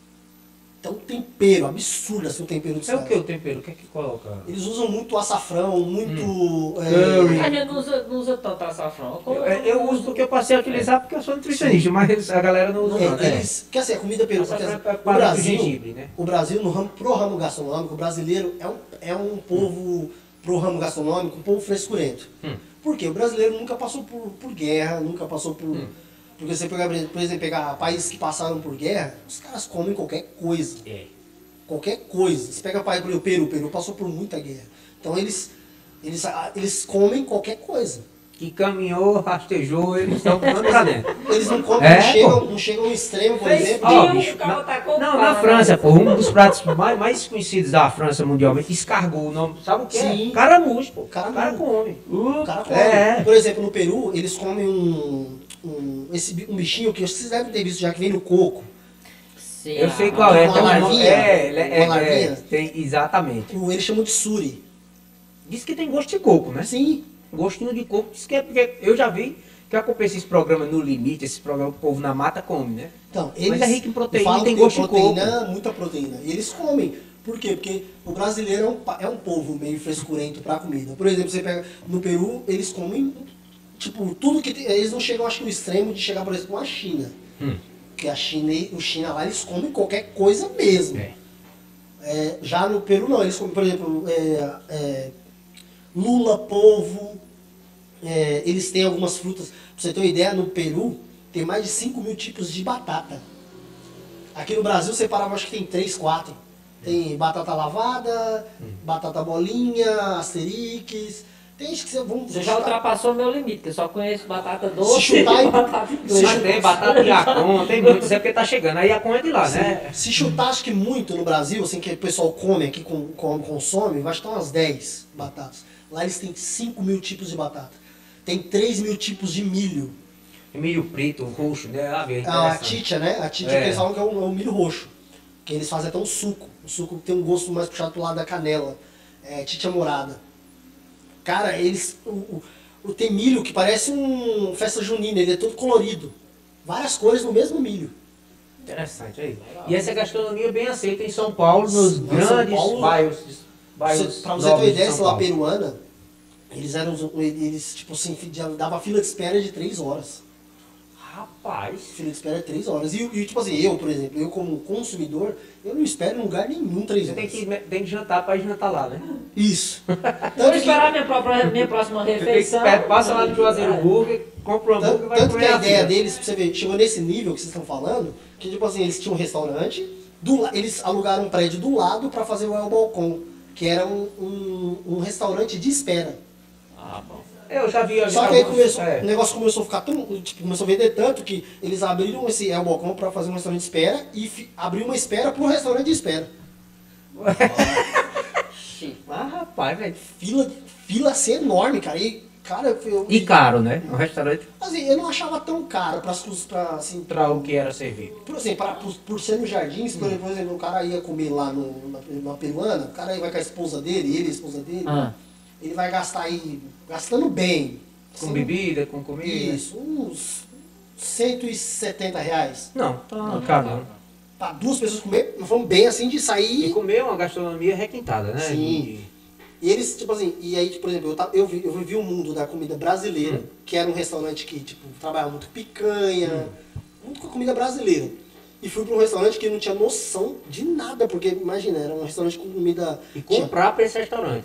Então tempero, absurdo assim o tempero do É o que o tempero? O que é que coloca? Eles usam muito açafrão, muito... Hum. É... A gente não usa, não usa tanto açafrão. Eu, eu uso porque eu passei a utilizar é. porque eu sou nutricionista, mas a galera não usa é, não. Eles, é. Quer dizer, a comida peruana... É o Brasil, gengibre, né? O Brasil, no ramo, pro ramo gastronômico, o brasileiro é um, é um povo, hum. pro ramo gastronômico, um povo frescurento. Hum. Por quê? O brasileiro nunca passou por, por guerra, nunca passou por... Hum. Porque você pegar, por exemplo, pegar países que passaram por guerra, os caras comem qualquer coisa. É. Qualquer coisa. Você pega o Peru, o Peru passou por muita guerra. Então eles, eles, eles comem qualquer coisa. Que caminhou, rastejou, eles estão comendo pra dentro. Eles não comem, é, não, chegam, não chegam no extremo, por Fez exemplo. Ó, bicho, na, tá não, na França, pô, um dos pratos mais, mais conhecidos da França mundialmente, escargot, o nome, sabe o que Sim. é? Caramujo, pô. Caramujo. O cara come. Uh, o cara come. É. Por exemplo, no Peru, eles comem um, um, esse, um bichinho que vocês devem ter visto já, que vem no coco. Sim, eu sei qual é. Uma larvinha. É, é, uma é, é, tem, exatamente. Eles chamam de suri. Diz que tem gosto de coco, né? Sim. Gostinho de coco. Diz que é porque eu já vi que acompanha esses programas no limite, esses programas que o povo na mata come, né? Então, eles Mas é rico em proteína, tem gosto proteína, de coco. Muita proteína. E eles comem. Por quê? Porque o brasileiro é um, é um povo meio frescurento pra comida. Por exemplo, você pega no Peru, eles comem, tipo, tudo que tem, eles não chegam, acho que no extremo de chegar, por exemplo, com a China. Hum. Porque a China, o China lá, eles comem qualquer coisa mesmo. É. É, já no Peru não, eles comem, por exemplo, é, é, lula, polvo, é, eles têm algumas frutas. Pra você ter uma ideia, no Peru tem mais de cinco mil tipos de batata. Aqui no Brasil, você parava, acho que tem três, quatro. Tem batata lavada, hum. batata bolinha, asterix, Tem que ser, vamos Você já ultrapassou o meu limite, que eu só conheço batata doce Se chutar e em- batata inglesa. Mas tem batata de Acon, tem muitos, é porque tá chegando. Aí Acon é de lá, né? Se chutar, acho que muito no Brasil, assim, que o pessoal come aqui, com, com- consome, vai chutar umas dez batatas. Lá eles têm cinco mil tipos de batata. Tem três mil tipos de milho. Milho preto, roxo, né? Ah, bem, A interessante. titia, né? A titia É. que eles falam que é o, é o milho roxo. Que eles fazem até um suco. O suco que tem um gosto mais puxado pro lado da canela. É titia morada. Cara, eles... O, o, o- tem milho que parece um festa junina. Ele é todo colorido. Várias cores no mesmo milho. Interessante aí. E essa gastronomia bem aceita em São Paulo, nos São grandes Paulo, bairros, Você, bairros pra você ter uma nobres de ideia, São essa lá Paulo. peruana, eles eram, os- eles, tipo assim, já dava fila de espera de três horas. Rapaz, Fila de espera de três horas. E, e, tipo assim, eu, por exemplo, eu como consumidor, eu não espero em lugar nenhum três você horas. tem que, tem que jantar para ir jantar lá, né? Isso. Vou Tanto que, esperar minha, própria, minha próxima Você tem que refeição. pe- passa lá no Juazeiro Burger, compra um hambúrguer tanto, e vai tanto que comer a a ideia fila. deles, pra você ver, chegou nesse nível que vocês estão falando, que tipo assim, eles tinham um restaurante, do, la- eles alugaram um prédio do lado para fazer o El Balcão, que era um, um, um restaurante de espera. Ah, bom. Eu já vi Só que aí alguns- começou, é. o negócio começou a ficar tão. Tipo, começou a vender tanto que eles abriram esse El Balcão para fazer um restaurante de espera e fi, abriu uma espera para um restaurante de espera. Ah, rapaz, velho. Fila, fila assim enorme, cara. E, cara, eu, eu, E caro, né? Um restaurante assim, eu não achava tão caro para pra assim, para o que era servido. por, assim, pra, por, por ser no Jardins, por Hum. exemplo, o cara ia comer lá no, na, na peruana, o cara aí vai com a esposa dele, ele e a esposa dele, Ah. ele vai gastar aí, gastando bem. Com assim, bebida, com comida. Isso, uns cento e setenta reais. Não, não, caro não. Pra duas pessoas comer, nós fomos bem assim de E sair. comer é uma gastronomia requintada, né? Sim. De- E eles, tipo assim, e aí, tipo, por exemplo, eu, ta- eu, vi, eu vivi o mundo da comida brasileira, Hum. que era um restaurante que, tipo, trabalhava muito picanha, Hum. muito com a comida brasileira. E fui pra um restaurante que não tinha noção de nada, porque, imagina, era um restaurante com comida. E tinha comprar para esse restaurante.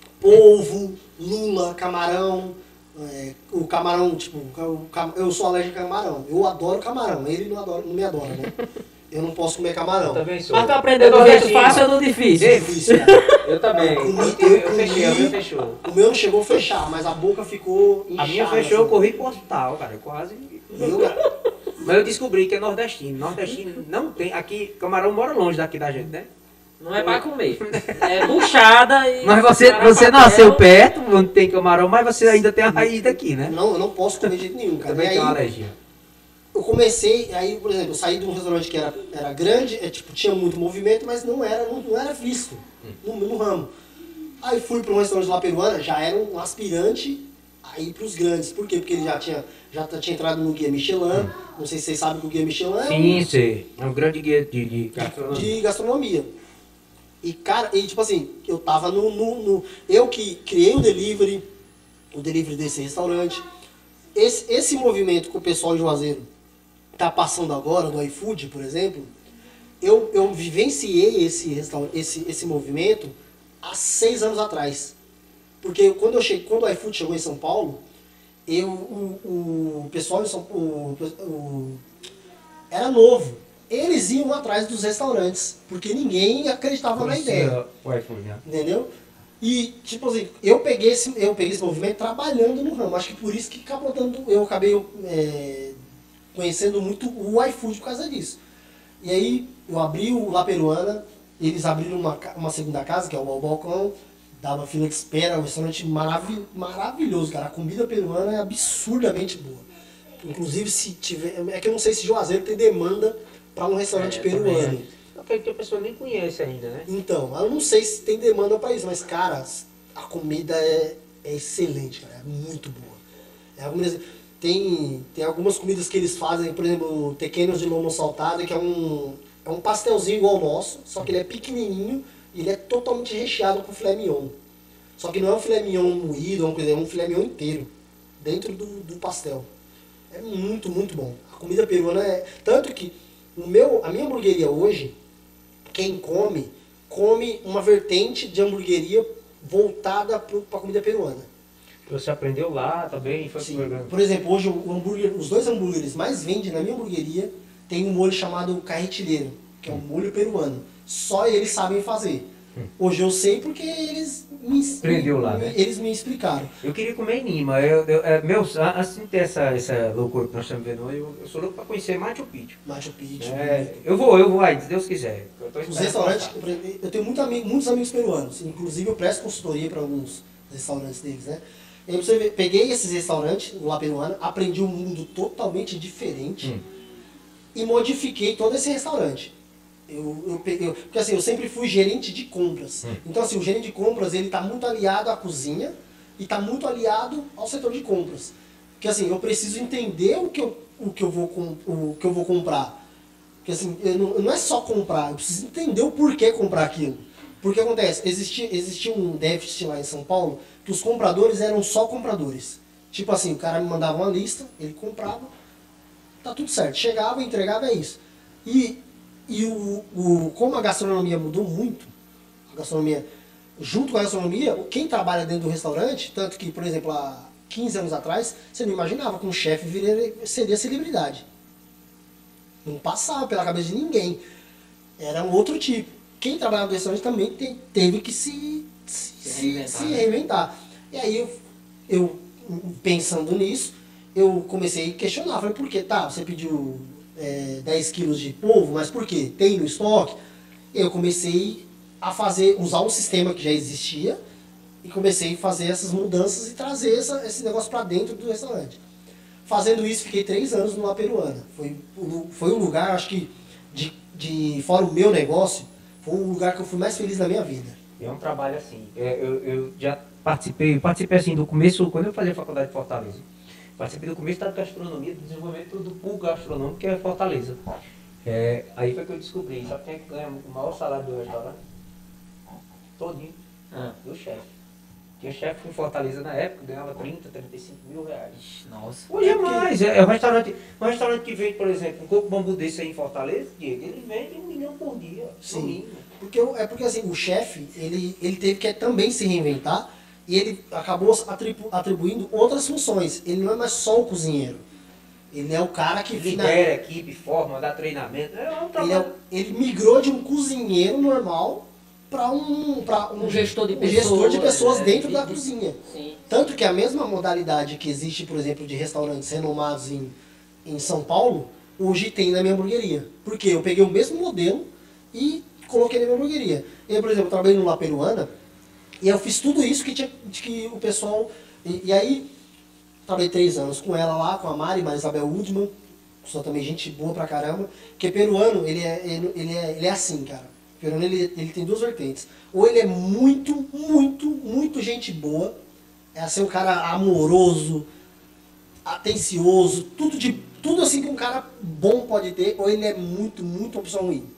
polvo, lula, camarão. é, o camarão, tipo, o cam- eu sou alérgico a camarão. Eu adoro camarão, ele não, adora, não me adora, né? Eu não posso comer camarão. Eu também sou. Mas tu aprendeu do Eu jeito nordestino. fácil ou do difícil? É difícil, cara. Eu também. Eu comi, Eu, eu eu fechei, a minha comi, fechou. o meu não chegou a fechar, mas a boca ficou inchada. A minha fechou, eu assim. corri pro hospital, cara. Quase. Eu, cara, Mas eu descobri que é nordestino. Nordestino não tem. Aqui, camarão mora longe daqui da gente, né? Não é pra comer. É buchada e. Mas você, você carapapel. nasceu perto, onde tem camarão, mas você ainda tem a raiz daqui, né? não, eu não posso comer de jeito nenhum, cara. Também E tem uma aí, alergia. eu comecei, aí, por exemplo, eu saí de um restaurante que era, era grande, é, tipo, tinha muito movimento, mas não era, não, não era visto no, no ramo. Aí fui para um restaurante lá peruana, já era um aspirante a ir para os grandes. Por quê? Porque ele já tinha, já t- tinha entrado no Guia Michelin, não sei se vocês sabem que o Guia Michelin é um- Sim, sim. É um grande guia de, de gastronomia. de gastronomia. E, cara, e tipo assim, eu tava no, no, no- eu que criei o delivery, o delivery desse restaurante. Esse, esse movimento que o pessoal de Juazeiro tá passando agora, do iFood, por exemplo, eu, eu vivenciei esse, restaur- esse, esse movimento há seis anos atrás. Porque quando, eu cheguei, quando o iFood chegou em São Paulo, eu, o, o pessoal de São Paulo, o, o- era novo. Eles iam atrás dos restaurantes, porque ninguém acreditava na ideia. O iPhone, né? Entendeu? E, tipo assim, eu peguei esse, eu peguei esse movimento trabalhando no ramo. Acho que por isso que acabou dando, eu acabei é, conhecendo muito o iFood por causa disso. E aí, eu abri o La Peruana, eles abriram uma, ca- uma segunda casa, que é o El Balcão, dava fila de espera, um restaurante maravi maravilhoso, cara. A comida peruana é absurdamente boa. Inclusive, se tiver. É que eu não sei se Juazeiro tem demanda para um restaurante É, peruano. também Porque que a pessoa nem conhece ainda, né? Então, eu não sei se tem demanda para isso, mas, cara, a comida é, é excelente, cara. É muito boa. É uma comida- tem, tem algumas comidas que eles fazem, por exemplo, tequenos de lomo saltado, que é um, é um pastelzinho igual ao nosso, só que ele é pequenininho e ele é totalmente recheado com filé mignon. Só que não é um filé mignon moído, é uma coisa, é um filé mignon inteiro, dentro do, do pastel. É muito, muito bom. A comida peruana é... Tanto que o meu, a minha hamburgueria hoje, quem come, come uma vertente de hamburgueria voltada para a comida peruana. Você aprendeu lá também, foi Sim. programa. Por exemplo, hoje o hambúrguer, os dois hambúrgueres mais vendem na minha hamburgueria tem um molho chamado carretilheiro, que é um molho peruano. Só eles sabem fazer. Hoje eu sei porque eles me, Prendeu lá, me, né? eles me explicaram. Eu queria comer em Lima. Eu, eu, é, meu, antes de ter essa, essa loucura que nós estamos vendo hoje, eu, eu sou louco para conhecer Machu Picchu. Machu Picchu. É, eu vou, eu vou aí, se Deus quiser. Eu tô Os esperando restaurantes, passar. eu eu tenho muito amigo, muitos amigos peruanos, inclusive eu presto consultoria para alguns restaurantes deles, né? E aí você vê, peguei esses restaurantes lá peruano, aprendi um mundo totalmente diferente Hum. e modifiquei todo esse restaurante. Eu, eu peguei, eu- porque assim, eu sempre fui gerente de compras. Hum. Então assim, o gerente de compras, ele está muito aliado à cozinha e está muito aliado ao setor de compras. Porque assim, eu preciso entender o que eu, o que eu, vou, com- o que eu vou comprar. Porque assim, eu não, não é só comprar, eu preciso entender o porquê comprar aquilo. Porque acontece, existia, existia um déficit lá em São Paulo, que os compradores eram só compradores. Tipo assim, o cara me mandava uma lista, ele comprava, tá tudo certo. Chegava, entregava, é isso. E, e o, o, como a gastronomia mudou muito, a gastronomia, junto com a gastronomia, quem trabalha dentro do restaurante, tanto que, por exemplo, há quinze anos atrás, você não imaginava que um chefe viria, seria celebridade. Não passava pela cabeça de ninguém. Era um outro tipo. Quem trabalhava no restaurante também te- teve que se, se, se- reinventar, se né? reinventar. E aí, eu, eu, pensando nisso, eu comecei a questionar. Falei, por que? Tá, você pediu é, dez quilos de polvo, mas por quê? Tem no estoque? Eu comecei a fazer, usar um sistema que já existia e comecei a fazer essas mudanças e trazer essa, esse negócio para dentro do restaurante. Fazendo isso, fiquei três anos numa peruana. Foi, o- foi um lugar, acho que, de, de fora o meu negócio, foi o lugar que eu fui mais feliz da minha vida. É um trabalho assim. É, eu, eu já participei, participei assim do começo, quando eu fazia faculdade de Fortaleza. Participei do começo da gastronomia, do desenvolvimento do pool gastronômico, que é Fortaleza. É, aí foi que eu descobri, sabe quem é que ganha o maior salário do restaurante? Todinho, Ah, do chefe. Tinha chefe em Fortaleza na época, ganhava trinta, trinta e cinco mil reais. nossa. Hoje é mais, é, é um restaurante, um restaurante que vende, por exemplo, um coco bambu desse aí em Fortaleza, Diego, ele vende um milhão por dia, no Sim. mínimo. Porque, eu- é porque assim, o chefe, ele, ele teve que também se reinventar e ele acabou atribu- atribuindo outras funções. Ele não é mais só o cozinheiro. Ele é o cara que fina- Lidera equipe, forma, dá treinamento, é um ele, trabalho. é- ele migrou de um cozinheiro normal para um, pra um, Um gestor de um gestor de pessoas, pessoas né? dentro De- da de- cozinha. Sim. Tanto que a mesma modalidade que existe, por exemplo, de restaurantes renomados em, em São Paulo, hoje tem na minha hamburgueria. Porque eu peguei o mesmo modelo e coloquei na minha hamburgueria. Eu, por exemplo, trabalhei no La Peruana e eu fiz tudo isso que, tinha, que o pessoal... E, e aí, trabalhei três anos com ela lá, com a Mari, Marisabel Udman, pessoa também gente boa pra caramba. Porque peruano, ele é, ele, ele é, ele é assim, cara. Peruano, ele, ele tem duas vertentes. Ou ele é muito, muito, muito gente boa. É assim, um cara amoroso, atencioso, tudo, de, tudo assim que um cara bom pode ter. Ou ele é muito, muito uma pessoa ruim.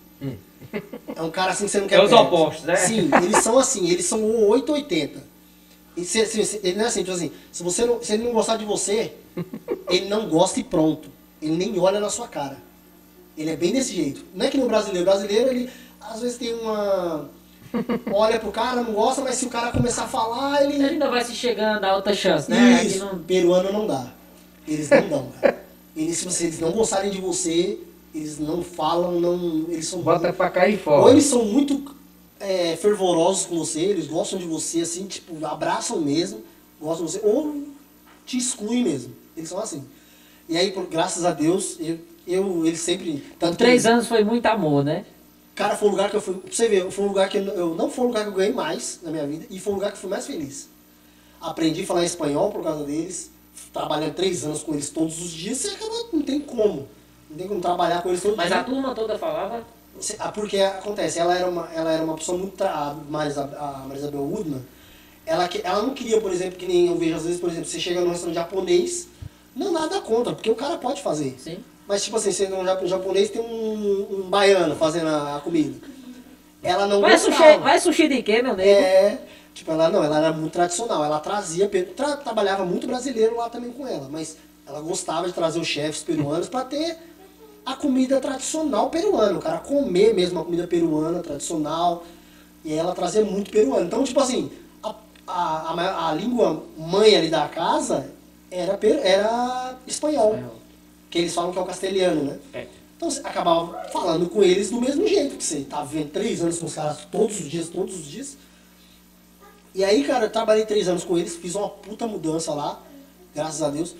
É um cara assim que você não quer É os perto. opostos, né? Sim, eles são assim, eles são o oito ou oitenta. E se, se- se- ele não é assim, tipo assim, se, você não, se ele não gostar de você, ele não gosta e pronto. Ele nem olha na sua cara. Ele é bem desse jeito. Não é que no brasileiro. O brasileiro, ele às vezes tem uma... Olha pro cara, não gosta, mas se o cara começar a falar, ele... Ele ainda vai se chegando, dá outra chance, né? Aqui Isso, não... peruano não dá. Eles não dão, cara. Eles, se vocês não gostarem de você, eles não falam, não... Eles são Bota muito- pra cá e Ou fora. eles são muito é, fervorosos com você, eles gostam de você, assim, tipo, abraçam mesmo, gostam de você, ou te excluem mesmo. Eles são assim. E aí, por, graças a Deus, eu, eu eles sempre... Por três que- anos foi muito amor, né? Cara, foi um lugar que eu fui... Pra você ver, foi um lugar que eu, eu... Não foi um lugar que eu ganhei mais na minha vida, e foi um lugar que eu fui mais feliz. Aprendi a falar espanhol por causa deles, trabalhando três anos com eles todos os dias, você acaba... Não tem como. Não tem como trabalhar com eles todos os Mas dias. a turma toda falava... Cê- ah, Porque acontece, ela era uma, ela era uma pessoa muito. Tra... A Marisa, a Marisabel Woodman, ela, que- ela não queria, por exemplo, que nem eu vejo às vezes, por exemplo, você chega num restaurante japonês, não nada contra, porque o cara pode fazer. Sim. Mas tipo assim, você num japo- japonês tem um, um baiano fazendo a, a comida. Ela não Vai gostava. sushi, vai sushi de quê, meu nego? É, tipo, ela não, ela era muito tradicional, ela trazia, pe- tra- trabalhava muito brasileiro lá também com ela, mas ela gostava de trazer os chefes peruanos para ter a comida tradicional peruana, o cara comer mesmo a comida peruana tradicional, e ela trazia muito peruano. Então, tipo assim, a, a, a, ma- a língua mãe ali da casa era, per- era espanhol, Espanhol. que eles falam que é o castelhano, né? É. Então você acabava falando com eles do mesmo jeito que você tá vivendo três anos com os caras todos os dias, todos os dias. E aí, cara, eu trabalhei três anos com eles, fiz uma puta mudança lá, graças a Deus.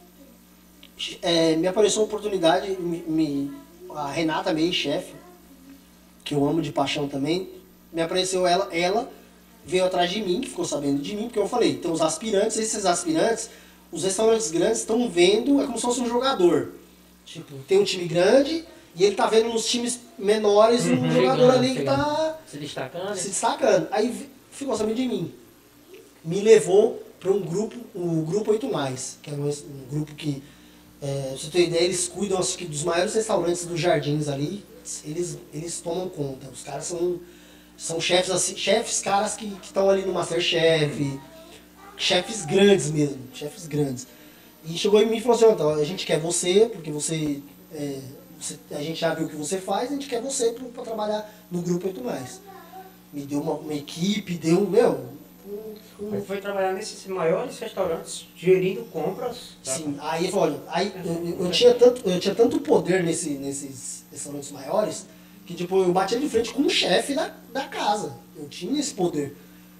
É, me apareceu uma oportunidade, me, me, a Renata, minha chefe, que eu amo de paixão também, me apareceu ela, ela veio atrás de mim, ficou sabendo de mim, porque eu falei, tem os aspirantes, esses aspirantes, os restaurantes grandes estão vendo, é como se fosse um jogador. Tipo, tem um time grande e ele tá vendo nos times menores um Uhum. jogador Chegando, ali que chegando. tá Se destacando. se destacando. Aí vi- ficou sabendo de mim. Me levou para um grupo, o Grupo oito mais, que é um, um grupo que, é, pra você ter ideia, eles cuidam acho que, dos maiores restaurantes dos Jardins ali, eles, eles tomam conta. Os caras são, são chefes, assim, chefes caras que estão ali no Masterchef, chefes grandes mesmo, chefes grandes. E chegou em mim e falou assim, ó, então, a gente quer você, porque você, é, você- a gente já viu o que você faz, a gente quer você para trabalhar no Grupo oito mais. Me deu uma, uma equipe, deu, meu, um, um, Aí foi trabalhar nesses maiores restaurantes, gerindo compras. tá? sim, aí ele falou, olha, aí eu, eu, eu tinha tanto, eu tinha tanto poder nesse, nesses restaurantes maiores, que tipo, eu batia de frente com o chefe da, da casa. Eu tinha esse poder.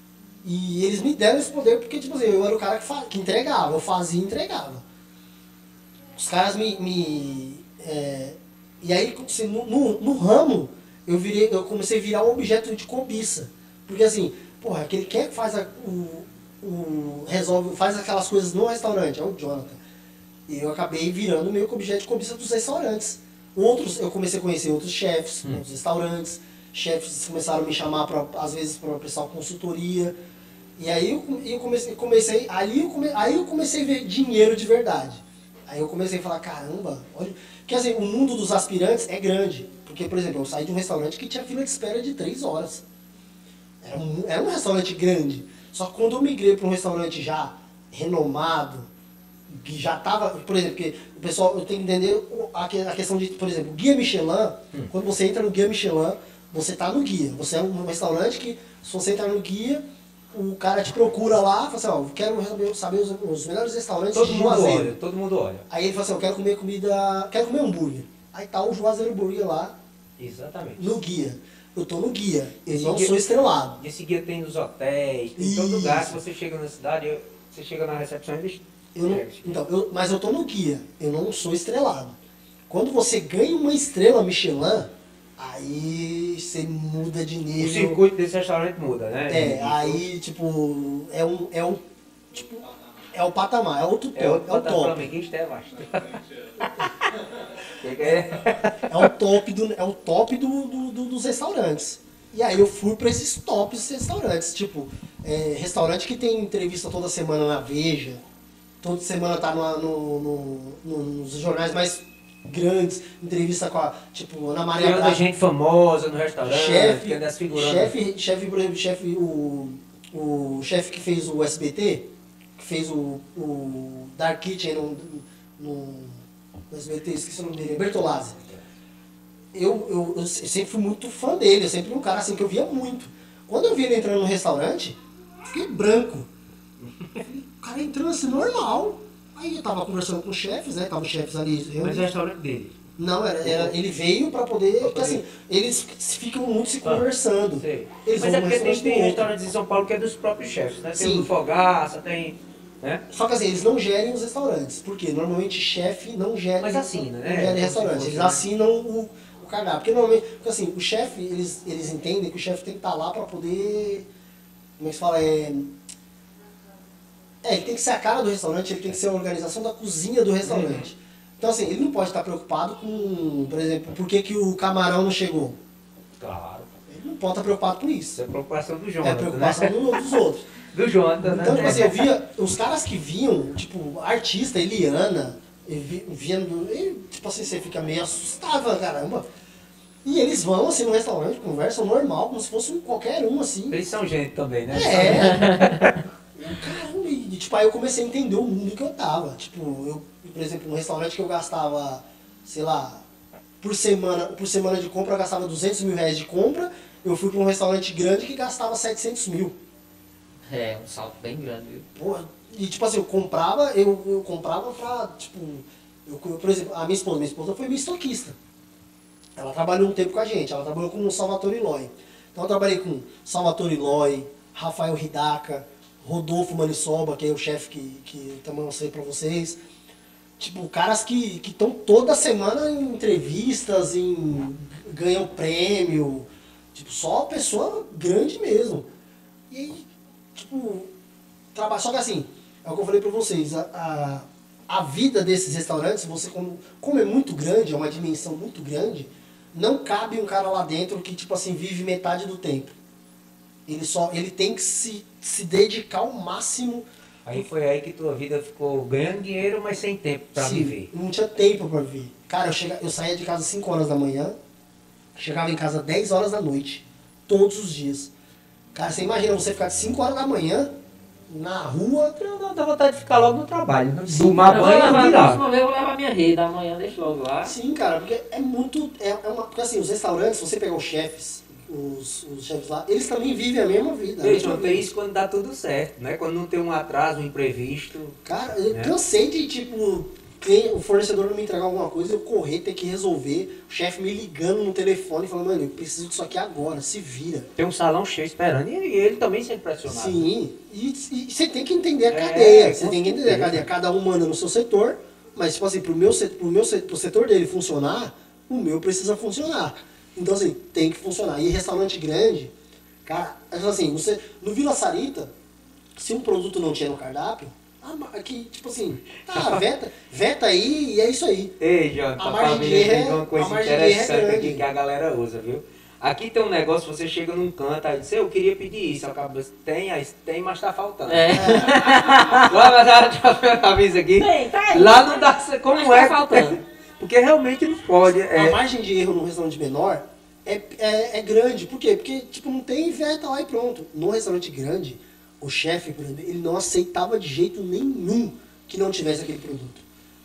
E eles me deram esse poder porque, tipo assim, eu era o cara que, fa- que entregava, eu fazia e entregava. Os caras me... me é, e aí, assim, no, no, no ramo, eu, virei, eu comecei a virar um objeto de cobiça. Porque assim, porra, aquele quem é que faz a, o, o... resolve, faz aquelas coisas no restaurante, é o Jonathan. E eu acabei virando meio que objeto de cobiça dos restaurantes. Outros, eu comecei a conhecer outros chefes, outros restaurantes. Chefes começaram a me chamar, pra, às vezes, para prestar uma consultoria. E aí eu, eu comecei, comecei, aí, eu come, aí eu comecei a ver dinheiro de verdade. Aí eu comecei a falar, caramba, olha... Porque assim, o mundo dos aspirantes é grande. Porque, por exemplo, eu saí de um restaurante que tinha fila de espera de três horas. Era um, era um restaurante grande. Só que quando eu migrei para um restaurante já renomado, que já estava, por exemplo, que o pessoal, eu tenho que entender o- a, que- a questão de, por exemplo, guia Michelin, quando você entra no guia Michelin, você está no guia. Você é um restaurante que, se você entrar no guia, o cara te procura lá, fala assim, ó, eu quero saber, saber os, os melhores restaurantes Todo de mundo Juazeiro. olha, todo mundo olha. Aí ele fala assim, eu quero comer comida, quero comer hambúrguer. Aí tá o Juazeiro Burger lá, Exatamente. no guia. Eu tô no guia, eu Esse não guia- sou estrelado. E esse guia tem nos hotéis, tem em todo lugar que Isso. você chega na cidade, eu- você chega na recepção e eles Eu não, entregam esse guia. então, eu, mas eu tô no guia, eu não sou estrelado. Quando você ganha uma estrela Michelin, aí você muda de O nível. circuito desse restaurante muda, né? É, E- aí, tipo, é um, é um, tipo, é o patamar, é outro top, É é, outro o patamar top. também, quem está abaixo. Que que é? É o top, do, é o top do, do- do- dos restaurantes. E aí eu fui pra esses tops restaurantes, tipo, é, restaurante que tem entrevista toda semana na Veja, toda semana tá numa- no, no- no- nos jornais mais grandes, entrevista com a, tipo, Ana Maria Tem outra Braga, gente famosa no restaurante, chefe, que anda as figurantes. chefe, chefe, por exemplo, chefe, o, o chefe que fez o S B T, que fez o, o Dark Kitchen no, no, no S B T, esqueci o nome dele, Bertolazzi. Eu, eu, eu sempre fui muito fã dele, eu sempre fui um cara assim que eu via muito. Quando eu vi ele entrando no restaurante, eu fiquei branco. O cara entrando assim, normal. Aí eu tava conversando com os chefes, né? Tava os chefes ali. Mas reunidos. é o restaurante dele. Não, era, era- ele veio pra poder. Porque poder. assim, eles ficam muito se conversando. Sei. Eles Mas vão é num porque tem, restaurante do tem outro. restaurantes em São Paulo que é dos próprios chefes, né? Tem Sim. o do Fogaça, tem. Né? Só que assim, eles não gerem os restaurantes. Porque normalmente chefe não gera. Mas assina, né? Não gera Como se restaurante. fosse, Eles né? assinam o, o cardápio. Porque normalmente. Porque assim, o chefe, eles, eles entendem que o chefe tem que estar lá pra poder. Como é que se fala? É. É, ele tem que ser a cara do restaurante, ele tem que ser a organização da cozinha do restaurante. Então assim, ele não pode estar preocupado com, por exemplo, por que, que o camarão não chegou. Claro. Ele não pode estar preocupado com Isso isso. é preocupação do É Jonathan, a preocupação né? do- dos outros. Do Jonathan, Então, né? tipo assim, eu via os caras que vinham, tipo, artista, Eliana, e vi- vendo, e, tipo assim, você fica meio assustado, caramba. E eles vão assim no restaurante, conversam normal, como se fosse um, qualquer um assim. Eles são gente também, né? É. Eu, caramba, e tipo, aí eu comecei a entender o mundo que eu tava. Tipo, eu, por exemplo, um restaurante que eu gastava, sei lá, por semana, por semana de compra eu gastava duzentos mil reais de compra, eu fui pra um restaurante grande que gastava setecentos mil. É, um salto bem grande, viu? Porra, e tipo assim, eu comprava, eu, eu comprava pra, tipo, eu, por exemplo, a minha esposa, minha esposa foi minha estoquista. ela trabalhou um tempo com a gente, ela trabalhou com o Salvatore Eloy. Então eu trabalhei com Salvatore Eloy, Rafael Hidaka, Rodolfo Manisoba, que é o chefe que, que eu também mostrei pra vocês. Tipo, caras que estão toda semana em entrevistas, em, ganham prêmio. Tipo, só pessoa grande mesmo. E aí, tipo, trabalha. Só que assim, é o que eu falei pra vocês, a, a, a vida desses restaurantes, você como, como é muito grande, é uma dimensão muito grande, não cabe um cara lá dentro que, tipo assim, vive metade do tempo. Ele só, ele tem que se, se dedicar ao máximo. Aí foi aí que tua vida ficou ganhando dinheiro, mas sem tempo pra Sim, viver. não tinha tempo pra viver. Cara, eu, chega, eu saía de casa às cinco horas da manhã, chegava em casa dez horas da noite, todos os dias. Cara, você imagina você ficar de cinco horas da manhã na rua. Não, dá vontade de ficar logo no trabalho, né? Sim, Tomar Eu vou banho e levar, a virar. próxima vez eu vou levar minha rede, amanhã deixa logo lá. Sim, cara, porque é muito. É, é uma, porque assim, os restaurantes, se você pegar os chefes, os, os chefes lá, eles também vivem a mesma vida. a Veja, mesma não tem vida. isso quando dá tudo certo, né? Quando não tem um atraso, um imprevisto. Cara, eu É. cansei de, tipo, quem, o fornecedor não me entregar alguma coisa, eu correr, ter que resolver, o chefe me ligando no telefone, falando, mano, eu preciso disso aqui agora, se vira. Tem um salão cheio esperando e ele também sendo pressionado. Sim, e, e você tem que entender a É, cadeia, você com tem que entender a certeza. cadeia, cada um manda no seu setor, mas, tipo assim, pro, meu, se- pro, meu, se- pro setor dele funcionar, o meu precisa funcionar. Então, assim, tem que funcionar. E restaurante grande, cara, assim, você, no Vila Sarita, se um produto não tinha no cardápio, ah, ma- que, tipo assim, ah, veta, veta aí e é isso aí. Ei, Jota, A a margem de família erro tem é- uma coisa a margem de erro é interessante aqui grande. que a galera usa, viu? Aqui tem um negócio, você chega num canto, aí diz, eu queria pedir isso, acaba, tem, aí tem, mas tá faltando. É. Lá, mas a gente avisa aqui. Tem, tá aí. Lá não dá, como Mas é? tá faltando. Porque realmente não pode. A É, margem de erro num restaurante menor é, é, é grande. Por quê? Porque, tipo, não tem veta lá e pronto. No restaurante grande, o chefe, por exemplo, ele não aceitava de jeito nenhum que não tivesse aquele produto.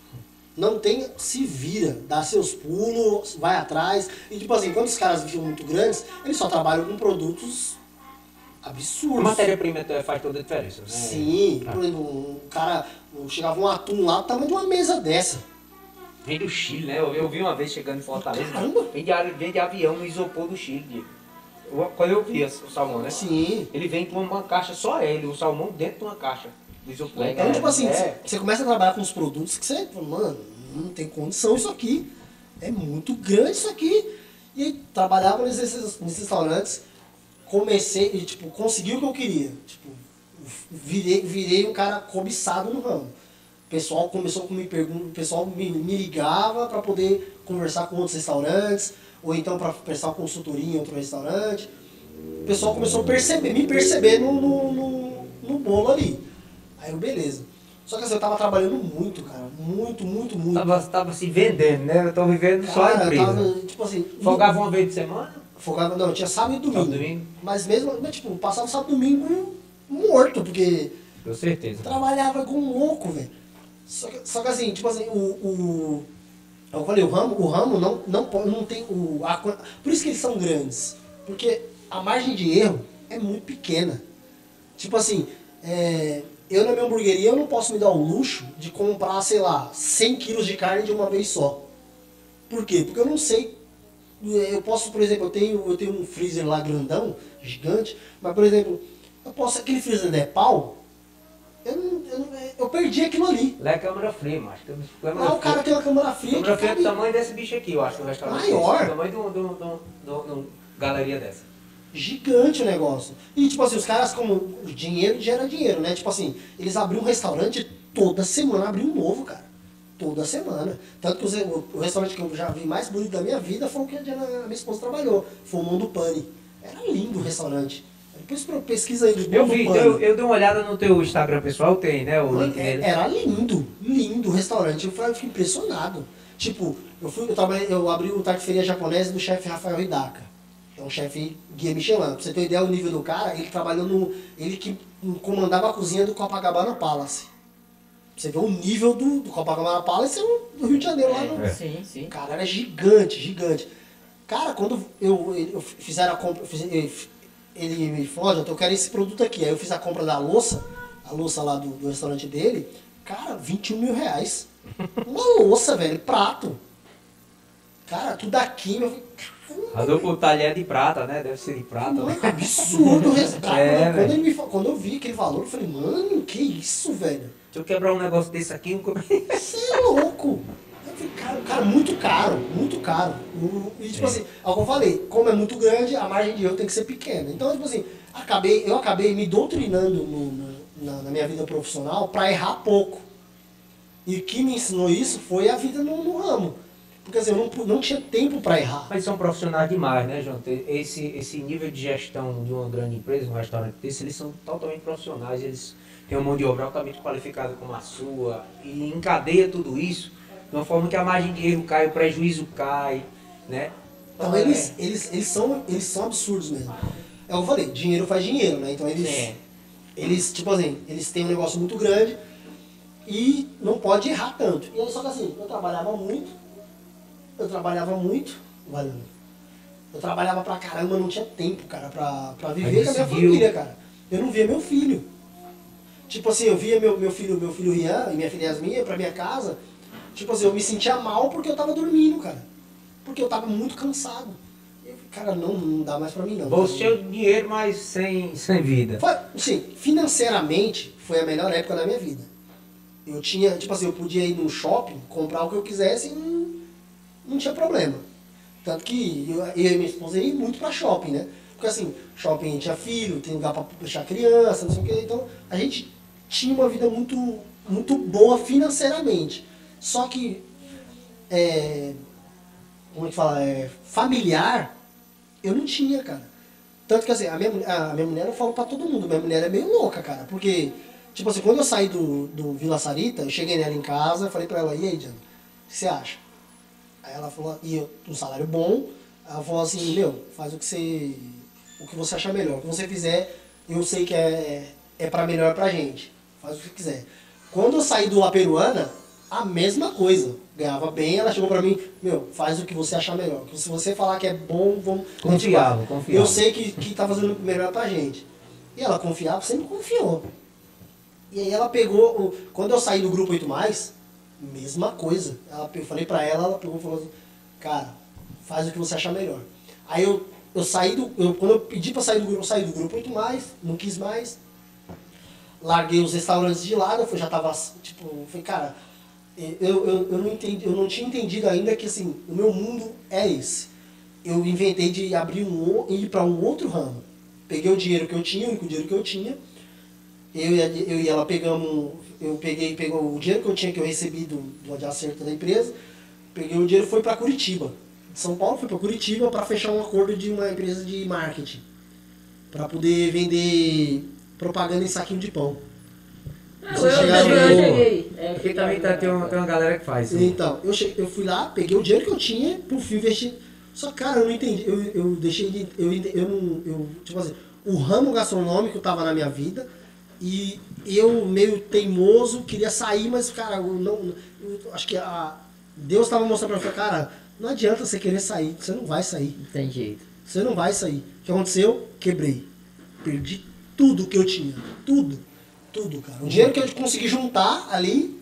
Não tem, se vira, dá seus pulos, vai atrás. E, tipo assim, quando os caras ficam muito grandes, eles só trabalham com produtos a absurdos. matéria-prima faz toda a diferença, né? Sim, Tá. por exemplo, um cara, chegava um atum lá, do tamanho de uma mesa dessa. Vem do Chile, né? Eu, eu vi uma vez chegando em Fortaleza. Caramba! Vem de, avi- vem de avião no isopor do Chile. Diego. Eu- Quando eu vi esse- o salmão, né? Sim. Ele vem com uma caixa, só ele, o salmão dentro de uma caixa do isopor. Legal. Então, tipo assim, É. você começa a trabalhar com os produtos que você fala, mano, não tem condição isso aqui. É muito grande isso aqui. E aí, trabalhava nesses, nesses restaurantes, comecei, e, tipo, consegui o que eu queria. Tipo, virei, virei um cara cobiçado no ramo. O pessoal começou a me perguntar, o pessoal me, me ligava para poder conversar com outros restaurantes, ou então para prestar consultoria em outro restaurante. O pessoal começou a perceber, me perceber no, no, no, no bolo ali. Aí eu, beleza. Só que assim, eu tava trabalhando muito, cara. Muito, muito, muito. Tava, tava se vendendo, né? Eu tô vivendo só a Cara, empresa. tava, tipo assim... Folgava uma vez de semana? Folgava, não, tinha sábado e domingo. Sábado e domingo. Mas mesmo, mas, tipo, passava sábado e domingo morto, porque Com certeza. trabalhava com um louco, velho. Só que, só que assim, tipo assim, o... o eu falei, o ramo, o ramo não, não, pode- não tem... O, a, por isso que eles são grandes. Porque a margem de erro é muito pequena. Tipo assim, é, eu na minha hamburgueria eu não posso me dar o luxo de comprar, sei lá, cem quilos de carne de uma vez só. Por quê? Porque eu não sei. Eu posso, por exemplo, eu tenho, eu tenho um freezer lá grandão, gigante, mas por exemplo, eu posso, aquele freezer é pau, eu, não, eu, não- eu perdi aquilo ali. Lá é câmera fria, macho. Câmera Lá o cara tem uma câmera fria Câmera que fria é do cabe tamanho desse bicho aqui, eu acho, no restaurante. Maior. Do tamanho de uma galeria dessa. gigante o negócio. E tipo assim, os caras como dinheiro gera dinheiro, né? Tipo assim, eles abriam um restaurante toda semana, abriam um novo, cara. Toda semana. Tanto que os- o, o restaurante que eu já vi mais bonito da minha vida foi o que a Diana- a minha esposa trabalhou. Foi o Mundo Pane. Era lindo o restaurante. Depois pro- pesquisa aí do Eu Mundo vi, Pane. eu, eu dei uma olhada no teu Instagram pessoal, tem, né? O link É- dele. Era lindo, lindo o restaurante. Eu falei, eu fiquei impressionado. Tipo, eu fui, eu, trabalhei, eu abri o tarteferia japonesa do chefe Rafael Hidaka. É um chefe guia Michelin. Pra você ter uma ideia do nível do cara, ele trabalhou no. Ele que comandava a cozinha do Copacabana Palace. Pra você ver o nível do, do Copacabana Palace no Rio de Janeiro, lá no. É, sim, sim. O cara era gigante, gigante. Cara, quando eu, eu fizeram a compra, eu fiz- eu- ele me falou, olha, eu quero esse produto aqui. Aí eu fiz a compra da louça, a louça lá do, do restaurante dele, cara, vinte e um mil reais. Uma louça, velho, prato. Cara, tudo da química, eu falei, caramba. Adolfo, o talher de prata, né? Deve ser de prata. Mano, Né? absurdo. Cara, É, quando, velho. ele me, fa- quando eu vi aquele valor, eu falei, mano, que isso, velho? Se eu quebrar um negócio desse aqui, eu come- Você é louco. Eu falei, cara, cara, muito caro, muito caro. E tipo É. assim, é o que eu falei, como é muito grande, a margem de erro tem que ser pequena. Então, tipo assim, acabei, eu acabei me doutrinando no- no- na, na minha vida profissional para errar pouco. E o que me ensinou isso foi a vida no, no ramo. Porque assim, eu não, pu- não tinha tempo para errar. Mas são profissionais demais, né, João? Esse, esse nível de gestão de uma grande empresa, um restaurante desse, eles são totalmente profissionais, eles têm uma mão de obra altamente qualificada como a sua, e encadeia tudo isso de uma forma que a margem de erro cai, o prejuízo cai, né? Então eles, eles, eles, são, eles são absurdos mesmo. É o que eu falei, dinheiro faz dinheiro, né? Então eles, Sim. eles, tipo assim, eles têm um negócio muito grande e não pode errar tanto. E aí, só que assim, eu trabalhava muito, eu trabalhava muito, valeu. Eu trabalhava pra caramba, não tinha tempo, cara, pra, pra viver Aí com a minha decidiu. família, cara. Eu não via meu filho. Tipo assim, eu via meu, meu filho, meu filho Rian e minha filha Yasmin ia pra minha casa. Tipo assim, eu me sentia mal porque eu tava dormindo, cara. Porque eu tava muito cansado. E eu falei, cara, não, não dá mais pra mim não. Bolso cara. cheio de dinheiro, mas sem, sem vida. Foi, assim, financeiramente, foi a melhor época da minha vida. Eu tinha, tipo assim, eu podia ir num shopping, comprar o que eu quisesse e não, não tinha problema. Tanto que eu, eu e minha esposa ia muito pra shopping, né? Porque assim, shopping tinha filho, tem lugar pra deixar criança, não sei o que. Então, a gente tinha uma vida muito, muito boa financeiramente. Só que, é, como é que fala, é, familiar, eu não tinha, cara. Tanto que assim, a minha, mulher- a minha mulher, eu falo pra todo mundo, minha mulher é meio louca, cara. Porque, tipo assim, quando eu saí do, do Vila Sarita, eu cheguei nela em casa, falei pra ela, e aí, Diana, o que você acha? Aí ela falou, e eu, um salário bom, ela falou assim, meu, faz o que você, o que você achar melhor. O que você fizer, eu sei que é, é pra melhor pra gente. Faz o que você quiser. Quando eu saí do La Peruana, a mesma coisa. Ganhava bem, ela chegou pra mim, meu, faz o que você achar melhor. Se você falar que é bom, vamos... Confiava, tipo, confiava. Eu sei que, que tá fazendo o melhor pra gente. E ela confiava, sempre confiou. E aí ela pegou, o- quando eu saí do grupo oito mais, mesma coisa. Ela, eu falei pra ela, ela pegou e falou assim, cara, faz o que você achar melhor. Aí eu, eu saí do, eu, quando eu pedi pra sair do grupo, eu saí do grupo oito mais, não quis mais. Larguei os restaurantes de lado, eu já tava, tipo, eu falei, cara, eu, eu, eu, não entendi, eu não tinha entendido ainda que assim, o meu mundo é esse. Eu inventei de abrir um, o- ir para um outro ramo. Peguei o dinheiro que eu tinha, o único dinheiro que eu tinha. Eu e, a- eu e ela pegamos, eu peguei, pegou o dinheiro que eu tinha que eu recebi do, do de acerto da empresa. Peguei o dinheiro e fui para Curitiba. De São Paulo fui para Curitiba para fechar um acordo de uma empresa de marketing. Para poder vender propaganda em saquinho de pão. Ah, Você eu, chegava eu, no- cheguei. É, Aqui também tá, tem, uma, tem uma galera que faz isso. Então, eu, cheguei, eu fui lá, peguei o dinheiro que eu tinha, por fim investi. Só que, cara, eu não entendi. Eu, eu deixei de. Eu, ente- eu não. Eu, tipo assim, o ramo gastronômico estava na minha vida e eu, meio teimoso, queria sair, mas, cara, eu não. Eu acho que a, Deus estava mostrando pra mim, cara, não adianta você querer sair, você não vai sair. Não tem jeito. Você não vai sair. O que aconteceu? Quebrei. Perdi tudo que eu tinha. Tudo. Tudo, cara. O dinheiro que eu consegui juntar ali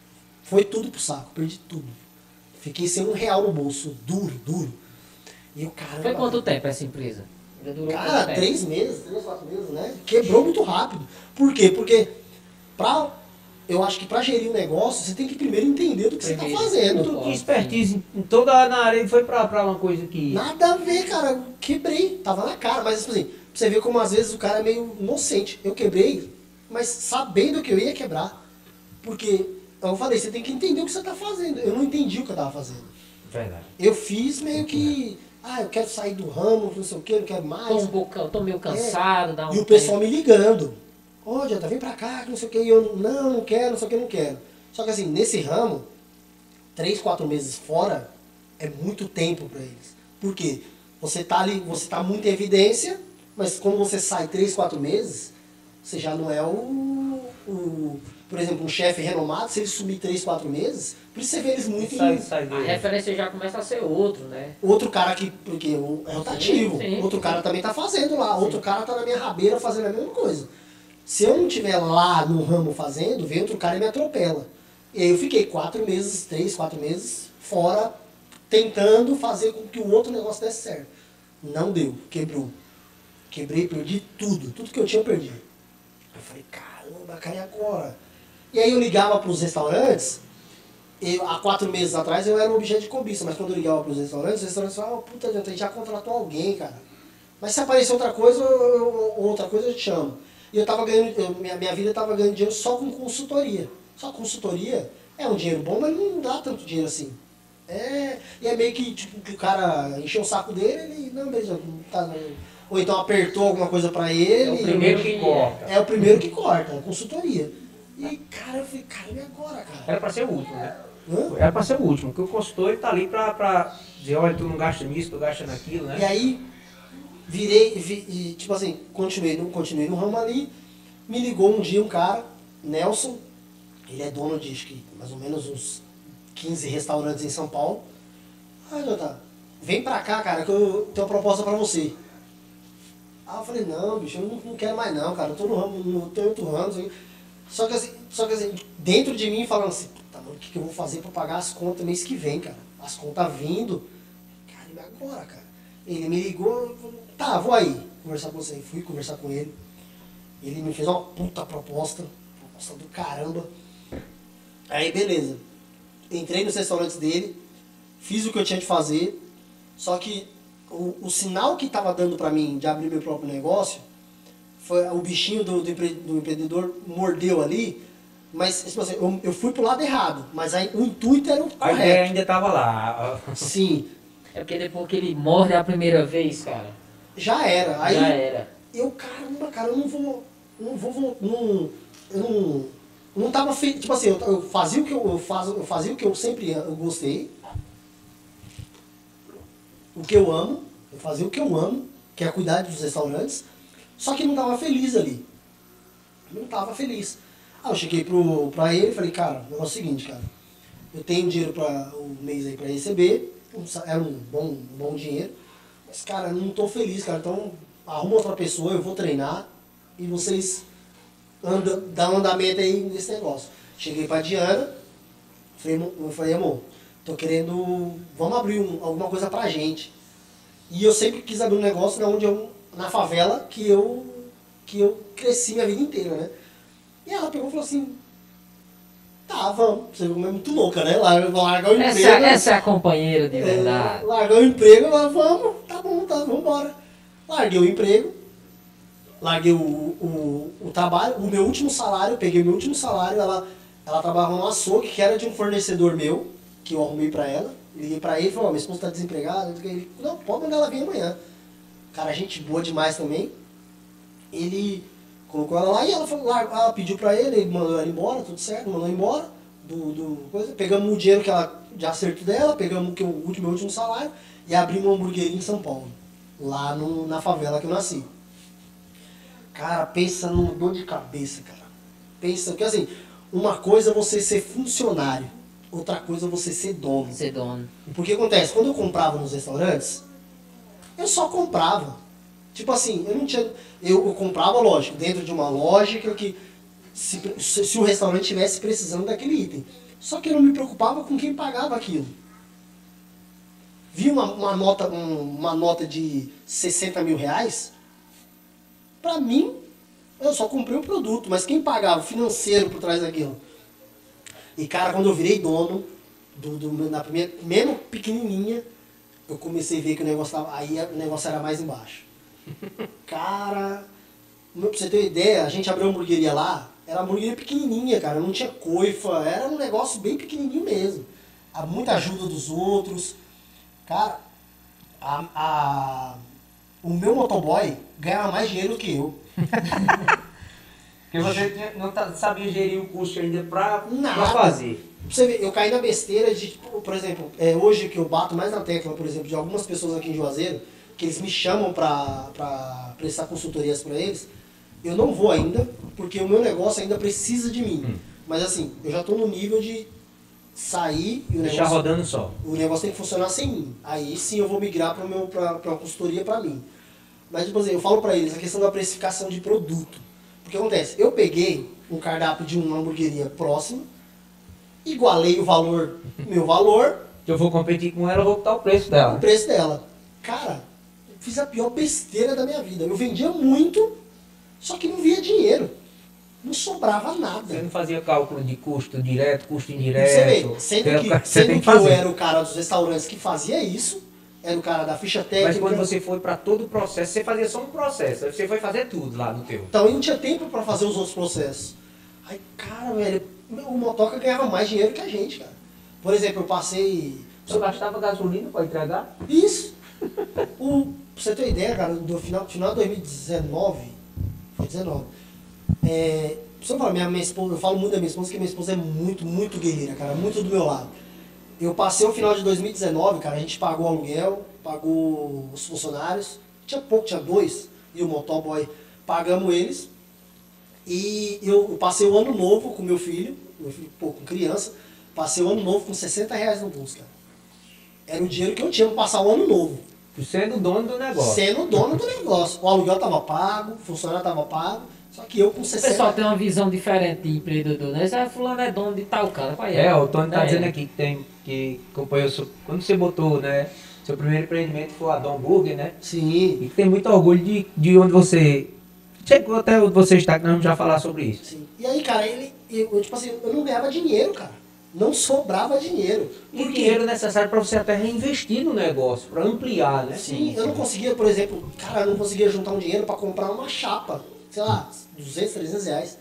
foi tudo pro saco. Perdi tudo. Fiquei sem um real no bolso. Duro, duro. E o cara. Foi quanto tempo essa empresa? Já durou quanto Cara, tempo? três meses, três, quatro meses, né? Quebrou muito rápido. Por quê? Porque pra, eu acho que pra gerir um negócio, você tem que primeiro entender do que você Primeiro. tá fazendo. Tu tinha expertise em toda na área e foi pra, pra uma coisa que... Nada a ver, cara. Eu quebrei. Tava na cara. Mas, tipo assim, pra você ver como às vezes o cara é meio inocente. Eu quebrei, mas sabendo que eu ia quebrar. Porque, eu falei, você tem que entender o que você tá fazendo. Eu não entendi o que eu tava fazendo. Verdade. Eu fiz meio que... Ah, eu quero sair do ramo, não sei o que, não quero mais. Tô um pouco, eu tô meio cansado. Dá um E o pessoal me ligando. Ô, Jota, vem pra cá, que não sei o que. E eu, não, não quero, não sei o que, não quero. Só que assim, nesse ramo, três, quatro meses fora é muito tempo pra eles. Por quê? Você tá ali, você tá muito em evidência, mas quando você sai três, quatro meses, você já não é o... o por exemplo, um chefe renomado, se ele subir três, quatro meses, por isso você vê eles muito Sai, em... sai A dele. referência já começa a ser outro, né? Outro cara que, porque o- é rotativo, Sim, sim. outro cara também tá fazendo lá, outro cara tá na minha rabeira fazendo a mesma coisa. Se eu não estiver lá no ramo fazendo, vem outro cara e me atropela. E aí eu fiquei quatro meses, três, quatro meses fora, tentando fazer com que o outro negócio desse certo. Não deu, quebrou. Quebrei, perdi tudo. Tudo que eu tinha eu perdi. Eu falei, caramba, cara, e agora? E aí eu ligava para os restaurantes, eu, há quatro meses atrás eu era um objeto de cobiça, mas quando eu ligava para os restaurantes, os restaurantes falavam, oh, puta, a gente já contratou alguém, cara. Mas se aparecer outra coisa, eu, eu, outra coisa eu te chamo. E eu tava ganhando, eu, minha, minha vida estava ganhando dinheiro só com consultoria. Só consultoria é um dinheiro bom, mas não dá tanto dinheiro assim. É, e é meio que, tipo, que o cara encheu o saco dele, ele, não, beleza, tá, ou então apertou alguma coisa pra ele. É o primeiro que corta. É o primeiro que corta, é consultoria. E, cara, eu falei, cara, e agora, cara? Era pra ser o último, né? Hã? Era pra ser o último, porque o consultor ele tá ali pra, pra dizer, olha, tu não gasta nisso, tu gasta naquilo, né? E aí, virei, vi, e, tipo assim, continuei no, continuei no ramo ali, me ligou um dia um cara, Nelson, ele é dono de, acho que, mais ou menos uns quinze restaurantes em São Paulo. Ah, Jota, vem pra cá, cara, que eu tenho uma proposta pra você. Ah, eu falei, não, bicho, eu não, não quero mais não, cara, eu tô no ramo, não tô em outro ramo, assim. Só que assim, só que assim, dentro de mim falando assim, puta, mano, o que, que eu vou fazer pra pagar as contas mês que vem, cara? As contas vindo. Cara, e agora, cara? Ele me ligou, eu falei, tá, vou aí conversar com você. Fui conversar com ele. Ele me fez uma puta proposta, proposta do caramba. Aí, beleza. Entrei nos restaurantes dele, fiz o que eu tinha de fazer, só que o, o sinal que tava dando pra mim de abrir meu próprio negócio, foi o bichinho do, do, empre, do empreendedor mordeu ali, mas tipo assim, eu, eu fui pro lado errado, mas aí, o intuito era o correto. A ideia ainda tava lá. Sim. É porque depois que ele morde a primeira vez, cara, Já era. Aí já era. eu, caramba, cara, eu não vou. Não vou. vou não, eu não. Não tava feito. Tipo assim, eu, eu fazia o que eu, eu, faz, eu fazia o que eu sempre eu gostei. O que eu amo. Eu fazia o que eu amo, que é cuidar dos restaurantes. Só que não tava feliz ali. Não tava feliz. Aí eu cheguei pro, pra ele e falei, cara, o negócio é o seguinte, cara. Eu tenho dinheiro para o mês aí pra receber. Um, era um bom, um bom dinheiro. Mas, cara, eu não tô feliz, cara. Então, arruma outra pessoa, eu vou treinar. E vocês anda, dão andamento aí nesse negócio. Cheguei pra Diana. Falei, eu falei, amor, tô querendo... Vamos abrir um, alguma coisa pra gente. E eu sempre quis abrir um negócio na, onde eu, na favela que eu, que eu cresci minha vida inteira, né? E ela pegou e falou assim... Tá, vamos. Você é muito louca, né? Largar o Essa, emprego. essa é a companheira de É, verdade. largar o emprego, ela, vamos, tá bom, tá, vamos embora. Larguei o emprego, larguei o, o, o trabalho, o meu último salário, peguei o meu último salário, ela, ela trabalhava no açougue, que era de um fornecedor meu, que eu arrumei pra ela. Liguei pra ele e falei, ó, minha esposa tá desempregada. Ele, não, pode mandar ela vir amanhã. Cara, gente boa demais também. Ele colocou ela lá e ela, falou, ela pediu pra ele, ele mandou ela embora, tudo certo, mandou embora. Do, do, coisa. Pegamos o dinheiro que ela, de acerto dela, pegamos o que, o último, meu último salário e abrimos uma hamburgueria em São Paulo, lá no, na favela que eu nasci. Cara, pensa numa dor de cabeça, cara. Pensa, porque assim, uma coisa é você ser funcionário, outra coisa é você ser dono. Ser dono. Porque acontece, quando eu comprava nos restaurantes, eu só comprava. Tipo assim, eu não tinha. Eu, eu comprava, lógico, dentro de uma lógica que se, se, se o restaurante estivesse precisando daquele item. Só que eu não me preocupava com quem pagava aquilo. Vi uma, uma, nota, um, uma nota de sessenta mil reais, pra mim, eu só comprei o produto, mas quem pagava o financeiro por trás daquilo? E cara, quando eu virei dono, do, do, na primeira, mesmo pequenininha, eu comecei a ver que o negócio tava, aí o negócio era mais embaixo. Cara, pra você ter uma ideia, a gente abriu uma hamburgueria lá, era uma hamburgueria pequenininha, cara, não tinha coifa, era um negócio bem pequenininho mesmo. Há muita ajuda dos outros. Cara, a, a, o meu motoboy ganhava mais dinheiro do que eu. Porque você não tá, sabia gerir o custo ainda pra, Nada. pra fazer. Você vê, eu caí na besteira de, tipo, por exemplo, é, hoje que eu bato mais na tecla, por exemplo, de algumas pessoas aqui em Juazeiro, que eles me chamam pra, pra prestar consultorias pra eles, eu não vou ainda, porque o meu negócio ainda precisa de mim. Hum. Mas assim, eu já tô no nível de sair e o Deixar negócio, rodando só. O negócio tem que funcionar sem mim. Aí sim eu vou migrar para meu pra, pra uma consultoria para mim. Mas tipo assim, eu falo para eles a questão da precificação de produto. Porque acontece, eu peguei um cardápio de uma hamburgueria próxima, igualei o valor, meu valor, Se eu for competir com ela, eu vou botar o preço O dela. preço dela. Cara, eu fiz a pior besteira da minha vida. Eu vendia muito, só que não via dinheiro. Não sobrava Você nada. não fazia cálculo de custo direto, custo Você indireto. vê, sendo é o que, que você tem sendo que que eu fazer. era o cara dos restaurantes que fazia isso, era o cara da ficha técnica. Mas quando você foi para todo o processo, você fazia só um processo. Aí você foi fazer tudo lá no teu. Então eu não tinha tempo pra fazer os outros processos. Aí, cara, velho, o motoca ganhava mais dinheiro que a gente, cara. Por exemplo, eu passei. Você gastava gasolina para entregar? Isso! O, pra você ter ideia, cara, do final, final de dois mil e dezenove, foi dezenove, é, você fala, minha, minha esposa, eu falo muito da minha esposa, porque minha esposa é muito, muito guerreira, cara, muito do meu lado. Eu passei o final de dois mil e dezenove, cara, a gente pagou o aluguel, pagou os funcionários, tinha pouco, tinha dois, e o motoboy, pagamos eles, e eu passei o ano novo com meu filho, meu filho, pô, com criança, passei o ano novo com sessenta reais no bolso, cara. Era o dinheiro que eu tinha para passar o ano novo. Sendo dono do negócio. Sendo dono do negócio. O aluguel estava pago, o funcionário estava pago, só que eu com O sessenta... pessoal tem uma visão diferente de empreendedor, né? Esse fulano é dono de tal cara. Pai, É, o Tony tá é. dizendo aqui que tem, que acompanhou, seu- quando você botou, né, seu primeiro empreendimento foi a Dom Burger, né? Sim. E que tem muito orgulho de, de onde você chegou até onde você está, que nós vamos já falar sobre isso. Sim. E aí, cara, ele, eu, eu, tipo assim, eu não ganhava dinheiro, cara. Não sobrava dinheiro. E Por quê? dinheiro necessário para você até reinvestir no negócio, para ampliar, né? Sim, eu não conseguia, por exemplo, cara, eu não conseguia juntar um dinheiro para comprar uma chapa. Sei lá, duzentos, trezentos reais.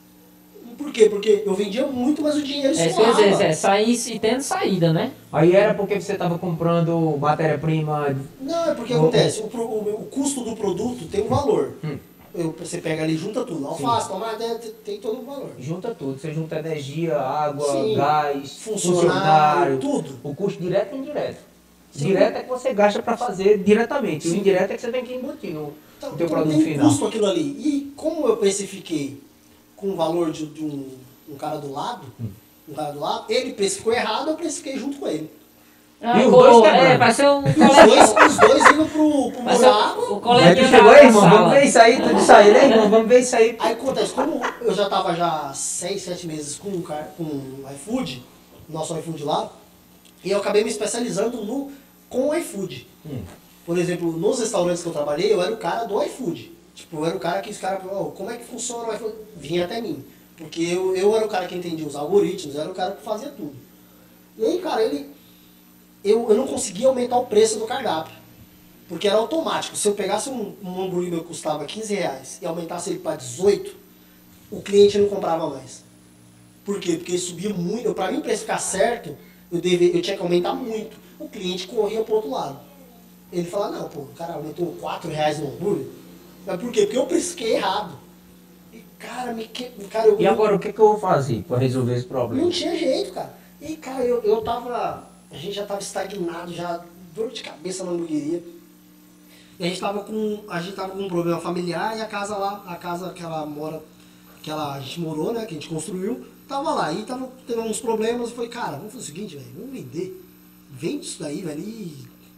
Por quê? Porque eu vendia muito, mas o dinheiro É, isso sobrava. quer dizer, é, sair e tendo saída, né? Aí era porque você estava comprando matéria-prima. Não, é porque O- acontece, o, pro- o, o custo do produto tem um valor. Hum. Eu, você pega ali, junta tudo. Alface, tomate, né, tem, tem todo um valor. Junta tudo, você junta energia, água, Sim. gás, Funcionário, tudo. O custo direto e indireto. Sim. Direto é que você gasta para fazer diretamente. Sim. O indireto é que você tem que embutir no, Então, no teu então produto tem final. custo aquilo ali. E como eu precifiquei com o valor de, de um, um cara do lado, Hum. um cara do lado, ele precificou errado, eu precifiquei junto com ele. Ah, E os pô, dois é, quebrando. vai ser um E os dois, os dois indo pro, pro Vai ser buraco. o Aí coleguinha tu da, chegou aí, da irmão, vamos sala. ver isso aí, tudo isso aí, né, irmão? Vamos ver isso aí. Aí acontece, como eu já tava já seis, sete meses com o car- com o iFood, nosso iFood lá, e eu acabei me especializando no, com o iFood. Hum. Por exemplo, nos restaurantes que eu trabalhei, eu era o cara do iFood. Tipo, eu era o cara que os caras falavam, "Ô, como é que funciona o iFood?" Vinha até mim. Porque eu, eu era o cara que entendia os algoritmos, eu era o cara que fazia tudo. E aí, cara, ele... Eu, eu não conseguia aumentar o preço do cardápio. Porque era automático. Se eu pegasse um, um hambúrguer meu que custava quinze reais e aumentasse ele para dezoito, o cliente não comprava mais. Por quê? Porque ele subia muito. Para mim, para ficar certo, eu, deve, eu tinha que aumentar muito. O cliente corria para o outro lado. Ele falava, não, pô, o cara aumentou quatro reais no hambúrguer. Mas por quê? Porque eu precifiquei errado. E, cara, me que... cara eu, E agora, o que, que eu vou fazer para resolver esse não problema? tinha jeito, cara. E, cara, eu, eu tava... A gente já tava estagnado, já dor de cabeça na hamburgueria. E a gente tava com... A gente tava com um problema familiar e a casa lá, a casa que ela mora... Que ela, a gente morou, né? Que a gente construiu, tava lá. E tava tendo uns problemas. Eu falei, cara, vamos fazer o seguinte, velho. Vamos vender. Vende isso daí, velho. E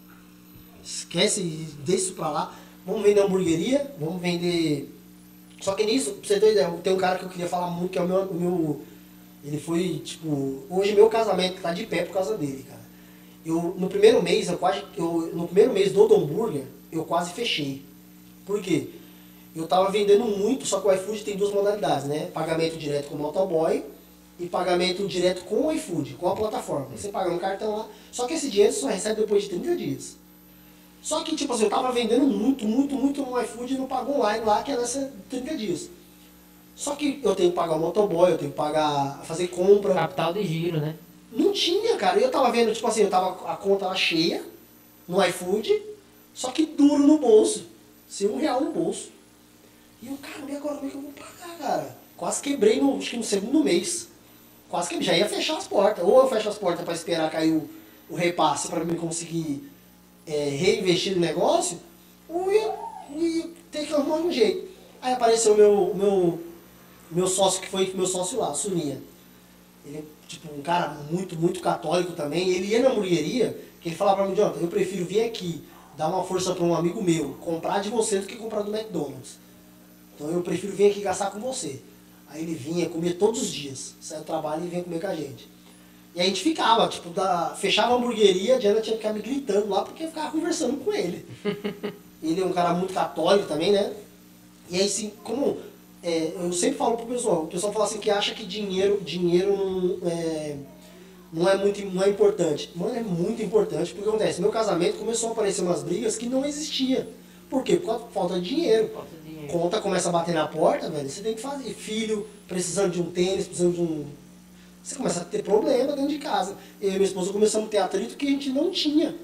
esquece, deixa isso pra lá. Vamos vender hamburgueria, vamos vender... Só que nisso, pra você ter ideia, tem um cara que eu queria falar muito, que é o meu... O meu ele foi, tipo... Hoje meu casamento tá de pé por causa dele, cara. Eu, no primeiro mês, eu quase... Eu, no primeiro mês do Dom Burger, eu quase fechei. Por quê? Eu tava vendendo muito, só que o iFood tem duas modalidades, né? Pagamento direto com o motoboy e pagamento direto com o iFood, com a plataforma. Você paga no cartão lá, só que esse dinheiro você só recebe depois de trinta dias. Só que, tipo assim, eu tava vendendo muito, muito, muito no iFood e não pagou online lá, que é nessa trinta dias. Só que eu tenho que pagar o motoboy, eu tenho que pagar, fazer compra. Capital de giro, né? Não tinha, cara. Eu tava vendo, tipo assim, eu tava a conta lá cheia no iFood, só que duro no bolso. Sem um real no bolso. E eu, cara, e agora como é que eu vou pagar, cara? Quase quebrei no, acho que no segundo mês. Quase que já ia fechar as portas. Ou eu fecho as portas para esperar cair o, o repasse para mim conseguir é, reinvestir no negócio, ou eu ia ter que arrumar um jeito. Aí apareceu o meu, meu, meu sócio, que foi meu sócio lá, Suninha. Ele é tipo um cara muito, muito católico também. Ele ia na hamburgueria, que ele falava pra mim, Jonathan, eu prefiro vir aqui, dar uma força para um amigo meu, comprar de você do que comprar do McDonald's. Então eu prefiro vir aqui gastar com você. Aí ele vinha, comia todos os dias. Saia do trabalho e vinha comer com a gente. E a gente ficava, tipo, da, fechava a hamburgueria, a Diana tinha que ficar me gritando lá porque eu ficava conversando com ele. Ele é um cara muito católico também, né? E aí, assim, como... É, eu sempre falo pro pessoal, o pessoal fala assim que acha que dinheiro, dinheiro não, é, não é muito não é importante. Mano, é muito importante, porque acontece, meu casamento começou a aparecer umas brigas que não existia. Por quê? Por causa falta de dinheiro. Falta de dinheiro. Conta começa a bater na porta, velho, você tem que fazer. Filho, precisando de um tênis, precisando de um... Você começa a ter problema dentro de casa. Eu e minha esposa começamos a ter atrito que a gente não tinha.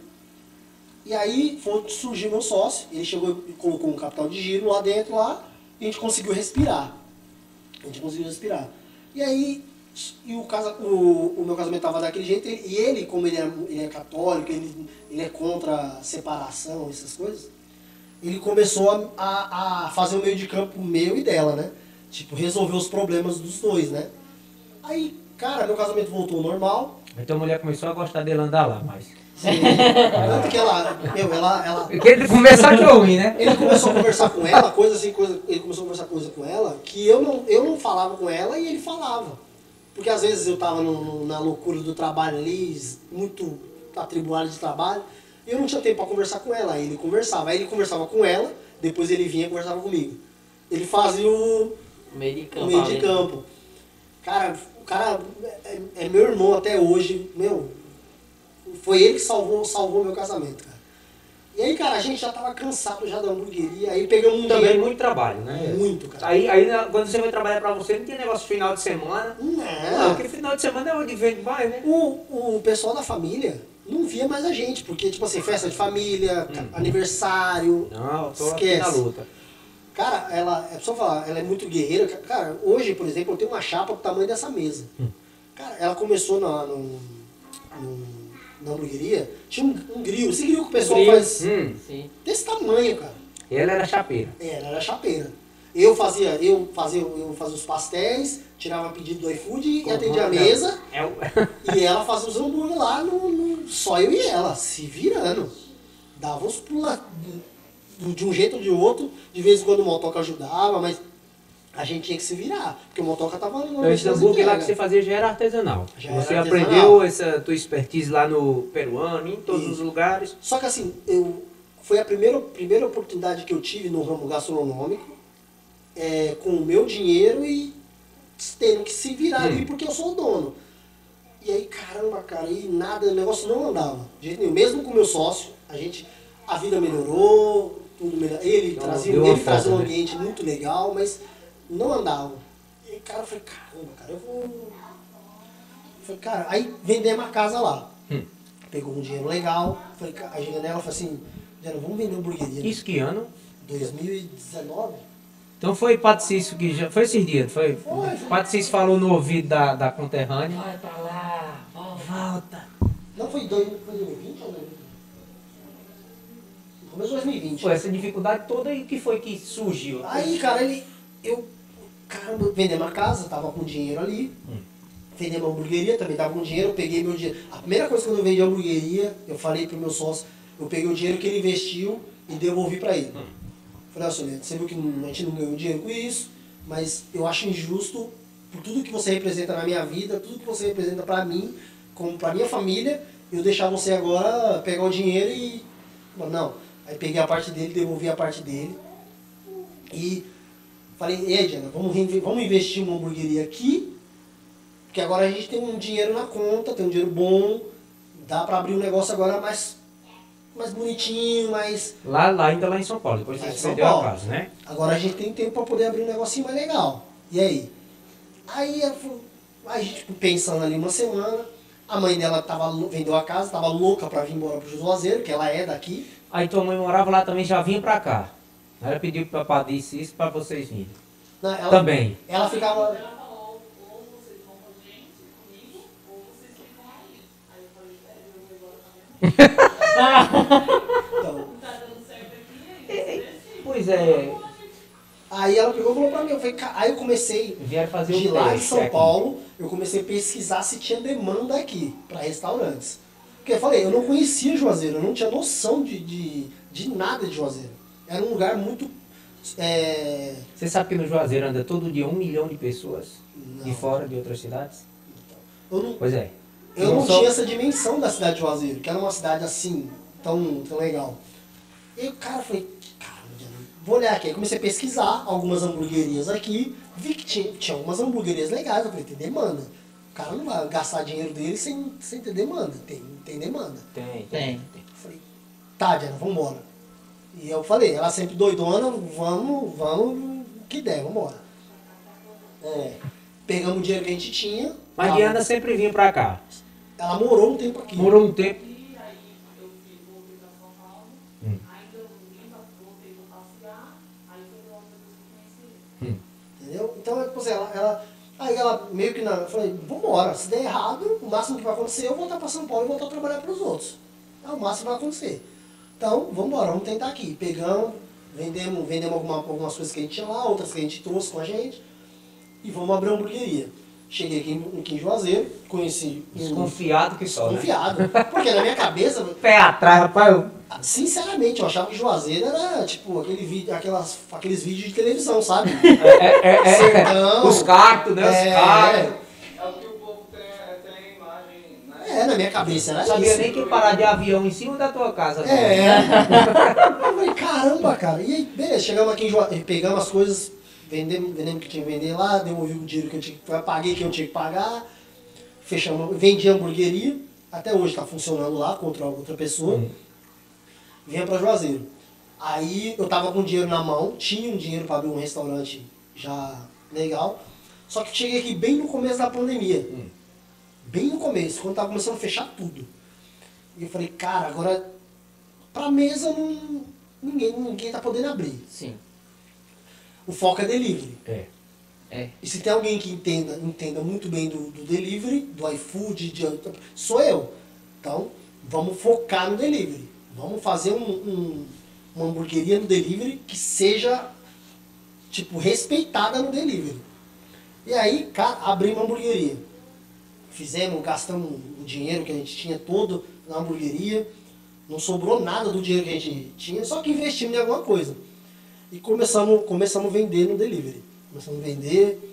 E aí foi, surgiu meu sócio, ele chegou e colocou um capital de giro lá dentro, lá, e a gente conseguiu respirar. A gente conseguiu respirar. E aí, e o, casa, o, o meu casamento estava daquele jeito, e ele, ele como ele é, ele é católico, ele, ele é contra a separação, essas coisas, ele começou a, a, a fazer o meio de campo meu e dela, né? Tipo, resolver os problemas dos dois, né? Aí, cara, meu casamento voltou ao normal. Então a mulher começou a gostar dele andar lá, mas... Sim. Tanto que ela, meu, ela, ela... Porque ele conversar de homem, né? Ele começou a conversar com ela, coisa assim, coisa, ele começou a conversar coisa com ela, que eu não, eu não falava com ela e ele falava. Porque às vezes eu tava no, no, na loucura do trabalho ali, muito atribulado de trabalho, e eu não tinha tempo para conversar com ela. Aí ele conversava, aí ele conversava com ela, depois ele vinha e conversava comigo. Ele fazia o Meio de campo. o meio de ali. campo. Cara, o cara é, é meu irmão até hoje, meu... Foi ele que salvou, salvou meu casamento, cara. E aí, cara, a gente já tava cansado já da hamburgueria, aí pegamos um Também dinheiro... muito trabalho, né? Muito, cara. Aí, aí na- quando você vai trabalhar pra você, não tem negócio de final de semana. Não, Não, porque final de semana é onde vende mais, né? o, o pessoal da família não via mais a gente, porque, tipo assim, festa de família, ca- aniversário, Não, eu tô aqui esquece. na luta. Cara, ela, é só falar, ela é muito guerreira. Cara, hoje, por exemplo, eu tenho uma chapa do tamanho dessa mesa. Cara, ela começou na, no, no- na hamburgueria, tinha um, um grill, esse grill que o pessoal Grill. faz Hum, Sim. desse tamanho, cara. ela era chapeira. É, ela era chapeira. Eu fazia, eu fazia, eu fazia os pastéis, tirava pedido do iFood e atendia a mesa. É o... E ela fazia os hambúrguer lá, no, no- só eu e ela, se virando. Dava uns pula de um jeito ou de outro, de vez em quando o motoca ajudava, mas a gente tinha que se virar, porque o motoca tava no Esse hambúrguer lá que você fazia já era artesanal. Já você era aprendeu artesanal. essa tua expertise lá no peruano, em todos Isso. os lugares. Só que assim, eu, foi a primeira, primeira oportunidade que eu tive no ramo gastronômico, é, com o meu dinheiro e tendo que se virar ali Hum. porque eu sou o dono. E aí, caramba, cara, e nada, o negócio não andava. De jeito nenhum. Mesmo com o meu sócio, a gente, a vida melhorou, tudo melhor. Ele Então, trazia, deu uma ele trazia um folga, né? ambiente muito legal, mas não andava. E aí, cara, eu falei, caramba, cara, eu vou... Eu falei, cara, aí vendemos a casa lá. Hum. Pegou um dinheiro legal, falei, cara, a Janela falou assim, Janela, vamos vender hamburgueria. Isso que ano? dois mil e dezenove? Então foi Patricício que já... Foi esses dias, foi? Foi, foi. Patricício falou no ouvido da, da conterrânea. Vai pra lá, volta. Volta. Não, foi, dois, foi dois mil e vinte ou dois mil e vinte? Começou dois mil e vinte. Pô, essa dificuldade toda aí que foi que surgiu? Aí, cara, ele. Eu. Caramba, vendemos a casa, tava com dinheiro ali. Hum. Vendemos a hamburgueria, também tava com dinheiro, eu peguei meu dinheiro. A primeira coisa quando eu vendi a hamburgueria, eu falei pro meu sócio, eu peguei o dinheiro que ele investiu e devolvi pra ele. Hum. Falei, ó, Soneto, você viu que não- a gente não ganhou dinheiro com isso, mas eu acho injusto por tudo que você representa na minha vida, tudo que você representa pra mim, como pra minha família, eu deixar você agora pegar o dinheiro e. Não. Aí peguei a parte dele, devolvi a parte dele. E falei, e aí, Diana, vamos, reinve- vamos investir uma hamburgueria aqui, porque agora a gente tem um dinheiro na conta, tem um dinheiro bom, dá pra abrir um negócio agora mais, mais bonitinho, mais... Lá, lá, ainda lá em São Paulo, depois Lá você em São vendeu a Paulo. casa, né? Agora a gente tem tempo pra poder abrir um negocinho mais legal. E aí? Aí, eu fui- aí a gente ficou pensando ali uma semana, a mãe dela tava, lou- vendeu a casa, tava louca pra vir embora pro Juazeiro, que ela é daqui. Aí tua mãe morava lá também, já vinha pra cá. Ela pediu pra Padrice isso pra vocês virem. Não, ela, Também. Ela ficava... Então, Pois é, aí ela pegou e falou pra mim, eu falei, "Ca-" aí eu comecei, vieram fazer de o lá em teste São aqui. Paulo, eu comecei a pesquisar se tinha demanda aqui, pra restaurantes. Porque eu falei, eu não conhecia Juazeiro, eu não tinha noção de, de, de nada de Juazeiro. Era um lugar muito... é, Você sabe que no Juazeiro anda todo dia um milhão de pessoas de Não. fora, de outras cidades? eu não, Pois é. eu não Só- tinha essa dimensão da cidade de Juazeiro, que era uma cidade assim, tão, tão legal. E o cara, eu falei, cara, vou olhar aqui. Aí comecei a pesquisar algumas hamburguerias aqui, vi que tinha, tinha algumas hamburguerias legais, eu falei, tem demanda. O cara não vai gastar dinheiro dele sem, sem ter demanda, tem, tem demanda. Tem, Tem. Eu falei, tá, Diana, vambora. E eu falei, ela sempre doidona, vamos, vamos, o que der, vambora. É, pegamos o dinheiro que a gente tinha. Mas ela- Diana sempre vinha pra cá. Ela morou um tempo aqui. Morou um tempo. Entendeu? Então, tipo assim, ela, ela, aí ela meio que, na, eu falei, vambora, se der errado, o máximo que vai acontecer é eu voltar para São Paulo e voltar a trabalhar para os outros. É o máximo que vai acontecer. Então, vambora, vamos tentar aqui. Pegamos, vendemos, vendemos alguma, algumas coisas que a gente tinha lá, outras que a gente trouxe com a gente, e vamos abrir uma hamburgueria. Cheguei aqui em, aqui em Juazeiro, conheci... um- Desconfiado que só, né? Desconfiado. Porque na minha cabeça, Pé atrás, rapaz. eu- sinceramente, eu achava que Juazeiro era, tipo, aquele vídeo, aquelas, aqueles vídeos de televisão, sabe? É, é, é, Sertão. Os cactos, né? Os É, cactos. É o que o povo tem, tem a imagem, né? É, na minha cabeça era Não sabia isso. nem que parar de avião em cima da tua casa. É. Eu falei, caramba, cara. E aí, beleza, chegamos aqui em Juazeiro, pegamos as coisas, vendemos, vendemos o que tinha que vender lá, devolvi o dinheiro que eu tinha que pagar, paguei que eu tinha que pagar, fechamos, vendi a hamburgueria, até hoje está funcionando lá contra outra pessoa. Hum. Vinha para Juazeiro. Aí eu tava com dinheiro na mão, tinha um dinheiro para abrir um restaurante já legal, só que cheguei aqui bem no começo da pandemia. Hum. Bem no começo, quando tava começando a fechar tudo. E eu falei, cara, agora pra mesa não, ninguém, ninguém tá podendo abrir. Sim. O foco é delivery. É. É. E se tem alguém que entenda, entenda muito bem do, do delivery, do iFood, de, sou eu. Então, vamos focar no delivery. Vamos fazer um, um- uma hamburgueria no delivery que seja, tipo, respeitada no delivery. E aí, cara, abrimos uma hamburgueria. Fizemos, gastamos o dinheiro que a gente tinha todo na hamburgueria. Não sobrou nada do dinheiro que a gente tinha, só que investimos em alguma coisa. E começamos, começamos a vender no delivery. Começamos a vender.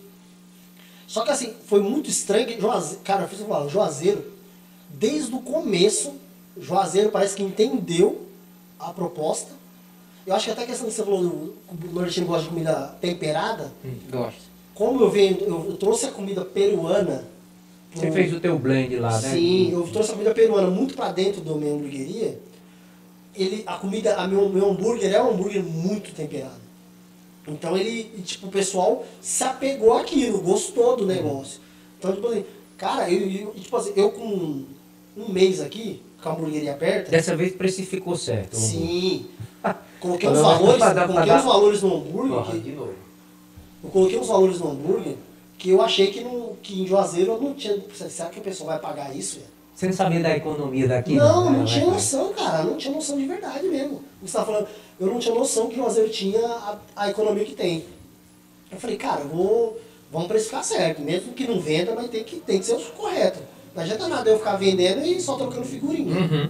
Só que assim, foi muito estranho que Juazeiro, cara, eu fiz falar, Juazeiro, desde o começo, Juazeiro parece que entendeu a proposta. Eu acho que até a questão que você falou, do- o nordestino gosta de comida temperada. Gosto. Como eu venho, eu, eu trouxe a comida peruana. Você pro- fez o teu blend lá, né? Sim, eu trouxe a comida peruana muito pra dentro da minha hamburgueria. Ele, a comida, a meu, meu hambúrguer é um hambúrguer muito temperado. Então ele, e, tipo, o pessoal se apegou àquilo, gostou do negócio. Então, tipo assim, cara, eu, eu, tipo assim, eu com um mês aqui, com a hamburgueria aberta, Dessa vez precificou certo. sim, coloquei uns Pra dar- valores, pra dar- pra coloquei dar- uns valores no hambúrguer, Porra, que- de novo. eu coloquei uns valores no hambúrguer que eu achei que, não, que em Juazeiro eu não tinha. Será que a pessoa vai pagar isso, velho? Você não sabia da economia daqui? Não, né? não tinha Vai- noção, cara. Não tinha noção de verdade mesmo. Você tá falando, eu não tinha noção que Juazeiro tinha a, a economia que tem. Eu falei, cara, eu vou, vamos precificar certo. Mesmo que não venda, mas tem que, tem que ser o correto. Não adianta nada eu ficar vendendo e só trocando figurinha. Uhum.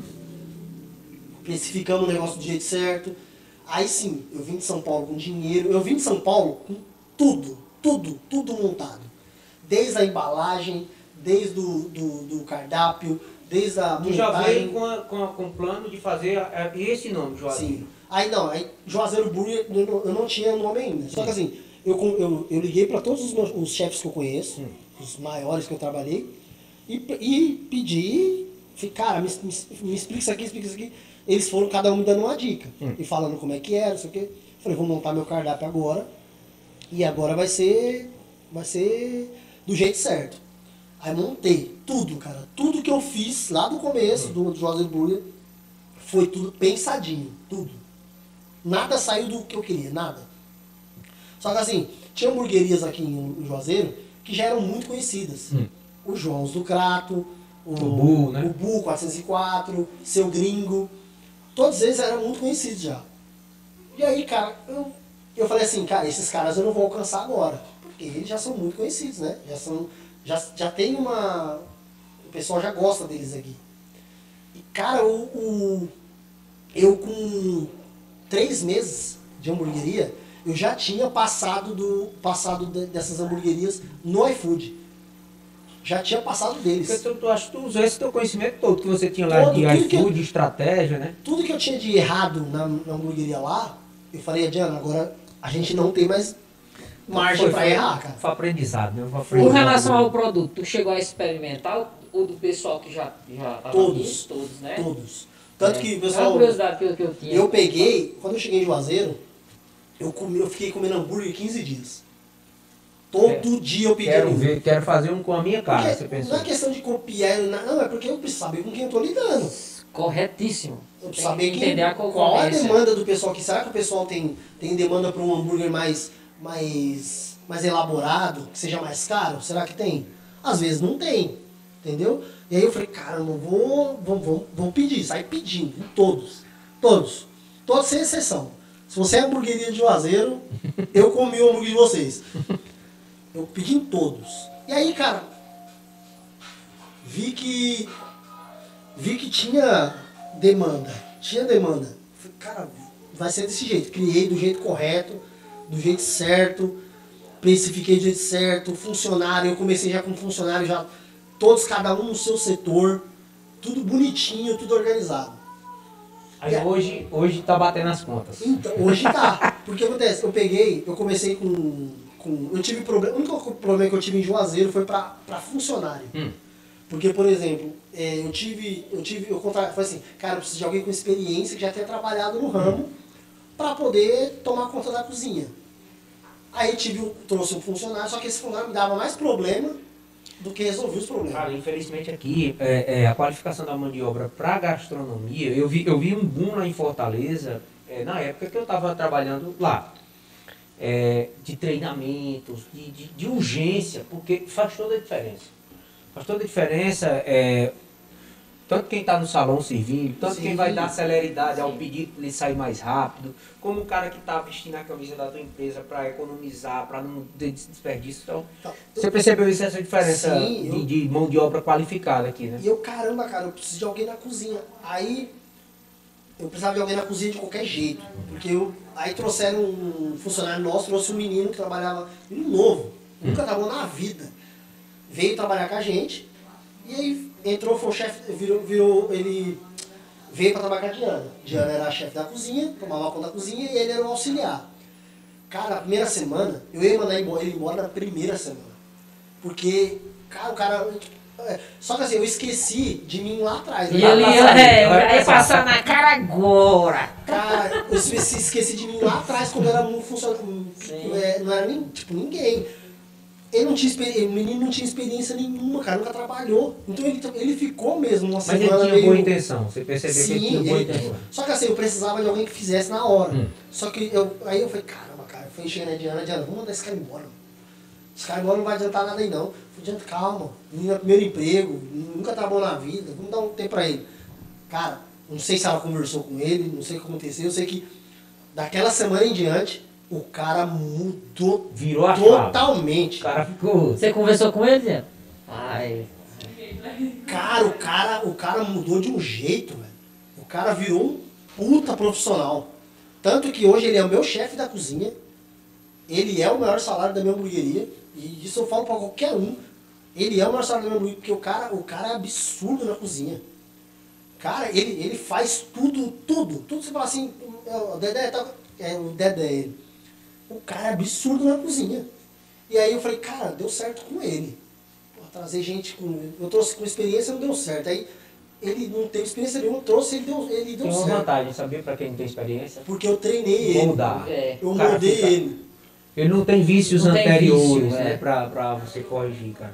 Precificamos o negócio do jeito certo. Aí sim, eu vim de São Paulo com dinheiro. Eu vim de São Paulo com tudo, tudo, tudo montado. Desde a embalagem, desde o do, do cardápio, desde a Tu já montagem. veio com, a- com, a- com o plano de fazer a- a- esse nome, Juazeiro. Sim. Aí não, aí Juazeiro Burger eu não, eu não tinha nome ainda. Só que assim, eu, com- eu, eu liguei para todos os, meus, os chefes que eu conheço, os maiores que eu trabalhei, e, pe- e pedi, falei, cara, me, me, me explica isso aqui, explica isso aqui. Eles foram cada um me dando uma dica. E falando como é que era, não sei o quê. Falei, vou montar meu cardápio agora. E agora vai ser. Vai ser do jeito certo. Aí montei tudo, cara. Tudo que eu fiz lá do começo do, do Juazeiro Burger foi tudo pensadinho. Tudo. Nada saiu do que eu queria, nada. Só que assim, tinha hamburguerias aqui em Juazeiro que já eram muito conhecidas. O João's do Crato, o, O Bu, né? o Bu quatrocentos e quatro, Seu Gringo. Todos eles eram muito conhecidos já. E aí, cara, eu, eu falei assim, cara, esses caras eu não vou alcançar agora. Porque eles já são muito conhecidos, né? Já são. Já, já tem uma. O pessoal já gosta deles aqui. E, cara, o, o- eu com três meses de hamburgueria, eu já tinha passado do passado de- dessas hamburguerias no iFood. já tinha passado Porque deles. tu, tu, acho que tu usou esse teu conhecimento todo que você tinha lá Todo, de tudo que- iFood, de estratégia, né? Tudo que eu tinha de errado na, na hamburgueria lá, eu falei, Diana, agora a gente não tem mais margem Foi- pra foi- errar, cara. Foi aprendizado, né? Foi Com aprendizado. relação ao produto, tu chegou a experimentar ou do pessoal que já já tava Todos. aqui? Todos, né? Todos. Tanto É. que o É uma pessoal. curiosidade que eu, que eu tinha. Eu peguei, quando eu cheguei em Juazeiro, eu, comi, eu fiquei comendo hambúrguer quinze dias. Todo dia eu pedi Quero hambúrguer. ver, quero fazer um com a minha cara, Porque você pensou. não é questão de copiar, não, é porque eu preciso saber com quem eu tô lidando. Corretíssimo. Eu preciso Tem saber que quem, entender a qual a concorrência. demanda do pessoal aqui. Será que o pessoal tem, tem demanda para um hambúrguer mais, mais, mais elaborado, que seja mais caro? Será que tem? Às vezes não tem, entendeu? E aí eu falei, caramba, vou, vou, vou, vou pedir, sai pedindo, todos, todos, todos sem exceção. Se você é hamburgueria de Juazeiro, eu comi o hambúrguer de vocês. Eu pedi em todos. E aí, cara, vi que vi que tinha demanda, tinha demanda. Falei, cara, vai ser desse jeito. Criei do jeito correto, do jeito certo, precifiquei do jeito certo, funcionário, eu comecei já com funcionário, já todos, cada um no seu setor, tudo bonitinho, tudo organizado. Aí hoje, hoje tá batendo as contas. Então, hoje tá. Porque acontece, eu peguei, eu comecei com. com eu tive problema. O único problema que eu tive em Juazeiro foi pra, pra funcionário. Hum. Porque, por exemplo, é, eu tive. Eu tive. Eu contra... Falei assim, cara, eu preciso de alguém com experiência que já tenha trabalhado no ramo pra poder tomar conta da cozinha. Aí tive, um- trouxe um funcionário, só que esse funcionário me dava mais problema do que resolvia os problemas. Cara, infelizmente aqui, é, é, a qualificação da mão de obra para gastronomia, eu vi, eu vi um boom lá em Fortaleza, é, na época que eu estava trabalhando lá, é, de treinamentos, de, de, de urgência, porque faz toda a diferença. Faz toda a diferença, é, tanto quem está no salão servindo, tanto Sim. quem vai dar celeridade ao pedido para ele sair mais rápido, como o cara que está vestindo a camisa da tua empresa para economizar, para não ter desperdício. Então, Então, você percebeu isso, essa diferença Sim, de, eu- de mão de obra qualificada aqui, né? E eu, caramba, cara, eu preciso de alguém na cozinha. Aí eu precisava de alguém na cozinha de qualquer jeito. Porque eu. Aí trouxeram um funcionário nosso, trouxe um menino que trabalhava, menino novo, nunca trabalhou na vida. Veio trabalhar com a gente, e aí entrou, foi o chefe, virou, virou, ele veio para trabalhar com a Diana. Diana era a chefe da cozinha, tomava conta da cozinha, e ele era o auxiliar. Cara, a primeira semana, eu ia mandar embora- ele embora na primeira semana. Porque, cara, o cara. é, Só que assim, eu esqueci de mim lá atrás. E né? ele Vai ia, passar, é, vai vai passar. passar na cara agora. Cara, eu esqueci, esqueci de mim lá atrás quando eu era um funcionário. Sim. é, Não era nem, tipo, ninguém. Ele não tinha experiência, o menino não tinha experiência nenhuma, cara, nunca trabalhou. Então ele, ele ficou mesmo uma Mas ele semana tinha meio... boa intenção, você percebeu que ele Sim, tinha boa ele- intenção. só que assim, eu precisava de alguém que fizesse na hora. Hum. Só que eu, aí eu falei, caramba, cara, eu fui chegar na Diana, Diana, vamos mandar esse cara embora. Mano. Esse cara embora não vai adiantar nada aí não. Eu falei, Diana, calma, menino é primeiro emprego, nunca trabalhou na vida, vamos dar um tempo pra ele. Cara, não sei se ela conversou com ele, não sei o que aconteceu, eu sei que daquela semana em diante, o cara mudou Virou a chave. totalmente. O cara ficou. Você conversou com ele, Zé? Ai. Cara, o cara, o cara mudou de um jeito, velho. O cara virou um puta profissional. Tanto que hoje ele é o meu chefe da cozinha. Ele é o maior salário da minha hamburgueria. E isso eu falo pra qualquer um. Ele é o maior salário da minha hamburgueria, porque o cara, o cara é absurdo na cozinha. Cara, ele, ele faz tudo, tudo. Tudo você fala assim, o Dedé tá. É, o Dedé, ele. O cara é absurdo na cozinha. E aí eu falei, cara, deu certo com ele. Pô, trazer gente com. Eu trouxe com experiência, não deu certo. Aí ele não teve experiência nenhuma, eu trouxe, ele deu, ele deu Tem uma certo. vantagem, sabia? Pra quem não tem experiência. Porque eu treinei ele. Moldar. É. Eu O cara moldei fica- ele. Ele não tem vícios Não tem anteriores, vício, né? é. Pra, pra você corrigir, cara.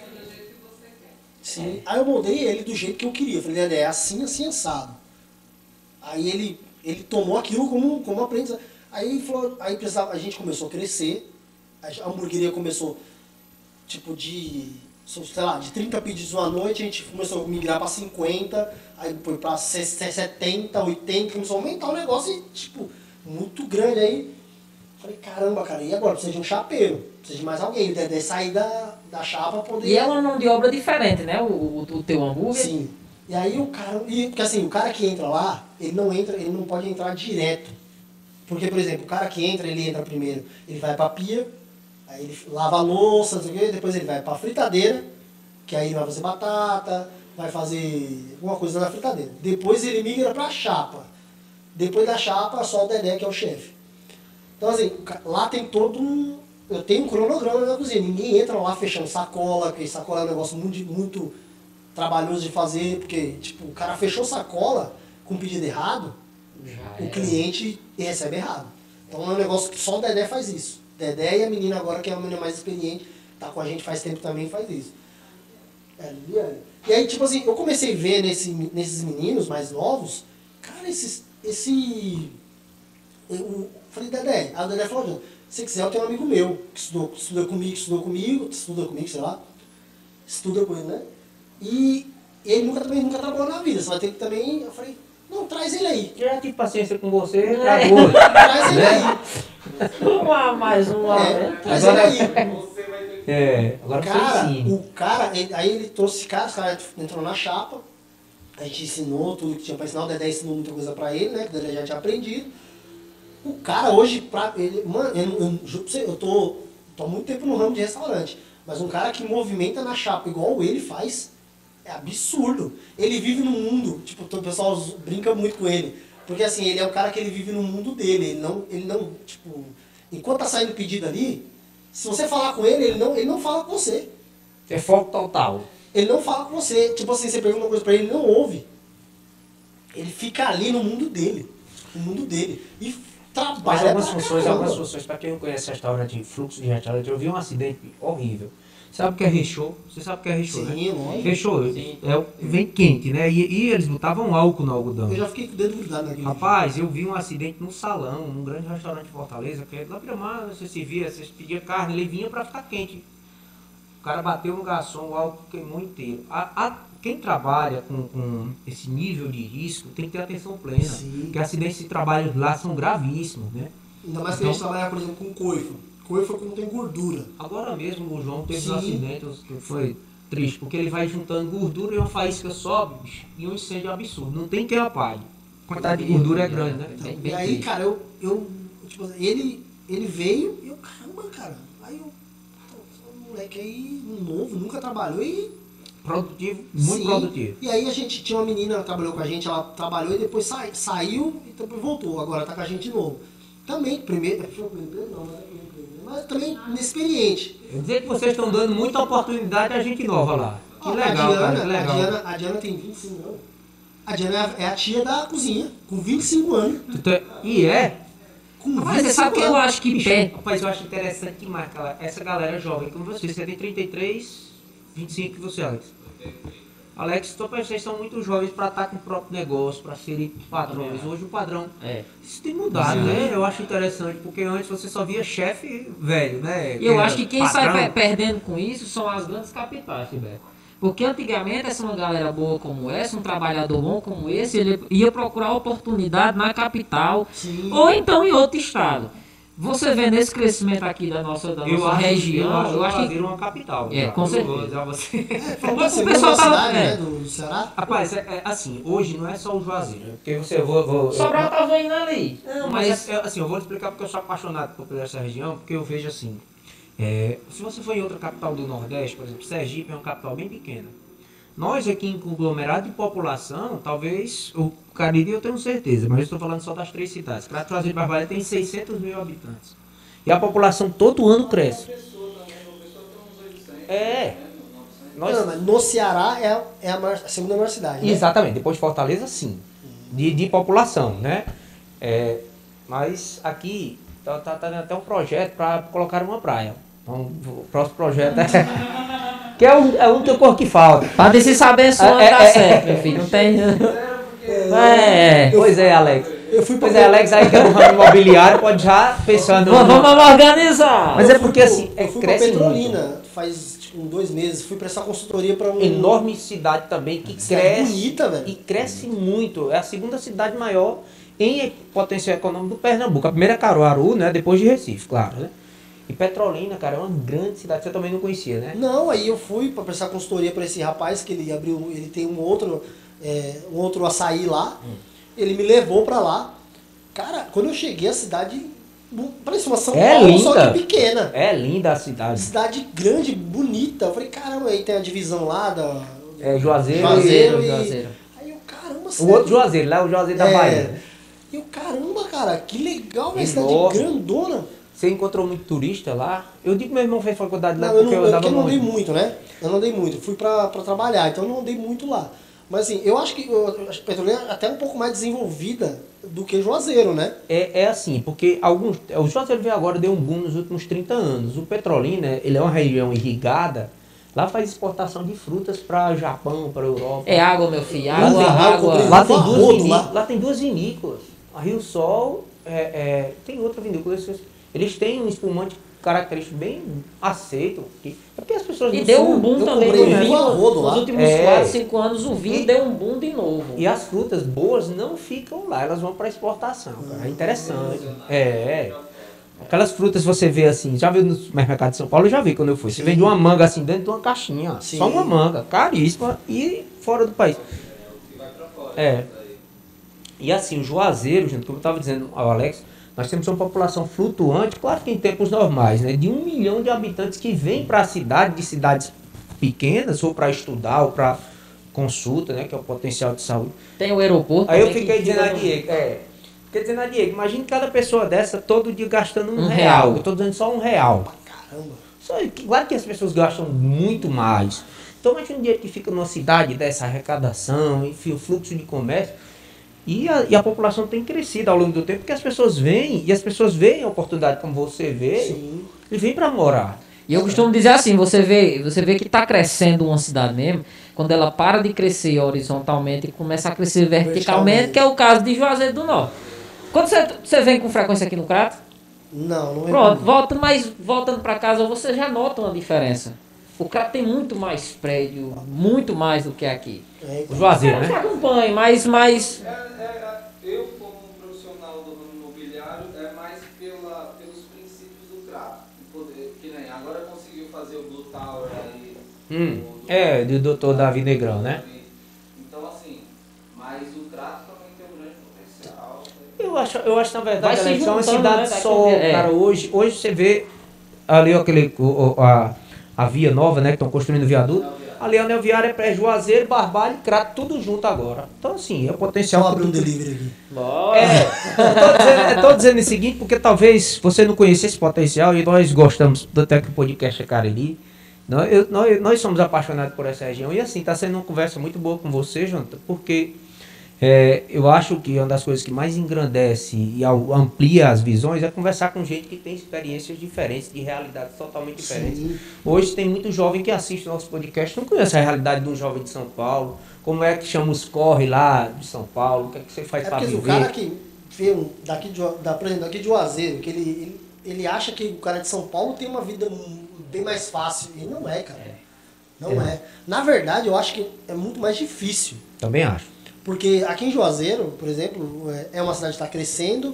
Sim. Aí eu moldei ele do jeito que eu queria. Eu falei, Dedé, é assim, assim, assado. Aí ele, ele tomou aquilo como, como aprendizado. Aí ele falou, aí precisava, a gente começou a crescer, a hamburgueria começou, tipo, de, sei lá, de trinta pedidos uma noite, a gente começou a migrar para cinquenta, aí foi para setenta, oitenta, começou a aumentar o negócio e, tipo, muito grande. Aí falei, caramba, cara, e agora? Precisa de um chapeiro, precisa de mais alguém, o Dedé sair da, da chapa pra poder... E é uma mão de obra diferente, né? O, o, o teu hambúrguer. Sim. E aí o cara. E, porque assim, o cara que entra lá, ele não entra, ele não pode entrar direto. Porque, por exemplo, o cara que entra, ele entra primeiro, ele vai pra pia, aí ele lava a louça, não sei o quê, depois ele vai pra fritadeira, que aí ele vai fazer batata, vai fazer alguma coisa na fritadeira. Depois ele migra pra chapa. Depois da chapa, só o Dedé, que é o chefe. Então, assim, lá tem todo um... Eu tenho um cronograma na cozinha. Ninguém entra lá fechando sacola, porque sacola é um negócio muito, muito trabalhoso de fazer, porque, tipo, o cara fechou sacola com pedido errado, Já o é. cliente recebe errado. Então é um negócio que só o Dedé faz isso. Dedé e a menina agora, que é uma menina mais experiente, tá com a gente faz tempo também, faz isso. É, Liliane. E aí, tipo assim, eu comecei a ver nesse, nesses meninos mais novos, cara, esses, esse... Eu falei, Dedé, aí o Dedé falou, se quiser, eu tenho um amigo meu, que estudou, estuda comigo, estudou comigo, estuda comigo, sei lá, estuda com ele, né? E ele nunca, também nunca trabalhou na vida, você vai ter que também, eu falei, não, traz ele aí. Eu já tive paciência com você, trago outro. Traz ele aí. Uma, mais uma. É, né? traz Agora- ele aí. Você vai ter que... É, agora você Cara, ensina. o cara, ele- aí ele trouxe esse cara, os caras entrou na chapa, a gente ensinou tudo que tinha pra ensinar, o Dedé ensinou muita coisa pra ele, né, que o Dedé já tinha aprendido. O cara hoje, pra ele, mano, eu, eu, juro pra você, eu tô, tô há muito tempo no ramo de restaurante, mas um cara que movimenta na chapa igual ele faz, é absurdo. Ele vive no mundo, tipo, o pessoal brinca muito com ele, porque assim, ele é o cara que ele vive no mundo dele, ele não, ele não, tipo, enquanto tá saindo pedido ali, se você falar com ele, ele não, ele não fala com você. É foco total. Ele não fala com você. Tipo assim, você pergunta uma coisa pra ele, ele não ouve. Ele fica ali no mundo dele. No mundo dele. E trabalha Mas algumas pra funções, caramba. algumas funções, para quem não conhece restaurante, fluxo de restaurante, eu vi um acidente horrível. Sabe o que é rechô? Você sabe o que é rechô, né? Sim, lógico. Rechô, Sim. é, o- vem quente, né? E, e eles botavam álcool no algodão. Eu já fiquei com o dedo grudado naquele Rapaz, eu vi um acidente num salão, num grande restaurante de Fortaleza, que é lá pela mar, você se via, você pedia carne, ele vinha para ficar quente. O cara bateu no garçom, o álcool queimou inteiro. A, a- quem trabalha com, com esse nível de risco tem que ter atenção plena. Sim. Porque acidentes de trabalho lá são gravíssimos, né? Ainda mais que a gente trabalha, por exemplo, com coifa. Coifa que não tem gordura. Agora mesmo o João teve Sim. um acidente que foi triste, porque ele vai juntando gordura e uma faísca sobe, bicho, e um incêndio absurdo. Não tem quem apague. A quantidade de gordura é grande, né? Bem, E bem aí, triste. cara, eu, eu tipo, assim, ele, ele veio e eu, caramba, cara. Aí eu, pô, esse moleque aí, novo, nunca trabalhou e Produtivo, muito sim. produtivo. E aí a gente tinha uma menina que trabalhou com a gente, ela trabalhou e depois sai, saiu e depois voltou, agora tá com a gente de novo. Também, primeiro, primeiro não, né? Mas também inexperiente. Quer dizer que vocês estão dando muita oportunidade a gente nova lá. Que Ó, legal, a Diana, cara, que A legal. Diana, a Diana tem vinte e cinco anos. A Diana é a tia da cozinha, com vinte e cinco anos. Tu tem- E é? Com Mas você sabe que eu acho que Bicho, pé. rapaz, eu acho interessante demais aquela, essa galera jovem como você. Você tem trinta e três, vinte e cinco que você, Alex. Alex, então, vocês são muito jovens para estar com o próprio negócio, para serem padrões. Hoje o padrão, É. isso tem mudado, né? Eu acho interessante, porque antes você só via chefe velho, né? E eu era acho que quem patrão. sai pe- perdendo com isso são as grandes capitais, Gilberto. Porque antigamente essa uma galera boa como essa, um trabalhador bom como esse, ele ia procurar oportunidade na capital Sim. ou então em outro estado. Você vê nesse crescimento aqui da nossa, da Eu nossa acho, região, eu acho, eu acho que Juazeiro uma capital. É, tá? com Eu certeza. vou dizer a você. Falando da O segunda pessoal tá- cidade, é. né, do, do Ceará. Rapaz, é, é, assim, hoje não é só o Juazeiro, né? Porque você vou, vou Sobral tava indo ali. Não, mas, é- é, assim, eu vou te explicar porque eu sou apaixonado por essa região, porque eu vejo assim, é, se você for em outra capital do Nordeste, por exemplo, Sergipe é uma capital bem pequena. Nós aqui em conglomerado de população, talvez o Cariri eu tenho certeza, mas eu estou falando só das três cidades. Crato, Juazeiro e Barbalha tem seiscentos mil habitantes. E a população todo ano cresce. É. Nós, Não, mas no Ceará é, a- é a, maior- a segunda maior cidade. Né? Exatamente, depois de Fortaleza, sim. De, de população, né? É, mas aqui tá, tá, tá até um projeto para colocar uma praia. Então, o próximo projeto é. Que é um, é um teu cor que falta. Padre se abençoando, É, é, dá é. certo, meu filho. Não tem. É. Pois é, Alex. Eu fui pra Pois é, Alex aí que é do ramo imobiliário, pode já pensando. Vamos vamos organizar. Mas é porque Eu assim, é, eu fui pra cresce Petrolina faz tipo, uns dois meses, fui prestar consultoria para um. muito. Enorme cidade também que Cidade cresce. bonita, velho. E cresce muito. É a segunda cidade maior em potencial econômico do Pernambuco. A primeira é Caruaru, né? Depois de Recife, claro, né? E Petrolina, cara, é uma grande cidade. Você também não conhecia, né? Não, aí eu fui para prestar consultoria para esse rapaz que ele abriu, ele tem um outro, é, um outro açaí lá. Ele me levou para lá. Cara, quando eu cheguei a cidade Parecia uma São É Paulo, só linda. que pequena. É linda a cidade. Cidade grande, bonita. Eu falei, caramba, aí tem a divisão lá da... É Juazeiro, Juazeiro e... e... Juazeiro. Aí eu, caramba, O outro Juazeiro, lá é o Juazeiro da É. Bahia. E eu, caramba, cara, que legal, uma cidade Enorme. grandona. Você encontrou muito turista lá? Eu digo que meu irmão fez faculdade lá Não, eu porque não, eu eu, andava porque eu não andei muito. muito, né? Eu não andei muito. Fui pra, pra trabalhar, então eu não andei muito lá. Mas assim, eu acho que eu, eu acho que Petrolina é até um pouco mais desenvolvida do que Juazeiro, né? É, é assim, porque alguns. O Juazeiro veio agora, deu um boom nos últimos trinta anos. O Petrolina, ele é uma região irrigada. Lá faz exportação de frutas para Japão, para Europa. É água, meu filho. Lá Água, tem água, água. cobrindo. Lá tem, Uma duas rodo viní- lá. lá tem duas vinícolas. A Rio Sol, é, é, tem outra vinícola. esses- Eles têm um espumante característico bem aceito. Que, é porque as pessoas E do deu sul- um boom eu também comprei no um vinho. arrodo lá. Nos últimos É. quatro, cinco anos o vinho E- deu um boom de novo. E as frutas boas não ficam lá, elas vão para exportação, cara. É interessante. É, é. Aquelas frutas você vê assim, já viu no supermercado de São Paulo, eu já vi quando eu fui. Você Sim. vende uma manga assim dentro de uma caixinha, ó. Sim. Só uma manga, caríssima e fora do país. É. E assim, o Juazeiro, gente, como eu estava dizendo ao Alex, nós temos uma população flutuante, claro que em tempos normais, né? De um milhão de habitantes que vêm para a cidade, de cidades pequenas, ou para estudar, ou para consulta, né? Que é o potencial de saúde. Tem o aeroporto. Aí eu também, fiquei que dizendo fica a no- Diego, é. Fiquei dizendo a Diego, imagine cada pessoa dessa todo dia gastando um, Um real. real. Eu estou dizendo só um real. Caramba. Só, que- claro que as pessoas gastam muito mais. Então imagina um dinheiro que fica numa cidade dessa arrecadação, enfim, o fluxo de comércio. E a, e a população tem crescido ao longo do tempo, porque as pessoas vêm, e as pessoas veem a oportunidade como você vê, Sim. e vêm para morar. E eu costumo dizer assim, você vê, você vê que está crescendo uma cidade mesmo, quando ela para de crescer horizontalmente e começa a crescer verticalmente, Verticalmente. que é o caso de Juazeiro do Norte. Quando você, você vem com frequência aqui no Crato, Não, não é. pronto, voltando, mas voltando para casa, você já nota uma diferença. O Crato tem muito mais prédio, muito mais do que aqui. É, O então. Juazeiro, Eu te né? acompanho, mas, mas É, é, eu, como um profissional do ramo imobiliário, é mais pela, pelos princípios do trato. Poder, que nem agora conseguiu fazer o Blue Tower aí. Hum, do- do- é, do doutor Davi Negrão, né? Então, assim, mas o trato também tem um grande potencial. Eu acho, eu acho na Vai verdade, se Alex, é uma juntando, cidade né, daqui só, a- é. cara. Hoje, hoje você vê ali aquele, o- o- a, a via nova, né, que estão construindo o viaduto. Ali a Anel Viária é Juazeiro, Barbalho e Crato, tudo junto agora. Então, assim, é o potencial. Só abrir um futuro. delivery aqui. bora. É, eu tô dizendo, eu tô dizendo o seguinte, porque talvez você não conheça esse potencial e nós gostamos do até que o podcast é Cariri. Nós, eu- nós, nós somos apaixonados por essa região e assim, está sendo uma conversa muito boa com você, Jonathan, porque é, eu acho que uma das coisas que mais engrandece e au- amplia as visões é conversar com gente que tem experiências diferentes, de realidades totalmente diferentes. Sim. Hoje tem muito jovem que assiste nosso podcast, não conhece a realidade de um jovem de São Paulo, como é que chama os corre lá de São Paulo, o que é que você faz É para porque viver. o cara que vê um, daqui, de, da, por exemplo, daqui de Juazeiro, que ele, ele, ele acha que o cara de São Paulo tem uma vida bem mais fácil. E não é, cara. Não é. Na verdade, eu acho que é muito mais difícil. Também acho. Porque aqui em Juazeiro, por exemplo, é- é uma cidade que está crescendo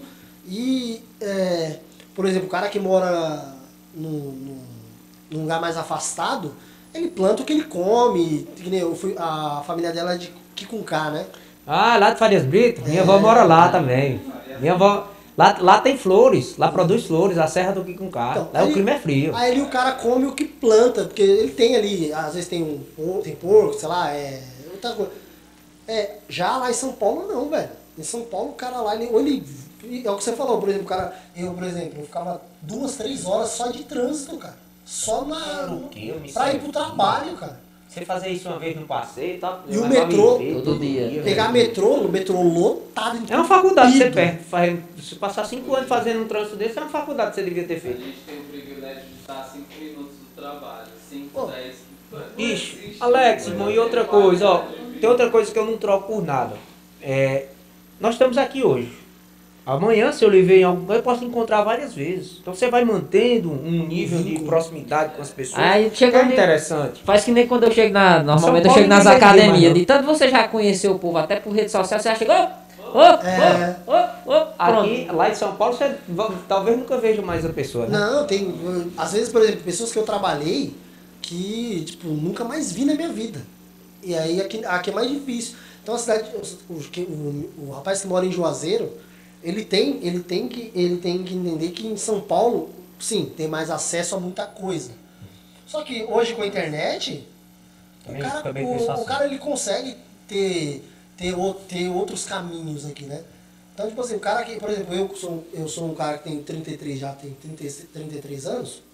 e, é, por exemplo, o cara que mora num, num- num lugar mais afastado, ele planta o que ele come. Que nem eu fui, a família dela é de Quicuncá, né? Ah, lá de Farias Brito, minha É. avó mora lá também. Minha avó, lá, lá tem flores, lá produz flores, a Serra do Quicuncá. Então, Lá o aí- clima é frio. Aí ali o cara come o que planta, porque ele tem ali, às vezes tem um por- tem porco, sei lá, é outra coisa. É, já lá em São Paulo não, velho. Em São Paulo o cara lá, ele, ou ele, é o que você falou, por exemplo, o cara, eu, por exemplo, eu ficava duas, três horas só de trânsito, cara. Só na, O quê? Eu me pra sei. ir pro trabalho, cara. Você fazer isso uma vez no passeio, tá? E o Vai pra metrô, viver todo dia. Pegar metrô, no metrô lotado. É uma faculdade que você entupido. perde. Faz- Se passar cinco anos fazendo um trânsito desse, é uma faculdade que você devia ter A feito. gente tem o privilégio de estar a cinco minutos do trabalho. cinco, Pô. dez. Bicho, Alex, irmão, e outra coisa, ó. Tem outra coisa que eu não troco por nada. É, nós estamos aqui hoje. Amanhã, se eu levei em algum lugar, eu posso encontrar várias vezes. Então você vai mantendo um nível de Vínculo. proximidade com as pessoas. Aí que chega é um dia- interessante. Faz que nem quando eu chego na. Normalmente São eu chego Paulo nas ninguém vê mais, academias. não. De tanto você já conheceu o povo, até por rede social, você já chega. Ô, ô, É. ô, ô, ô, Aqui, pronto. lá em São Paulo, você va- talvez nunca veja mais a pessoa, né? Não, tem, às vezes, por exemplo, pessoas que eu trabalhei que, tipo, nunca mais vi na minha vida. E aí aqui, aqui é mais difícil. Então a cidade, o, o, o, o rapaz que mora em Juazeiro, ele tem, ele tem que, ele tem que entender que em São Paulo, sim, tem mais acesso a muita coisa. Só que hoje com a internet, Também- o cara, também o, tem essa o cara ele consegue ter, ter, o- ter outros caminhos aqui, né? Então, tipo assim, o cara que, por exemplo, eu sou, eu sou um cara que tem trinta e três, já tem trinta, trinta e três anos,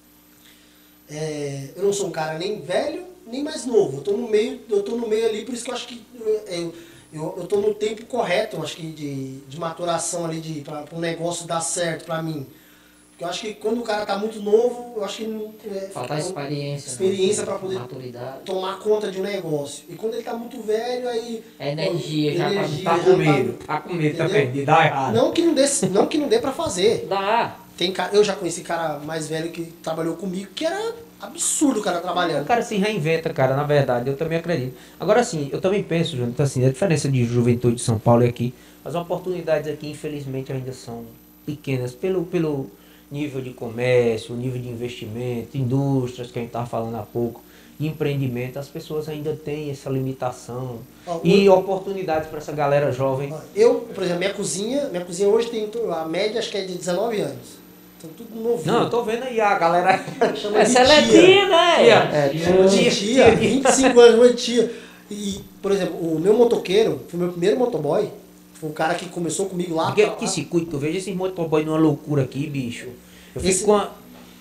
é, eu não sou um cara nem velho, nem mais novo. Eu tô no meio, eu tô no meio ali, por isso que eu acho que eu, eu, eu tô no tempo correto, eu acho que de, de maturação ali, de, para o negócio dar certo pra mim. Porque eu acho que quando o cara tá muito novo, eu acho que não é, Falta experiência. experiência né? para poder Maturidade. tomar conta de um negócio. E quando ele tá muito velho, aí. É energia já pra- energia, Tá já com medo, tá com medo Entendeu? também de dar errado. Não que não dê, não que não dê para fazer. Dá. Tem cara, eu já conheci cara mais velho que trabalhou comigo, que era absurdo o cara O trabalhando. cara se reinventa, cara, na verdade, eu também acredito. Agora sim, eu também penso, Jonathan, assim, a diferença de juventude de São Paulo e aqui, as oportunidades aqui, infelizmente, ainda são pequenas, pelo, pelo nível de comércio, nível de investimento, indústrias, que a gente estava falando há pouco, de empreendimento, as pessoas ainda têm essa limitação. Ó, E o- oportunidades para essa galera jovem. Eu, por exemplo, minha cozinha, minha cozinha hoje tem a média, acho que é de dezenove anos. Então tudo novinho. Não, eu tô vendo aí a galera. Chama É de seletinha, tia. né? É, Chama de Tia, tia, tia. vinte e cinco anos, chama de tia. E, por exemplo, o meu motoqueiro, foi o meu primeiro motoboy, foi o cara que começou comigo lá. Que, lá- que se cuide, que eu vejo esse motoboy numa loucura aqui, bicho. Eu fico Esse- com a...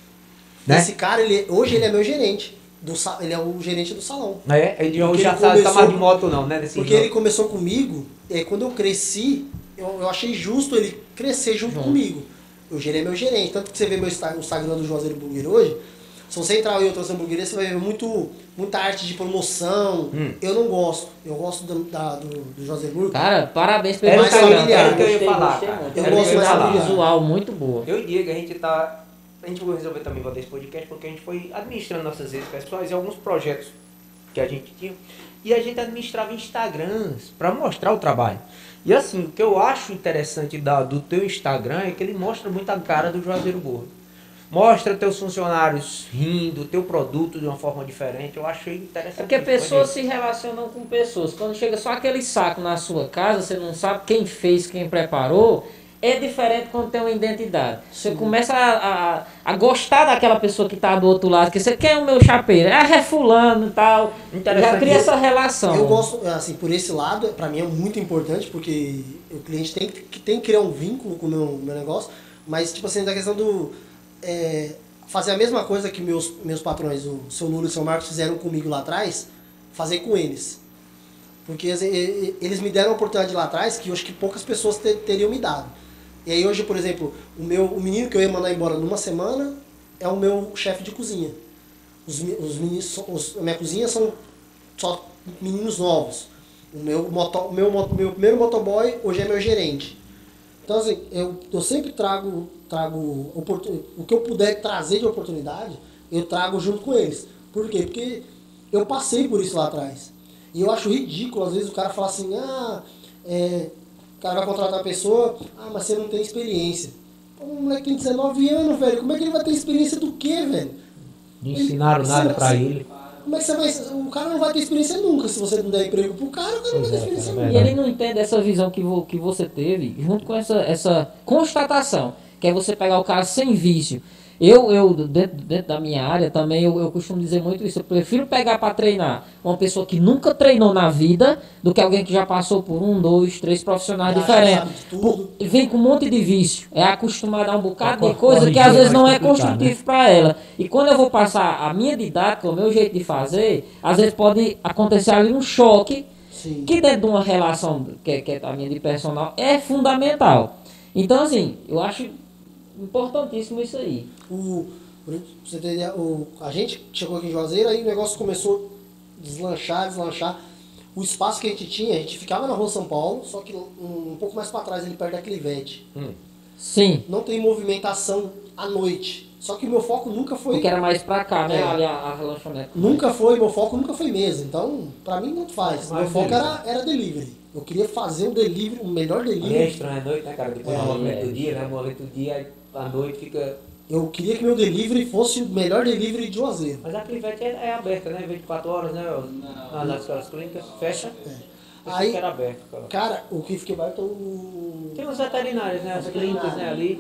Né? Esse cara, ele, hoje ele é meu gerente. Do, sa- ele é o gerente do salão. É, ele Porque já ele sabe, tá começou- mais de moto não, né? Desse Porque jogo. ele começou comigo, e quando eu cresci, eu, eu achei justo ele crescer junto comigo. Hoje ele é meu gerente. Tanto que você vê meu Insta- o Instagram do Juazeiro Burgueiro hoje, se você entrar em outras hamburguerias, você vai ver muito, muita arte de promoção. Hum. Eu não gosto. Eu gosto do, da, do, do Juazeiro Burgueiro. Cara, parabéns pelo Era o que eu- Instagram. era o que eu ia Gostei, falar, gostei cara. muito. Eu É gosto uma mais arte familiar. visual muito boa. Eu e Diego, a gente tá... A gente vai resolver também fazer esse podcast porque a gente foi administrando nossas redes pessoais e alguns projetos que a gente tinha. E a gente administrava Instagrams para mostrar o trabalho. E assim, o que eu acho interessante da, do teu Instagram é que ele mostra muito a cara do Juazeiro Gordo. Mostra teus funcionários rindo, teu produto de uma forma diferente. Eu achei interessante. É porque pessoas se relacionam com pessoas. Quando chega só aquele saco na sua casa, você não sabe quem fez, quem preparou. É diferente quando tem uma identidade. Você começa a, a, a gostar daquela pessoa que está do outro lado, que você quer o meu chapeiro, é refulano e tal. Interessante. Já cria essa relação. Eu gosto, assim, por esse lado, pra mim é muito importante, porque o cliente tem que, tem que criar um vínculo com o meu, meu negócio, mas, tipo assim, da questão do... é, fazer a mesma coisa que meus, meus patrões, o seu Nuno e o seu Marcos, fizeram comigo lá atrás, fazer com eles. Porque assim, e- e- eles me deram uma oportunidade lá atrás que eu acho que poucas pessoas te- teriam me dado. E aí hoje, por exemplo, o, meu, o menino que eu ia mandar embora numa semana é o meu chefe de cozinha. Os, me- os meninos, são- os, a minha cozinha são só meninos novos. O meu, moto, o meu, mo- meu primeiro motoboy hoje é meu gerente. Então, assim, eu, eu sempre trago, trago oportun, o que eu puder trazer de oportunidade, eu trago junto com eles. Por quê? Porque eu passei por isso lá atrás. E eu acho ridículo, às vezes, o cara falar assim, ah, é, o cara vai contratar a pessoa, ah, mas você não tem experiência. Pô, o moleque tem dezenove anos, velho, como é que ele vai ter experiência do quê, velho? Não ensinaram Ele- nada você- pra você- ele. Como é que você vai... O cara não vai ter experiência nunca, se você não der emprego pro cara, o cara não vai ter Pois é, experiência cara, é nunca. E ele não entende essa visão que, vo, que você teve, junto com essa, essa constatação, que é você pegar o cara sem vício. Eu, eu dentro, dentro da minha área também, eu, eu costumo dizer muito isso. Eu prefiro pegar para treinar uma pessoa que nunca treinou na vida do que alguém que já passou por um, dois, três profissionais Já diferentes. sabe de tudo. Por- vem com um monte de vício. É acostumado a um bocado Pra de coisa que corrigir às é vezes mais não é complicado, construtivo para ela. E quando eu vou passar a minha didática, o meu jeito de fazer, às vezes pode acontecer ali um choque Sim. que dentro de uma relação que, que é a minha de personal é fundamental. Então, assim, eu acho importantíssimo isso aí. O, pra você ter ideia, o, a gente chegou aqui em Juazeiro, aí o negócio começou a deslanchar, deslanchar. O espaço que a gente tinha, a gente ficava na rua São Paulo, só que um, um pouco mais para trás, ele perto da Clivete. Sim, Não tem movimentação à noite. Só que o meu foco nunca foi. porque era mais pra cá, né? É. Ali a, a lanchonete. Nunca foi, meu foco nunca foi mesa. Então, pra mim, não faz. Mas Meu foco delivery. era, era delivery. Eu queria fazer o delivery, o melhor Ali é delivery. estranho à noite, né, cara? Depois É, do movimento é. do dia, né? O movimento do dia, aí à noite fica... Eu queria que meu delivery fosse o melhor delivery de Juazeiro. Mas a Clivete é, é aberta, né? vinte e quatro horas, né? Não. Nas escolas clínicas, fecha. É. Aí, que era aberto, cara. cara, o que fica aberto é o... Tem os veterinários, né? As clínicas, né? Ali.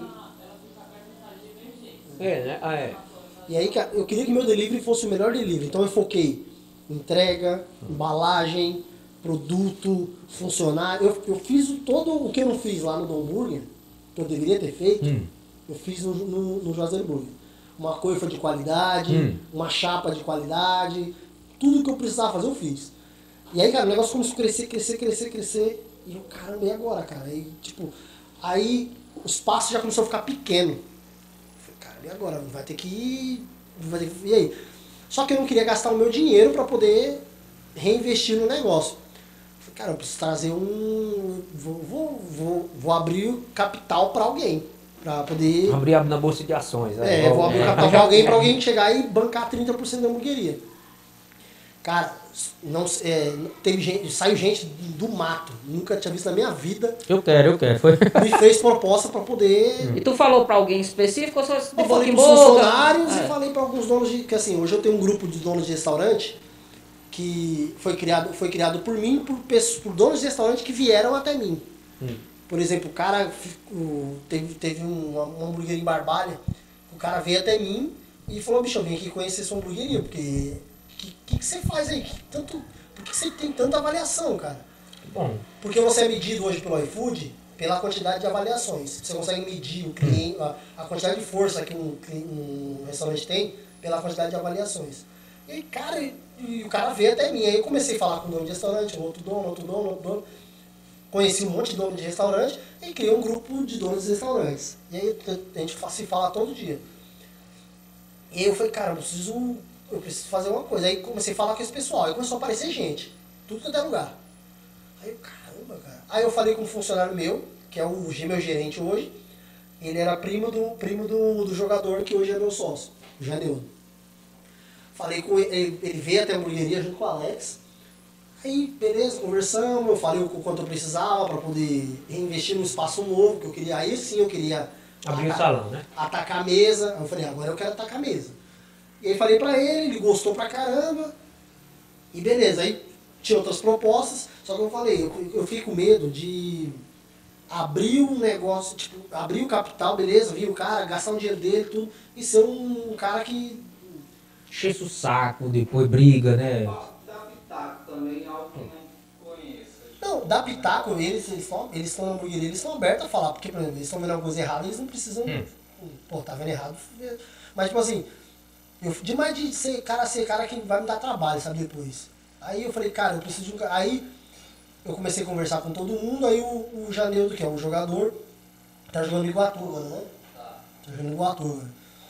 É, né? Ah, é. E aí, cara, eu queria que meu delivery fosse o melhor delivery. Então eu foquei em entrega, embalagem, produto, funcionário. Eu, eu fiz todo o que eu não fiz lá no Dom Burger, que eu deveria ter feito, Hum. eu fiz no, no, no Juazeiro Burger. Uma coifa de qualidade, Hum. uma chapa de qualidade, tudo que eu precisava fazer eu fiz. E aí, cara, o negócio começou a crescer, crescer, crescer, crescer. E eu, caramba, e agora, cara? Aí, tipo, aí o espaço já começou a ficar pequeno. Eu falei, cara, e agora? Vai ter que ir. Vai ter que... E aí? Só que eu não queria gastar o meu dinheiro para poder reinvestir no negócio. Eu falei, cara, eu preciso trazer um. Vou, vou, vou, vou abrir o capital para alguém. Para poder. Abrir na bolsa de ações. É, vou abrir o capital para alguém, para alguém chegar e bancar trinta por cento da hamburgueria. Cara, não, é, teve gente, saiu gente do mato, nunca tinha visto na minha vida. Eu quero, eu quero. Foi. Me fez proposta para poder. E tu falou pra alguém específico ou só de Eu boca falei em para os boca? funcionários É. e falei para alguns donos de. Que assim, hoje eu tenho um grupo de donos de restaurante que foi criado, foi criado por mim, por, pessoas, por donos de restaurante que vieram até mim. Hum. Por exemplo, o cara o, teve, teve uma, uma hamburgueria em Barbalha, o cara veio até mim e falou, bicho, eu vim aqui conhecer sua hamburgueria, porque o que, que, que você faz aí? Que tanto, por que você tem tanta avaliação, cara? Bom. Porque você é medido hoje pelo iFood pela quantidade de avaliações. Você consegue medir o cliente, a, a quantidade de força que um, um restaurante tem pela quantidade de avaliações. E aí, cara, e, e o cara veio até mim. Aí eu comecei a falar com o dono de restaurante, outro dono, outro dono, outro dono. Conheci um monte de dono de restaurante e criei um grupo de donos de restaurantes. E aí a gente se fala todo dia. E aí eu falei, cara, eu preciso, eu preciso fazer uma coisa. Aí comecei a falar com esse pessoal. Aí começou a aparecer gente. Tudo quanto é lugar. Aí eu, caramba, cara. Aí eu falei com um funcionário meu, que é o meu gerente hoje. Ele era primo do, primo do, do jogador que hoje é meu sócio, o Janeudo. Falei com ele, ele veio até a hamburgueria junto com o Alex. Aí, beleza, conversamos, eu falei o quanto eu precisava para poder reinvestir num espaço novo, que eu queria, aí sim eu queria Abrir o atacar, salão, né? atacar a mesa. Aí eu falei, agora eu quero atacar a mesa. E aí falei pra ele, ele gostou pra caramba. E beleza, aí tinha outras propostas, só que eu falei, eu, eu fiquei com medo de abrir um negócio, tipo, abrir o capital, beleza, vir o cara, gastar um dinheiro dele, tudo, e ser um, um cara que... Enche o saco, depois briga, né? Dá pitaco também, algo que não conheça. Não, dá pitaco, eles eles estão eles estão na hamburgueria, eles estão abertos a falar, porque, por exemplo, eles estão vendo alguma coisa errada, eles não precisam, Hum. pô, tá vendo errado. Mas, tipo assim, eu, demais de ser cara, ser cara que vai me dar trabalho, sabe, depois. Aí eu falei, cara, eu preciso de um cara. Aí eu comecei a conversar com todo mundo, aí o, o Janeudo, que é um jogador, tá jogando em Iguatu agora, né? Tá jogando em Iguatu agora.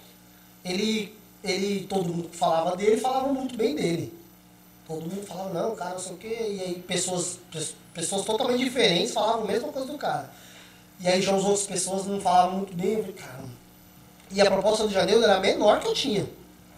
Ele, ele, todo mundo que falava dele, falava muito bem dele. Todo mundo falava, não, cara, não sei o quê. E aí pessoas, pessoas totalmente diferentes falavam a mesma coisa do cara. E aí já as outras pessoas não falavam muito bem, eu falei, caramba. E a proposta do Janeudo era menor que eu tinha.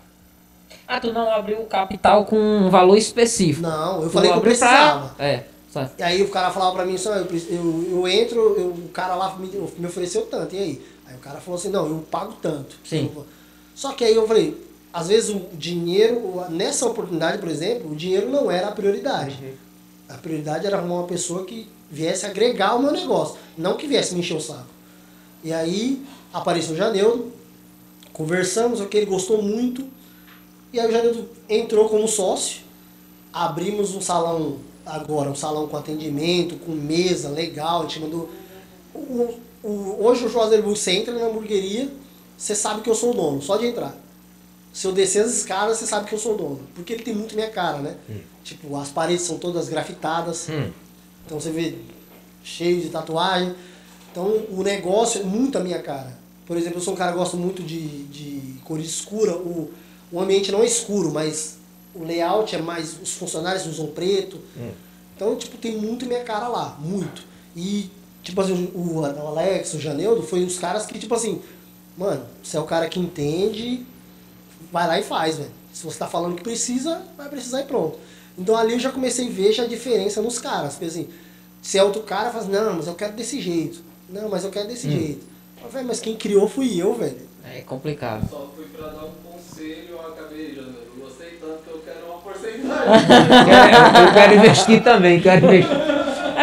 Ah, tu não abriu o capital com um valor específico. Não, eu Tu falei que eu abriu pra- precisava. É, sabe? E aí o cara falava pra mim assim, eu, eu, eu entro, eu, o cara lá me, me ofereceu tanto, e aí? Aí o cara falou assim, não, eu pago tanto. Sim. Eu- só que aí eu falei, às vezes o dinheiro, nessa oportunidade, por exemplo, o dinheiro não era a prioridade. A prioridade era arrumar uma pessoa que viesse agregar o meu negócio, não que viesse me encher o saco. E aí apareceu o Janeudo, conversamos, o que ele gostou muito, e aí o Janeudo entrou como sócio, abrimos um salão agora, um salão com atendimento, com mesa legal, a gente mandou... O, o, hoje o Juazeiro Burger, você entra na hamburgueria, você sabe que eu sou o dono, só de entrar. Se eu descer as escadas, você sabe que eu sou o dono. Porque ele tem muito minha cara, né? Hum. Tipo, as paredes são todas grafitadas. Hum. Então você vê cheio de tatuagem. Então o negócio é muito a minha cara. Por exemplo, eu sou um cara que gosta muito de, de cor escura. O, o ambiente não é escuro, mas o layout é mais... Os funcionários usam preto. Hum. Então, tipo, tem muito minha cara lá. Muito. E, tipo assim, o, o Alex, o Janeudo, foi os caras que, tipo assim... Mano, você é o cara que entende... Vai lá e faz, velho. Se você tá falando que precisa, vai precisar e pronto. Então ali eu já comecei a ver já a diferença nos caras. Porque assim, se é outro cara, faz, não, mas eu quero desse jeito. Não, mas eu quero desse Hum. jeito. Eu falei, mas quem criou fui eu, velho. É complicado. Só fui pra dar um conselho, eu acabei, já, eu gostei tanto que eu quero uma porcentagem. Eu quero investir também, quero investir.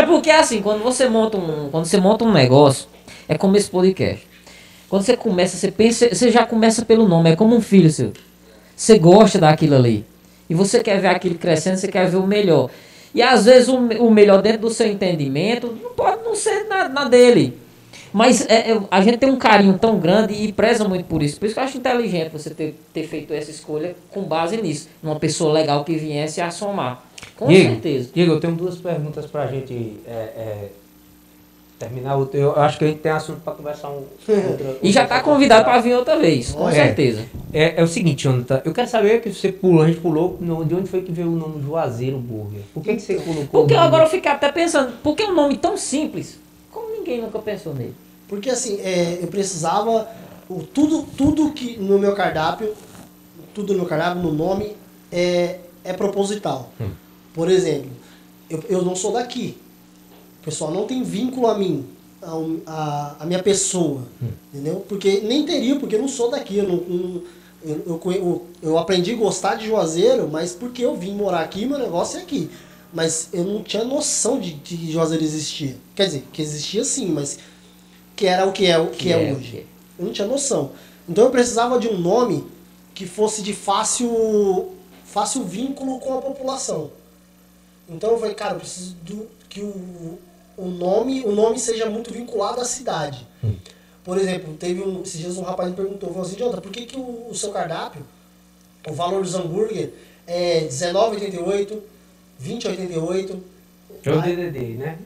É porque assim, quando você monta um, quando você monta um negócio, é como esse podcast. Quando você começa, você pensa, você já começa pelo nome, é como um filho seu. Você gosta daquilo ali. E você quer ver aquilo crescendo, você quer ver o melhor. E às vezes o, o melhor dentro do seu entendimento não pode não ser na, na dele. Mas é, é, a gente tem um carinho tão grande e preza muito por isso. Por isso que eu acho inteligente você ter, ter feito essa escolha com base nisso. Numa pessoa legal que viesse a somar. Com Diego, certeza. Diego, eu tenho duas perguntas pra gente é, é, terminar. O eu acho que a gente tem assunto pra conversar um. Outra, E já está convidado para vir outra vez, com É. certeza. É, é o seguinte, Jonathan, eu quero saber que você pulou, a gente pulou, no- de onde foi que veio o nome Juazeiro Burger? Por que, que você colocou Porque o nome? agora eu fiquei até pensando, por que um nome tão simples? Como ninguém nunca pensou nele? Porque assim, é, eu precisava. O, tudo, tudo que no meu cardápio, tudo no meu cardápio, no nome, é, é proposital. Hum. Por exemplo, eu, eu não sou daqui. O pessoal não tem vínculo a mim, a, a, a minha pessoa. Hum. Entendeu? Porque nem teria, porque eu não sou daqui. Eu, não, não- eu, eu, conhe- eu, eu aprendi a gostar de Juazeiro, mas porque eu vim morar aqui, meu negócio é aqui. Mas eu não tinha noção de de que Juazeiro existia. Quer dizer, que existia sim, mas que era o que é, o que é, o hoje. que é. Eu não tinha noção. Então eu precisava de um nome que fosse de fácil, fácil vínculo com a população. Então eu falei, cara, eu preciso do, que o, o, nome, o nome seja muito vinculado à cidade. Hum. Por exemplo, teve um, esses dias um rapaz me perguntou, falou assim, Jonathan, por que, que o, o seu cardápio, o valor dos hambúrguer é dezenove reais e oitenta e oito centavos, vinte reais e oitenta e oito centavos. É o Aí- D D D, né?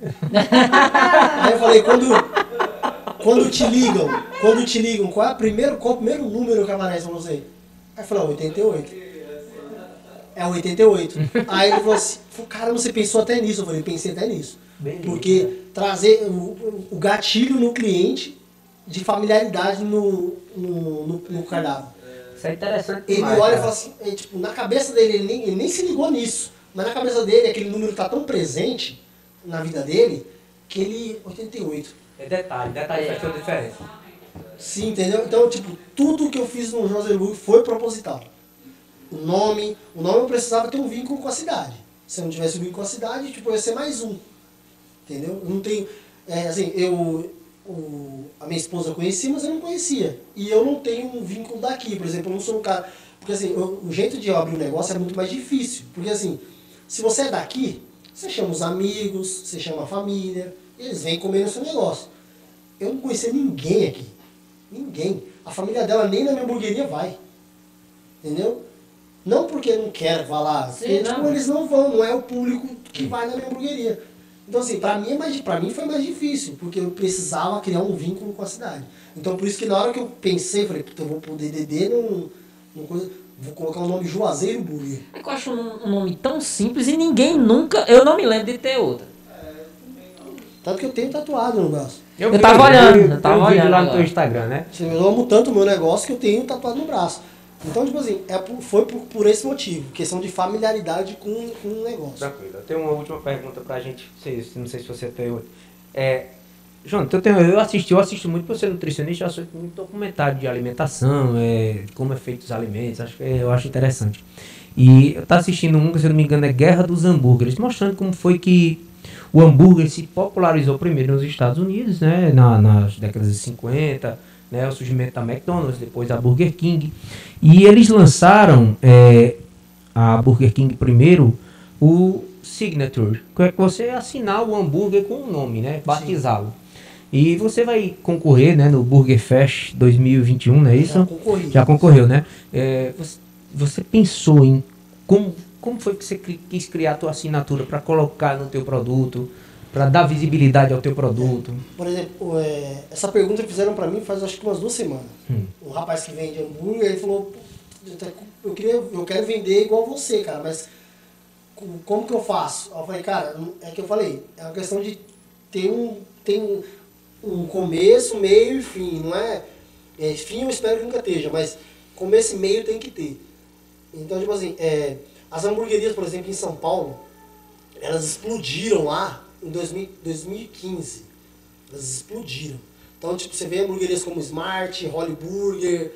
Aí eu falei, quando, quando te ligam, quando te ligam, qual é, a primeiro, qual é o primeiro número que aparece pra você? Aí eu falei, ó, oitenta e oito. É o oitenta e oito. Aí ele falou assim, cara, você pensou até nisso? Eu falei, pensei até nisso. Beleza. Porque trazer o, o- o gatilho no cliente de familiaridade no, no, no, no cardápio. Isso é interessante Ele demais, olha e cara. fala assim, é, tipo, na cabeça dele, ele nem, ele nem se ligou nisso. Mas na cabeça dele, aquele número tá tão presente na vida dele, que ele... oitenta e oito. É detalhe, detalhe faz toda a diferença. Sim, entendeu? Então, tipo, tudo que eu fiz no Joselburg foi proposital. O nome, o nome eu precisava ter um vínculo com a cidade. Se eu não tivesse um vínculo com a cidade, tipo, eu ia ser mais um. Entendeu? Eu não tenho... É, assim, eu... O, a minha esposa eu conhecia, mas eu não conhecia. E eu não tenho um vínculo daqui. Por exemplo, eu não sou um cara... Porque, assim, eu- o jeito de eu abrir um negócio é muito mais difícil. Porque, assim, se você é daqui, você chama os amigos, você chama a família, eles vêm comer no seu negócio. Eu não conhecia ninguém aqui. Ninguém. A família dela nem na minha hamburgueria vai. Entendeu? Não porque não quer vá lá. Sim, Porque, não. tipo, eles não vão, não é o público que vai na minha hamburgueria. Então, assim, pra mim, é mais, pra mim foi mais difícil, porque eu precisava criar um vínculo com a cidade. Então, por isso que na hora que eu pensei, falei, puta, eu vou pro D D D, num, num coisa, vou colocar o nome Juazeiro Burger. É que eu acho um, um nome tão simples e ninguém nunca... Eu não me lembro de ter outra. Tanto que eu tenho tatuado no braço. Eu vi- tava olhando, vi- eu tava vi um vídeo olhando lá no agora. teu Instagram, né? Eu amo tanto o meu negócio que eu tenho tatuado no braço. Então, tipo assim, é por- foi por, por esse motivo, questão de familiaridade com, com o negócio. Tranquilo. Eu tenho uma última pergunta pra gente. Não sei, não sei se você tem outra. É, Jonathan, eu, tenho, eu assisti, eu assisto muito por ser nutricionista, eu assisto muito documentário de alimentação, é, como é feito os alimentos, acho que é- eu acho interessante. E eu estava assistindo um, que se eu não me engano, é Guerra dos Hambúrgueres, mostrando como foi que o hambúrguer se popularizou primeiro nos Estados Unidos, né, na, nas décadas de cinquenta, né, o surgimento da McDonald's, depois da Burger King. E eles lançaram, é, a Burger King primeiro, o Signature, que é que você assinar o hambúrguer com o nome, né, batizá-lo. E você vai concorrer, né, no Burger Fest dois mil e vinte e um, não é isso? Já concorri. Já concorreu, né? É, você, você pensou em como, como foi que você cri- quis criar a tua assinatura para colocar no teu produto, para dar visibilidade ao teu produto? Por exemplo, é, essa pergunta que fizeram pra mim faz acho que umas duas semanas. Hum. Um rapaz que vende hambúrguer, ele falou, "Pô, eu, queria, eu quero vender igual você, cara, mas co- como que eu faço? Eu falei, cara, é que eu falei, é uma questão de ter um, ter um, um começo, meio e fim, não é, é... Fim eu espero que nunca esteja, mas começo e meio tem que ter. Então, tipo assim, é, as hamburguerias, por exemplo, em São Paulo, elas explodiram lá em dois mil, dois mil e quinze. Elas explodiram. Então, tipo, você vê hamburguerias como Smart, Holly Burger,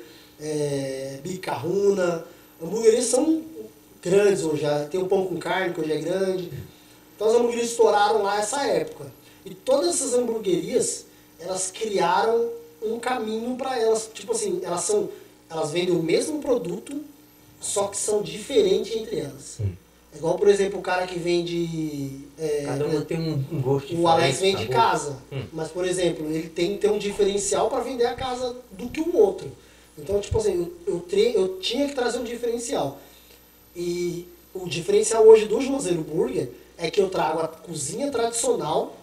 é, Big Kahuna. Hamburguerias são grandes hoje. já Tem o pão com carne, que hoje é grande. Então as hamburguerias estouraram lá nessa época. E todas essas hamburguerias, elas criaram um caminho para elas, tipo assim, elas são, elas vendem o mesmo produto, só que são diferentes entre elas. Hum. É igual, por exemplo, o cara que vende... É, Cada uma tem um, um gosto diferente. O Alex vende sabor. casa, hum. mas, por exemplo, ele tem que ter um diferencial para vender a casa do que o outro. Então, tipo assim, eu, eu, tre- eu tinha que trazer um diferencial. E o diferencial hoje do Juazeiro Burger é que eu trago a cozinha tradicional,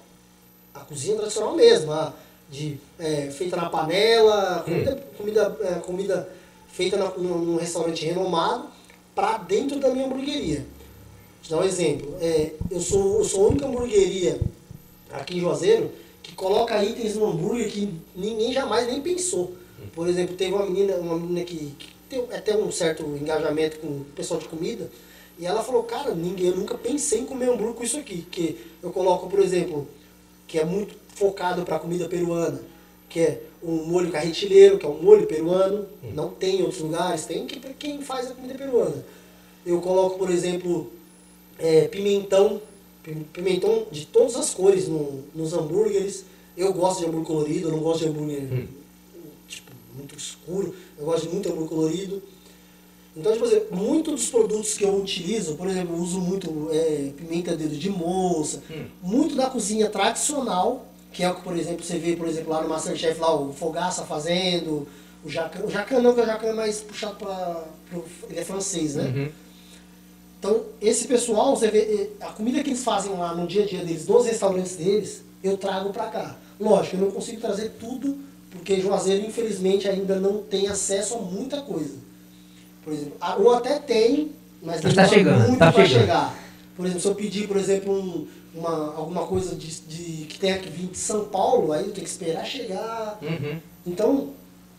a cozinha tradicional mesmo, a, de, é, feita na panela, comida, hum. comida, é, comida feita na, num, num restaurante renomado, para dentro da minha hamburgueria. Vou te dar um exemplo. É, eu, sou, eu sou a única hamburgueria aqui em Juazeiro que coloca itens no hambúrguer que ninguém jamais nem pensou. Por exemplo, teve uma menina, uma menina que, que tem até um certo engajamento com o pessoal de comida, e ela falou, cara, ninguém, eu nunca pensei em comer hambúrguer com isso aqui. Que eu coloco, por exemplo, que é muito focado para comida peruana, que é um molho carretilheiro, que é um molho peruano, não tem em outros lugares, tem que quem faz a comida peruana. Eu coloco, por exemplo, é, pimentão, pimentão de todas as cores no, nos hambúrgueres. Eu gosto de hambúrguer colorido, eu não gosto de hambúrguer hum. tipo, muito escuro, eu gosto de muito hambúrguer colorido. Então, tipo assim, muitos dos produtos que eu utilizo, por exemplo, eu uso muito é, pimenta dedo de moça, hum. muito da cozinha tradicional, que é o que, por exemplo, você vê, por exemplo, lá no Masterchef, lá o Fogaça fazendo, o Jacan, o Jacan não, porque o Jacan é mais puxado para, ele é francês, né? Uhum. Então, esse pessoal, você vê, a comida que eles fazem lá no dia a dia deles, nos restaurantes deles, eu trago para cá. Lógico, eu não consigo trazer tudo, porque Juazeiro, infelizmente, ainda não tem acesso a muita coisa. Por exemplo, ou até tem, mas está chegando, muito tá para chegando. chegar. Por exemplo, se eu pedir, por exemplo, um, uma, alguma coisa de, de, que tenha que vir de São Paulo, aí eu tenho que esperar chegar. Uhum. Então,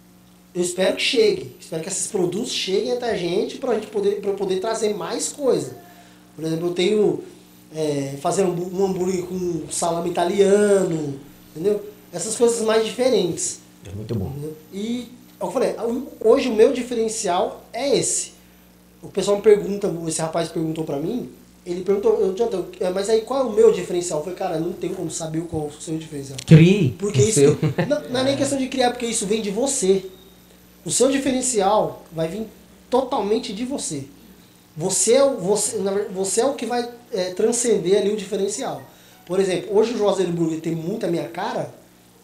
eu espero que chegue. Espero que esses produtos cheguem até a gente para a gente poder, pra eu poder trazer mais coisa. Por exemplo, eu tenho é, fazer um, um hambúrguer com salame italiano, entendeu? Essas coisas mais diferentes. É muito bom. Entendeu? E eu falei, hoje o meu diferencial é esse. O pessoal me pergunta, esse rapaz perguntou pra mim, ele perguntou, eu, mas aí qual é o meu diferencial? Eu falei, cara, não tem como saber qual é o seu diferencial. Crie. Porque isso, seu. Não, não é nem questão de criar, porque isso vem de você. O seu diferencial vai vir totalmente de você. Você é o, você, você é o que vai é, transcender ali o diferencial. Por exemplo, hoje o Juazeiro Burger tem muito a minha cara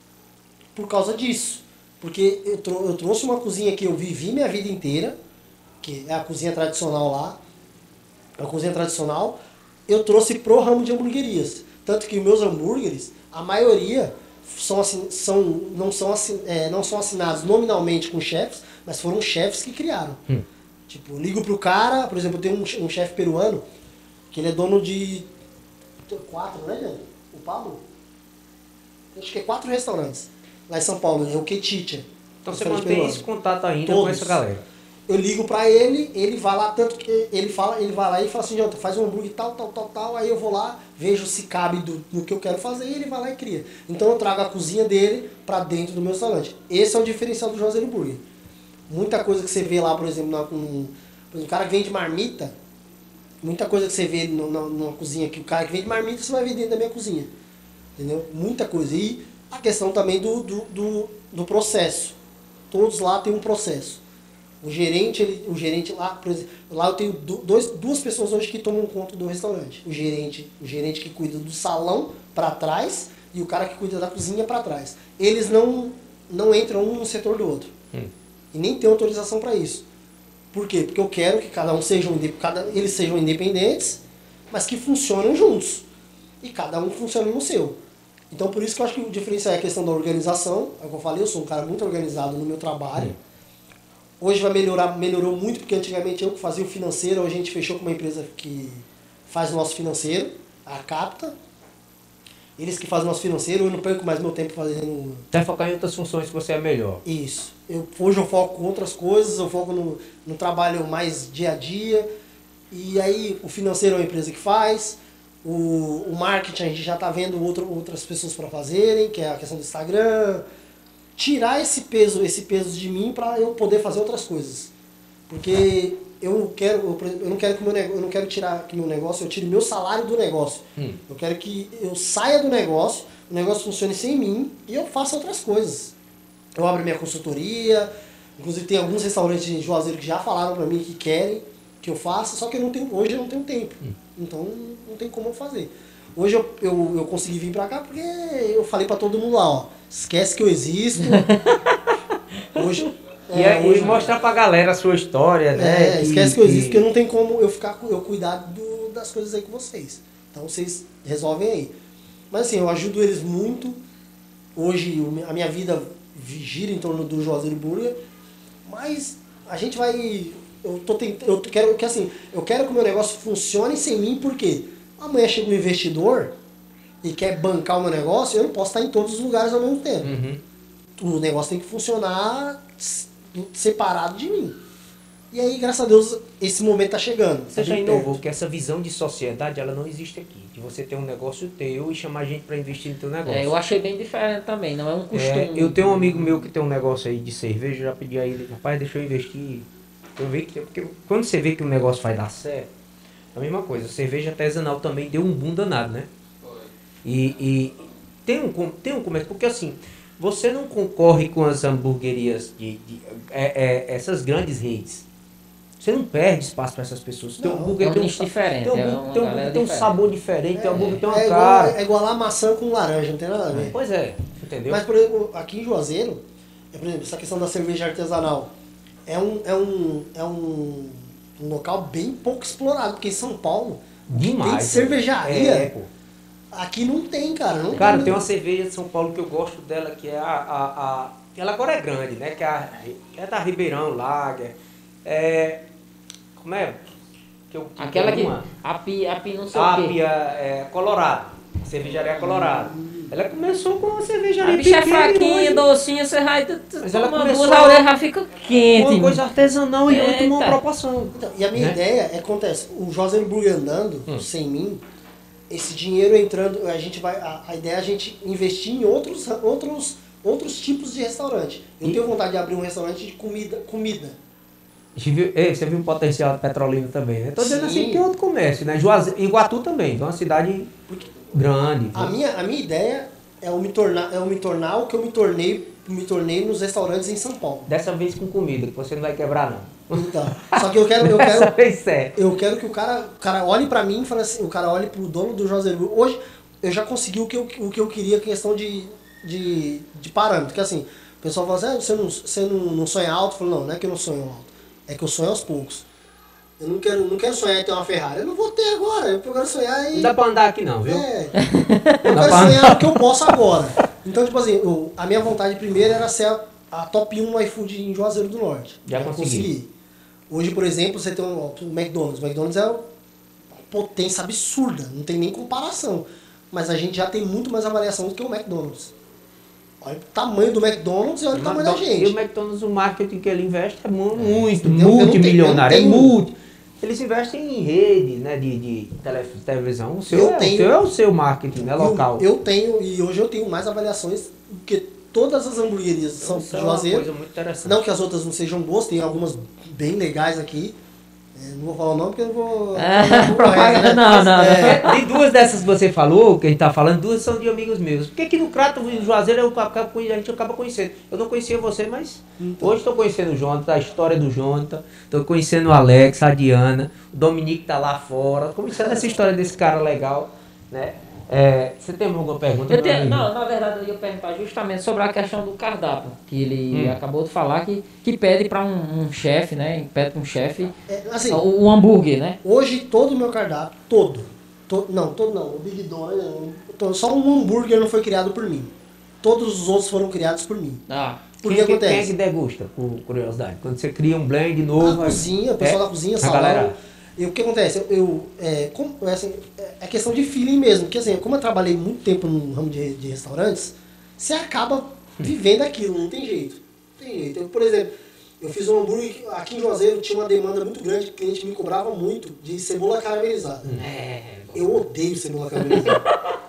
por causa disso. Porque eu, trou eu trouxe uma cozinha que eu vivi minha vida inteira, que é a cozinha tradicional lá, a cozinha tradicional, eu trouxe pro ramo de hamburguerias. Tanto que os meus hambúrgueres, a maioria são, assin são, não, são assin é, não são assinados nominalmente com chefes, mas foram chefes que criaram. Hum. Tipo, eu ligo pro cara, por exemplo, eu tenho um, um chefe peruano, que ele é dono de quatro, né, Leandro? O Pablo? Acho que é quatro restaurantes. Lá em São Paulo, é o Quetitia. Então você mantém esse contato ainda Todos. com essa galera? Eu ligo pra ele, ele vai lá, tanto que ele fala, ele vai lá e fala assim, Jota, faz um hambúrguer tal, tal, tal, tal, aí eu vou lá, vejo se cabe do, no que eu quero fazer e ele vai lá e cria. Então eu trago a cozinha dele pra dentro do meu restaurante. Esse é o diferencial do Juazeiro Burger. Muita coisa que você vê lá, por exemplo, na, um, por exemplo, o cara que vende marmita, muita coisa que você vê no, na, numa cozinha que o cara que vende marmita, você vai ver dentro da minha cozinha. Entendeu? Muita coisa. E a questão também do, do, do, do processo. Todos lá têm um processo. O gerente, ele, o gerente lá, por exemplo, lá eu tenho dois, duas pessoas hoje que tomam conta do restaurante. O gerente, o gerente que cuida do salão para trás e o cara que cuida da cozinha para trás. Eles não, não entram um no setor do outro. Hum. E nem tem autorização para isso. Por quê? Porque eu quero que cada um seja, cada, eles sejam independentes, mas que funcionem juntos. E cada um funcione no seu. Então, por isso que eu acho que o diferencial é a questão da organização. É o que eu falei, eu sou um cara muito organizado no meu trabalho. Hum. Hoje vai melhorar, melhorou muito, porque antigamente eu que fazia o financeiro, hoje a gente fechou com uma empresa que faz o nosso financeiro, a Capta. Eles que fazem o nosso financeiro, eu não perco mais meu tempo fazendo... Até focar em outras funções que você é melhor. Isso. Eu, hoje eu foco com outras coisas, eu foco no, no trabalho mais dia a dia. E aí o financeiro é uma empresa que faz, o, o marketing a gente já está vendo outro, outras pessoas para fazerem, que é a questão do Instagram. Tirar esse peso, esse peso de mim para eu poder fazer outras coisas. Porque eu quero, eu, por exemplo, eu não quero que meu negócio, eu não quero tirar que meu negócio, eu tire meu salário do negócio. Hum. Eu quero que eu saia do negócio, o negócio funcione sem mim e eu faça outras coisas. Eu abro minha consultoria, inclusive tem alguns restaurantes de Juazeiro que já falaram pra mim que querem que eu faça, só que eu não tenho, hoje eu não tenho tempo. Hum. Então não tem como eu fazer. Hoje eu, eu, eu consegui vir pra cá porque eu falei pra todo mundo lá, ó, esquece que eu existo. Hoje... E, É, é, hoje, e mostrar pra galera a sua história, né? É, esquece que eu existo, porque não tem como eu ficar eu cuidar do, das coisas aí com vocês. Então vocês resolvem aí. Mas assim, eu ajudo eles muito. Hoje a minha vida gira em torno do Juazeiro Burger, mas a gente vai. Eu tô tentando. Eu quero que assim, eu quero que o meu negócio funcione sem mim, porque amanhã chega um investidor e quer bancar o meu negócio, eu não posso estar em todos os lugares ao mesmo tempo. Uhum. O negócio tem que funcionar separado de mim. E aí, graças a Deus, esse momento tá chegando. Você tá já bem inovou perto. que essa visão de sociedade, ela não existe aqui. De você ter um negócio teu e chamar gente para investir no teu negócio. É, eu achei bem diferente também, não é um costume. É, eu tenho um amigo meu que tem um negócio aí de cerveja, já pedi a ele, rapaz, deixa eu investir. Eu vi que, porque quando você vê que o negócio vai dar certo, é a mesma coisa. Cerveja artesanal também deu um boom danado, né? E, e tem um, tem um comércio, porque assim, você não concorre com as hamburguerias de, de é, é, essas grandes redes. Você não perde espaço para essas pessoas. Tem um Não, hambúrguer é um tem um, nicho diferente, tem um, é hambúrguer- uma tem um, galera tem um diferente. sabor diferente, tem um hambúrguer tem uma é, igual, cara. é igual a maçã com laranja, não tem nada a ver. Pois é, entendeu? Mas, por exemplo, aqui em Juazeiro, é, por exemplo, essa questão da cerveja artesanal é um, é um, é um, um local bem pouco explorado, porque em São Paulo Demais. tem cervejaria. É, pô. Aqui não tem, cara. Não Cara, tem, tem uma cerveja de São Paulo que eu gosto dela, que é a... a, a ela agora é grande, né? Que é, a, que é da Ribeirão Lager. É... Como é? Que eu, Aquela que. uma, Api, api não sei o quê. Ápia é, Colorado. Cervejaria Colorado. Ela começou com uma cervejaria A bicha é pequena, fraquinha, hoje- docinha, você vai. tu- tu Mas ela toma começou duas, a orelha já fica quente. uma coisa artesanal e hoje tomou uma Eita. proporção. Então, e a minha Né? ideia é que acontece, o Juazeiro Burger andando, Hum. sem mim, esse dinheiro entrando, a gente vai. A, a ideia é a gente investir em outros, outros, outros tipos de restaurante. Eu E- tenho vontade de abrir um restaurante de comida. comida. Você viu, ei, você viu um potencial de Petrolina também, né? Tô dizendo Sim. assim que é outro comércio, né? Juazeiro, Iguatu também, é uma cidade grande. A minha, a minha ideia é eu me tornar, é eu me tornar o que eu me tornei, me tornei nos restaurantes em São Paulo. Dessa vez com comida, que você não vai quebrar não. Então, só que eu quero, eu Dessa quero, vez é. eu quero que o cara, o cara olhe pra mim e fale assim, o cara olhe pro dono do Juazeiro Burger. Hoje eu já consegui o que eu, o que eu queria, questão de, de, de parâmetro. Que assim, o pessoal fala assim, ah, você, não, você não, não sonha alto? Eu falo, não, não é que eu não sonho alto, é que eu sonho aos poucos. Eu não quero, não quero sonhar em ter uma Ferrari, eu não vou ter agora, eu quero sonhar em... Não dá pra andar aqui não, viu? É, eu Dá quero pra sonhar andar. o que eu posso agora. Então, tipo assim, eu- a minha vontade primeiro era ser a, a top um no iFood em Juazeiro do Norte. Já Eu consegui. Hoje, por exemplo, você tem um, o McDonald's. O McDonald's é uma potência absurda, não tem nem comparação. Mas a gente já tem muito mais avaliação do que o McDonald's. Olha o tamanho do McDonald's e olha o tamanho da E o gente. McDonald's, o marketing que ele investe é mu- muito, entendeu? Eu não multimilionário, é tenho- eu não tenho- multi. Eles investem em rede, né, de, de tele- televisão. O seu, Eu é, tenho- o seu é o seu marketing, né, Eu- local. Eu, tenho, e hoje eu tenho mais avaliações do que todas as hamburguerias de São Isso é de uma Juazeiro. coisa muito interessante. Não que as outras não sejam boas, tem algumas bem legais aqui. É, não vou falar o nome porque eu não vou. Ah, não vou propaganda, correr, né? não, não, É, De duas dessas que você falou, que a gente tá falando, duas são de amigos meus. Porque aqui no Crato, em Juazeiro, eu acabo, conhe- a gente acaba conhecendo. Eu não conhecia você, mas Então. hoje estou conhecendo o Jonathan, a história do Jonathan. Estou conhecendo o Alex, a Diana, o Dominique tá lá fora. Conhecendo essa história desse cara legal, né? É, você tem alguma pergunta? Eu meu tenho, amigo? não, na verdade eu ia perguntar justamente sobre a questão do cardápio, que ele Hum. acabou de falar que, que pede para um, um chefe, né? Pede para um chefe é, assim, o, o hambúrguer, né? hoje todo o meu cardápio, todo. to- não, todo não. O Big Don, né, to- só um hambúrguer não foi criado por mim. Todos os outros foram criados por mim. Ah, Por Quem, que que- quem é acontece? que degusta, por curiosidade? Quando você cria um blend A novo... cozinha, o pessoal é, da cozinha, a salão. galera. E o que acontece? Eu, eu, é, como, é, assim, é- é questão de feeling mesmo. Porque assim, como eu trabalhei muito tempo no ramo de, de restaurantes, você acaba vivendo aquilo, não tem jeito. Não tem jeito. Eu, por exemplo, eu fiz um hambúrguer que aqui em Juazeiro, tinha uma demanda muito grande, o cliente me cobrava muito de cebola caramelizada. É, Eu odeio cebola caramelizada.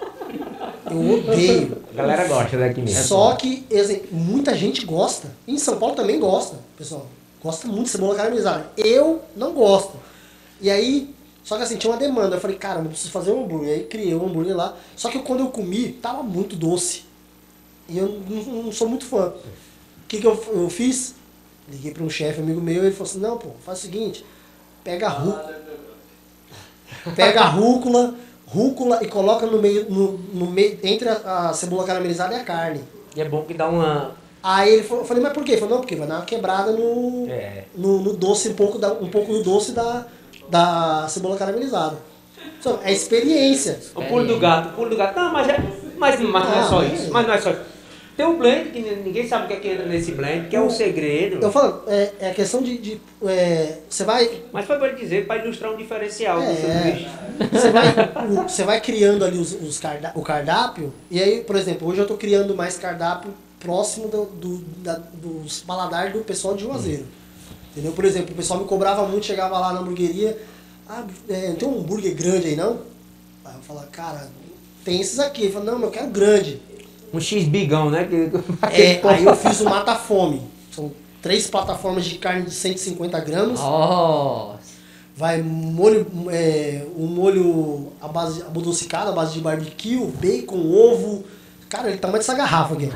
Eu odeio. a galera gosta daqui mesmo. Só que assim, muita gente gosta. Em São Paulo também gosta, pessoal. gosta muito de cebola caramelizada. Eu não gosto. E aí, só que assim, tinha uma demanda. Eu falei, cara, eu preciso fazer um hambúrguer. Aí criei um hambúrguer lá. Só que quando eu comi, tava muito doce. E eu não, não sou muito fã. O que, que eu, eu fiz? Liguei para um chefe amigo meu e ele falou assim, não, pô, faz o seguinte, pega a rúcula, pega a rúcula, rúcula e coloca no meio, no, no meio entre a, a cebola caramelizada e a carne. E é bom que dá uma... Aí ele falou, eu falei, mas por quê? Ele falou, não, porque vai dar uma quebrada no, É. no, no doce, um pouco, da, um pouco do doce da, da cebola caramelizada. Então, é experiência. O pulo do gato, o pulo do gato. Não, mas, é, mas, mas não é só isso. Mas não é só isso. Tem um blend que ninguém sabe o que é que entra nesse blend, que é um segredo. Eu falo, é, é a questão de... de é, você vai... Mas foi para dizer, para ilustrar um diferencial do É, sanduíche. você, vai, você vai criando ali os, os carda, o cardápio, e aí, por exemplo, hoje eu estou criando mais cardápio próximo do, do, da, dos paladares do pessoal de Juazeiro. Entendeu? Por exemplo, o pessoal me cobrava muito, chegava lá na hamburgueria, ah, é, não tem um hambúrguer grande aí não? Aí eu falava, cara, tem esses aqui. Ele falou, não, mas eu quero grande. Um X-bigão, né? Que- É, aí eu fiz o mata-fome. São três plataformas de carne de cento e cinquenta gramas. Nossa. Vai molho, é, um molho à base adocicado, à base de barbecue, bacon, ovo. Cara, ele é tamanho dessa garrafa aqui.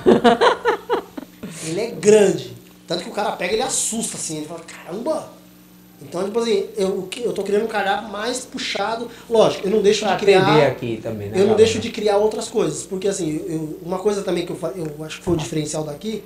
Ele é grande. Tanto que o cara pega e ele assusta assim. Ele fala, caramba! Então, tipo assim, eu, eu tô criando um cardápio mais puxado. Lógico, eu não deixo Pra de criar. atender aqui também, né, Eu não galera? deixo de criar outras coisas. Porque assim, eu, uma coisa também que eu, fa- eu acho que foi o diferencial daqui.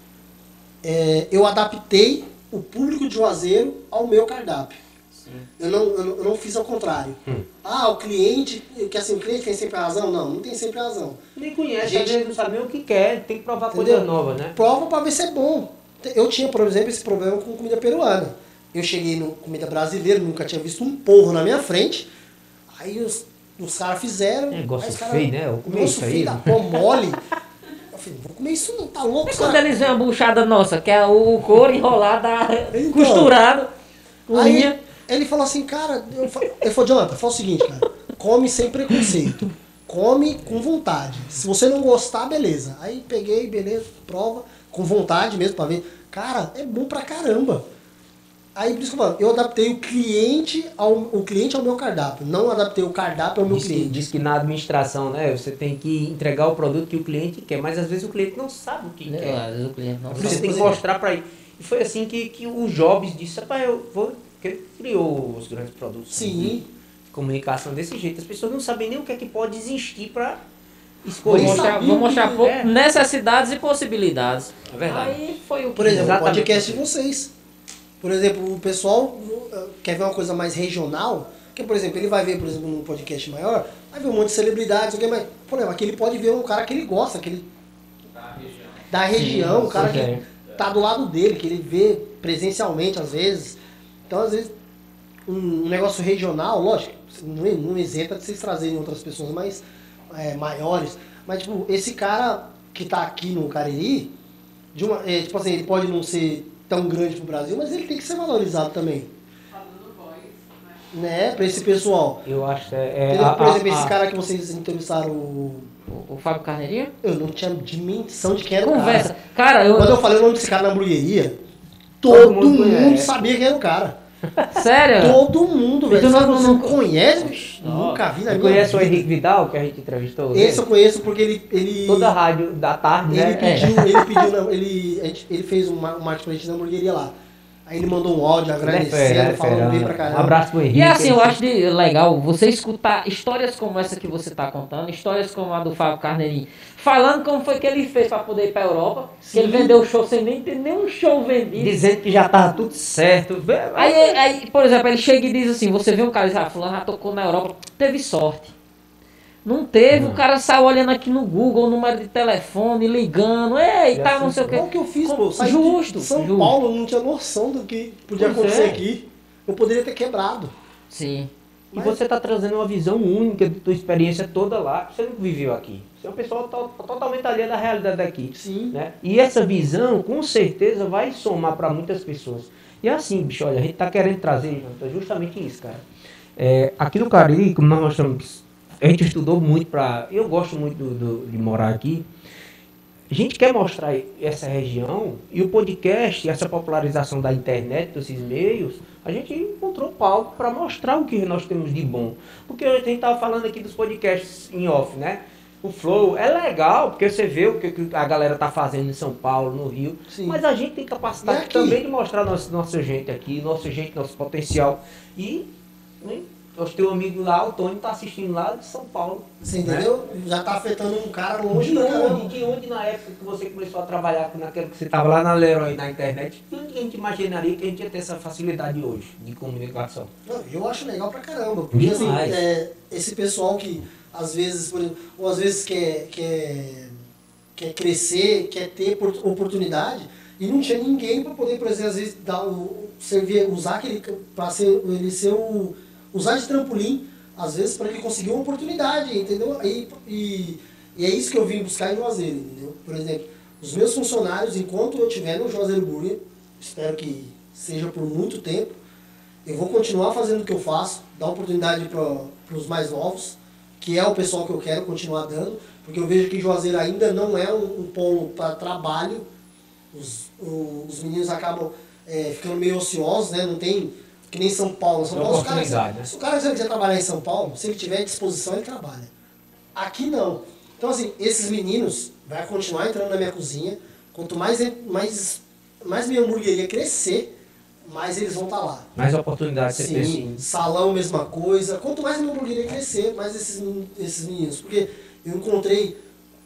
É, eu adaptei o público de Juazeiro ao meu cardápio. Eu não, eu, não, eu não fiz ao contrário. Hum. Ah, o cliente, que assim, o cliente tem sempre razão? Não, não tem sempre razão. Nem conhece, Gente- às vezes não sabe nem o que quer, tem que provar Entendeu? coisa nova, né? Prova pra ver se é bom. Eu tinha, por exemplo, esse problema com comida peruana. Eu cheguei no comida brasileira, nunca tinha visto um porro na minha frente. Aí os, os caras fizeram. Negócio aí os feio, né? Eu comi Negócio isso aí. feio da pó mole. Eu falei, vou comer isso não, tá louco? E os quando cara- eles veem uma buchada nossa, que é o couro enrolado, Então. costurado, com Aí linha. ele falou assim, cara, eu fa- ele falou, Jonathan, fala o seguinte, cara, come sem preconceito, come com vontade. Se você não gostar, beleza. Aí peguei, beleza, prova, com vontade mesmo pra ver. Cara, é bom pra caramba. Aí por isso que eu falo, eu adaptei o cliente ao, o cliente ao meu cardápio, não adaptei o cardápio ao meu Diz que, cliente. diz que na administração, né? Você tem que entregar o produto que o cliente quer, mas às vezes o cliente não sabe o que Né, quer. às vezes o cliente não Você isso, sabe. tem que por exemplo- mostrar para ele. E foi assim que, que o Jobs disse, rapaz, eu vou. Que ele criou os grandes produtos Sim. de comunicação desse jeito. As pessoas não sabem nem o que é que pode existir para Vou escolher. Eles mostrar, sabiam vou mostrar que- pouco é. necessidades e possibilidades. É verdade. Aí foi o que... Por exemplo, o Exatamente. podcast de vocês. Por exemplo, o pessoal uh, quer ver uma coisa mais regional, que, por exemplo, ele vai ver, por exemplo, num podcast maior, vai ver um monte de celebridades, não sei o que, mas, por exemplo, aqui ele pode ver um cara que ele gosta, que ele, Da região. da região, Sim, um cara sim, é. que tá do lado dele, que ele vê presencialmente às vezes. Então, às vezes, um, um negócio regional, lógico, não, não isenta de vocês trazerem outras pessoas mais é, maiores, mas, tipo, esse cara que tá aqui no Cariri, de uma, é, tipo assim, ele pode não ser tão grande pro Brasil, mas ele tem que ser valorizado também. Né, pra esse pessoal. Eu acho que é. é Entendeu? a- Por exemplo, a- esse a- cara que vocês entrevistaram, o- O, o Fábio Carneirinho? eu não tinha dimensão de quem era Conversa. o cara. Cara, eu... Quando eu falei o nome desse cara na hamburgueria, Todo todo, mundo mundo, conhece. sabia quem era o cara. Sério? Todo mundo, E velho. tu Sabe, não- você não- não conhece? Nunca vi na Você minha conhece o vida. Henrique Vidal, que a gente entrevistou? Esse né? eu conheço porque ele... ele Toda a rádio da tarde, Ele né? pediu, ele pediu, não, ele, a gente- ele fez um ma- um marketing pra gente na hamburgueria lá. Aí ele mandou um áudio Ele é agradecendo, fera, é falando fera. bem pra caramba. Um abraço pro Henrique. E assim, eu ele- acho de- legal você escutar histórias como essa que você está contando, histórias como a do Fábio Carneirinho, falando como foi que ele fez para poder ir para Europa, que ele Sim. vendeu o show sem nem ter nenhum show vendido. Dizendo que já tava tudo certo. Aí, aí, por exemplo, ele chega e diz assim, você vê um cara e diz, ah, fulano já tocou na Europa, teve sorte. Não teve, o cara saiu olhando aqui no Google, número de telefone, ligando, ei, E tá, assim, não sei o que. Qual que eu fiz, Com- pô? Saí justo, de São justo. Paulo, eu não tinha noção do que podia Pois acontecer é. aqui. Eu poderia ter quebrado. Sim. E você tá trazendo uma visão única da tua experiência toda lá, que você não viveu aqui. Você é uma pessoa to- totalmente alheia da realidade daqui. Sim. Né? E essa visão, com certeza, vai somar para muitas pessoas. E assim, bicho, olha, a gente tá querendo trazer, Jonathan, justamente isso, cara. É, aqui no Cariri, como nós mostramos, a gente estudou muito para. Eu gosto muito do, do- de morar aqui. a gente quer mostrar essa região e o podcast, essa popularização da internet, desses meios, a gente encontrou palco para mostrar o que nós temos de bom. Porque a gente estava falando aqui dos podcasts em off, né? O Flow é legal, porque você vê o que a galera tá fazendo em São Paulo, no Rio. Sim. Mas a gente tem capacidade também de mostrar nossa, nossa gente aqui, nossa gente, nosso potencial. E né, nós temos um amigo lá, o Tony, tá assistindo lá de São Paulo. Você entendeu? Né? Já tá afetando um cara longe de da onde, caramba. de onde na época que você começou a trabalhar naquele que você estava lá na Leroy, na internet, de onde a gente imaginaria que a gente ia ter essa facilidade hoje de comunicação? Não, eu acho legal pra caramba. Porque assim, é, esse pessoal que às vezes, por exemplo, ou às vezes quer, quer, quer crescer, quer ter oportunidade, e não tinha ninguém para poder, por exemplo, às vezes dar o, servir, usar aquele para ser ele ser o usar de trampolim, às vezes para ele conseguir uma oportunidade, entendeu? E, e, e é isso que eu vim buscar em Juazeiro, entendeu? Por exemplo, os meus funcionários, enquanto eu estiver no Juazeiro Burger, espero que seja por muito tempo, eu vou continuar fazendo o que eu faço, dar oportunidade para os mais novos, que é o pessoal que eu quero continuar dando, porque eu vejo que Juazeiro ainda não é um, um polo para trabalho, os, o, os meninos acabam é, ficando meio ociosos, né? Não tem, que nem São Paulo. São Paulo, os caras, né? Se o cara quiser trabalhar em São Paulo, se ele tiver disposição, ele trabalha. Aqui não. Então assim, esses meninos vão continuar entrando na minha cozinha, quanto mais, mais, mais minha hamburgueria crescer, mais eles vão estar lá. Mais oportunidades você tem. Sim, salão, mesma coisa. Quanto mais minha hamburgueria crescer, mais esses, esses meninos. Porque eu encontrei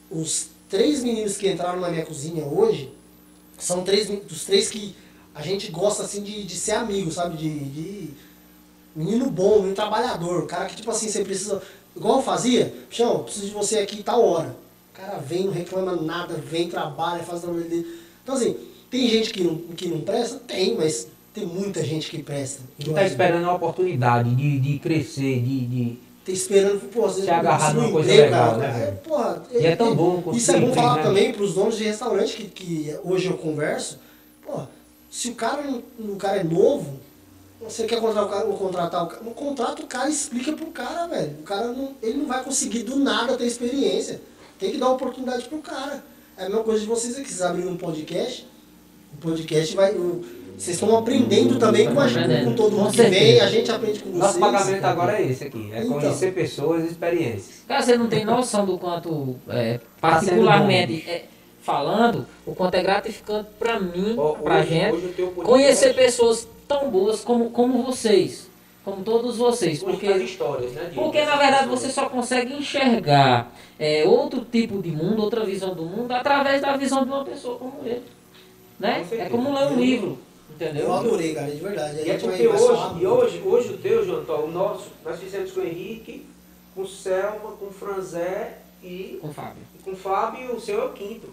os três meninos que entraram na minha cozinha hoje, são três dos três que a gente gosta assim de, de ser amigo, sabe? De, de menino bom, menino trabalhador. Cara que tipo assim, você precisa... Igual eu fazia, Chão, preciso de você aqui tal hora. O cara vem, não reclama nada, vem, trabalha, faz o trabalho dele. Então assim, tem gente que não, que não presta? Tem, mas... Tem muita gente que presta. Que está esperando a oportunidade de, de crescer, de... de... Tá esperando, pô, se agarrar numa coisa emprego, legal, cara, né? É, porra, e é, é tão bom conseguir. Isso é bom falar né? também para os donos de restaurante que, que hoje eu converso. Pô, se o cara, o cara é novo, você quer contratar o cara, ou contratar o cara, no contrato o cara explica pro cara, velho. O cara não, ele não vai conseguir do nada ter experiência. Tem que dar oportunidade pro cara. É a mesma coisa de vocês aqui, vocês abrirem um podcast, o podcast vai... O, vocês estão aprendendo também com a gente, com todo mundo que vem, a gente aprende com vocês. Nosso pagamento agora é esse aqui, é então, conhecer pessoas e experiências. Cara, você não tem noção do quanto, é, particularmente é, falando, o quanto é gratificante pra mim, Ó, pra hoje, gente, hoje eu conhecer pessoas tão boas como, como vocês, como todos vocês. Porque, histórias, né, porque na verdade você só consegue enxergar é, outro tipo de mundo, outra visão do mundo, através da visão de uma pessoa como ele. Né? Com É como ler um livro. Entendeu? Eu adorei, cara, de verdade. E é porque hoje, e hoje, hoje o teu, João, o nosso, nós fizemos com o Henrique, com o Selma, com o Franzé e com o Fábio. E com o Fábio, e o seu é o quinto.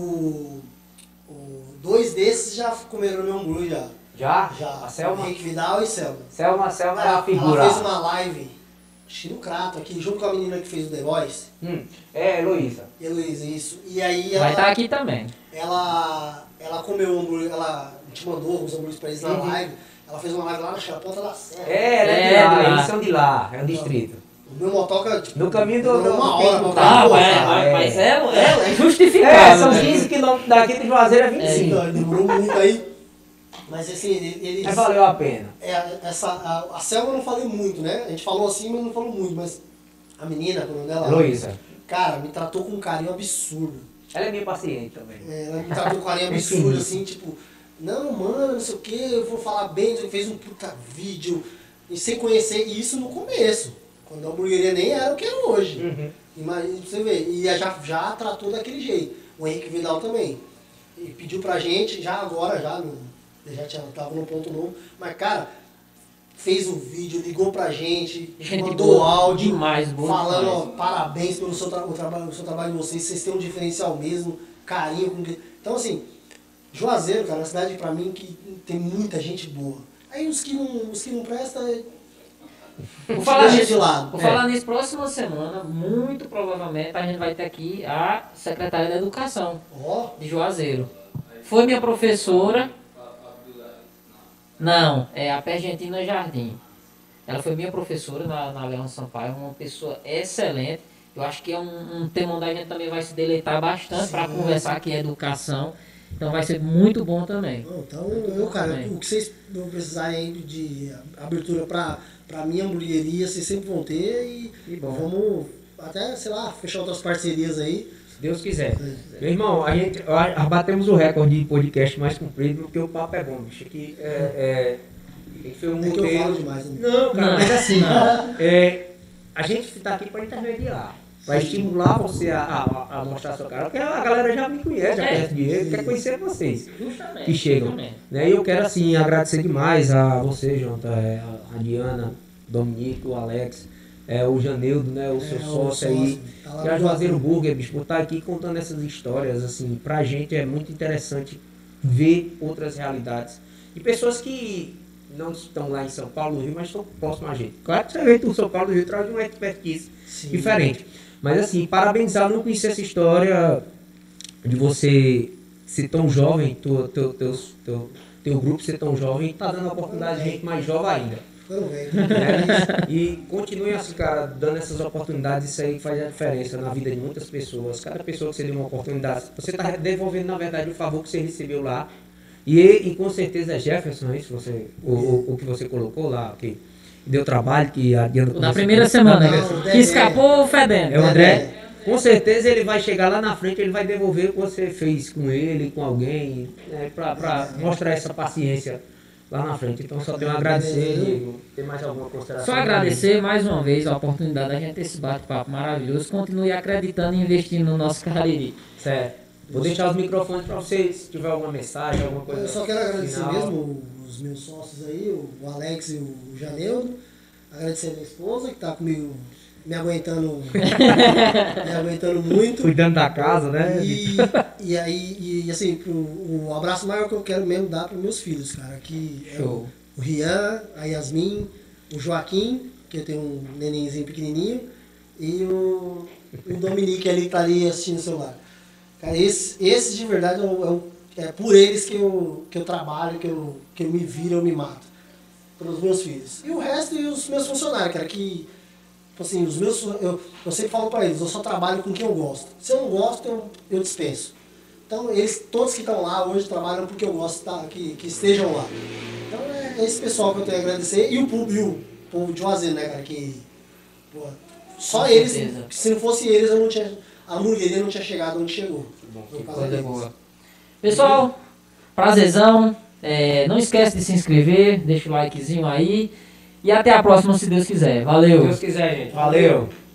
O, o, dois desses já comeram meu hambúrguer já. Já? Já. A Selma? Henrique Vidal e Selma. Selma, a Selma ela, é a figura. Ela fez uma live, acho que no Crato aqui, junto com a menina que fez o The Voice. Hum, é, Heloísa. Heloísa, isso. E aí ela... Vai estar aqui também. Ela, ela comeu o hambúrguer, ela te mandou alguns hambúrgueres pra eles na Uhum. live. Ela fez uma live lá na Ponta da Serra. É, ela é, É, de lá, de lá. eles são de lá, é o distrito. O meu motoca, tipo, No caminho do... demorou uma hora pra Ah, pra é, voltar. é. mas é, é, É, justificável. são né? quinze quilômetros daqui de Juazeiro é vinte e cinco. Então, demorou muito aí. Mas assim, ele- eles... Mas valeu a pena. É, essa, a, a Selma eu não falei muito, né? A gente falou assim, mas não falou muito. Mas a menina, quando dela... Heloísa. Cara, me tratou com um carinho absurdo. Ela é minha paciente também. É, ela me tratou com um carinho absurdo, assim, tipo... Não, mano, não sei o que, eu vou falar bem. Ele fez um puta vídeo, e sem conhecer. E isso no começo. Quando a hamburgueria nem era o que é hoje. Uhum. Imagina pra você ver. E já, já tratou daquele jeito. O Henrique Vidal também. E pediu pra gente, já agora, já, no, já tinha, tava no ponto novo. Mas, cara, fez um vídeo, ligou pra gente, Gente mandou boa, áudio, demais, boa falando, demais. ó, parabéns pelo seu, tra o trabalho, o seu trabalho de vocês, vocês têm um diferencial mesmo, carinho. Com que... Então, assim, Juazeiro, cara, é uma cidade pra mim que tem muita gente boa. Aí os que não, os que não prestam, Vou falar deixa nisso, de lado. vou É. falar nisso, próxima semana, muito provavelmente a gente vai ter aqui a secretária da Educação Ó, de Juazeiro. Foi minha professora. Não, é a Pergentina Jardim. Ela foi minha professora na, na Leão Sampaio, uma pessoa excelente. Eu acho que é um, um tema onde a gente também vai se deleitar bastante para conversar aqui educação. Então vai ser muito bom também. Bom, então, eu, cara, também. o que vocês vão precisar aí de abertura para a minha hamburgueria, vocês sempre vão ter e Que bom. vamos até, sei lá, fechar outras parcerias aí. Se Deus quiser. Meu irmão, a gente a, a batemos o recorde de podcast mais comprido, porque o papo é bom, bicho. Aqui é, é, foi um É que eu modelo- falo demais, né? Não, cara, Não, mas assim, não. é, a gente está aqui para intermediar, para estimular você a, a, a mostrar sua cara, porque a galera já me conhece, já É. conhece Diego, quer conhecer vocês Justamente. que chegam. justamente. Né? E eu quero assim agradecer demais a você, Jonta, é, a Diana, o Dominique, o Alex, é, o Janeudo, né, o seu É, o sócio aí, sócio, tá lá que é a no Juazeiro Juazeiro. Burger, bicho, por estar aqui contando essas histórias, assim, pra gente é muito interessante ver outras realidades. E pessoas que não estão lá em São Paulo, no Rio, mas estão próximas a gente. Claro que você vem do São Paulo, do Rio, traz uma expertise Sim. diferente. Mas assim, parabenizar, não conhecer essa história de você ser tão jovem, teu, teu, teu, teu, teu grupo ser tão jovem, tá dando a oportunidade de gente mais jovem ainda. Ficando velho. Né? E continue assim, cara, dando essas oportunidades, isso aí faz a diferença na vida de muitas pessoas. Cada pessoa que você deu uma oportunidade, você está devolvendo, na verdade, o favor que você recebeu lá. E, e com certeza Jefferson, isso você, o, o, o que você colocou lá, que deu trabalho, que a Diana Na começou- primeira semana, Não, né? o que Dedé. escapou fedendo. É o André. Com certeza ele vai chegar lá na frente, ele vai devolver o que você fez com ele, com alguém, né, para mostrar essa paciência lá na frente. Então só tenho a agradecer, Diego. Tem mais alguma consideração? Só agradecer mais uma vez a oportunidade da gente ter esse bate-papo maravilhoso. Continue acreditando e investindo no nosso Cariri. Certo. Vou deixar os microfones para vocês, se tiver alguma mensagem, alguma coisa. Eu só quero agradecer final. mesmo os meus sócios aí, o Alex e o Janeudo. Agradecer a minha esposa que tá comigo me aguentando, me aguentando muito. Cuidando da casa, né? E, e aí, e assim, pro, o abraço maior que eu quero mesmo dar para meus filhos, cara, que é o, Show. o Rian, a Yasmin, o Joaquim, que eu tenho um nenenzinho pequenininho, e o, o Dominique ali que tá ali assistindo o celular. Cara, esse, esse de verdade é, um- é, um- é por eles que eu, que eu trabalho, que eu, que eu me viro, eu me mato. Pelos meus filhos. E o resto e os meus funcionários, cara, que tipo assim, os meus, eu, eu sempre falo para eles, eu só trabalho com quem eu gosto. Se eu não gosto, eu, eu dispenso. Então, eles, todos que estão lá hoje trabalham porque eu gosto tá, que, que estejam lá. Então, é esse pessoal que eu tenho a agradecer. E o povo, e o povo de Juazeiro, né, cara, que pô, só Com eles, certeza. se não fosse eles, eu não tinha, a hamburgueria não tinha chegado onde chegou. Por causa Coisa deles. boa. Pessoal, prazerzão. É, não esquece de se inscrever, deixa o likezinho aí. E até a próxima, se Deus quiser. Se Valeu! Deus quiser, gente. Valeu.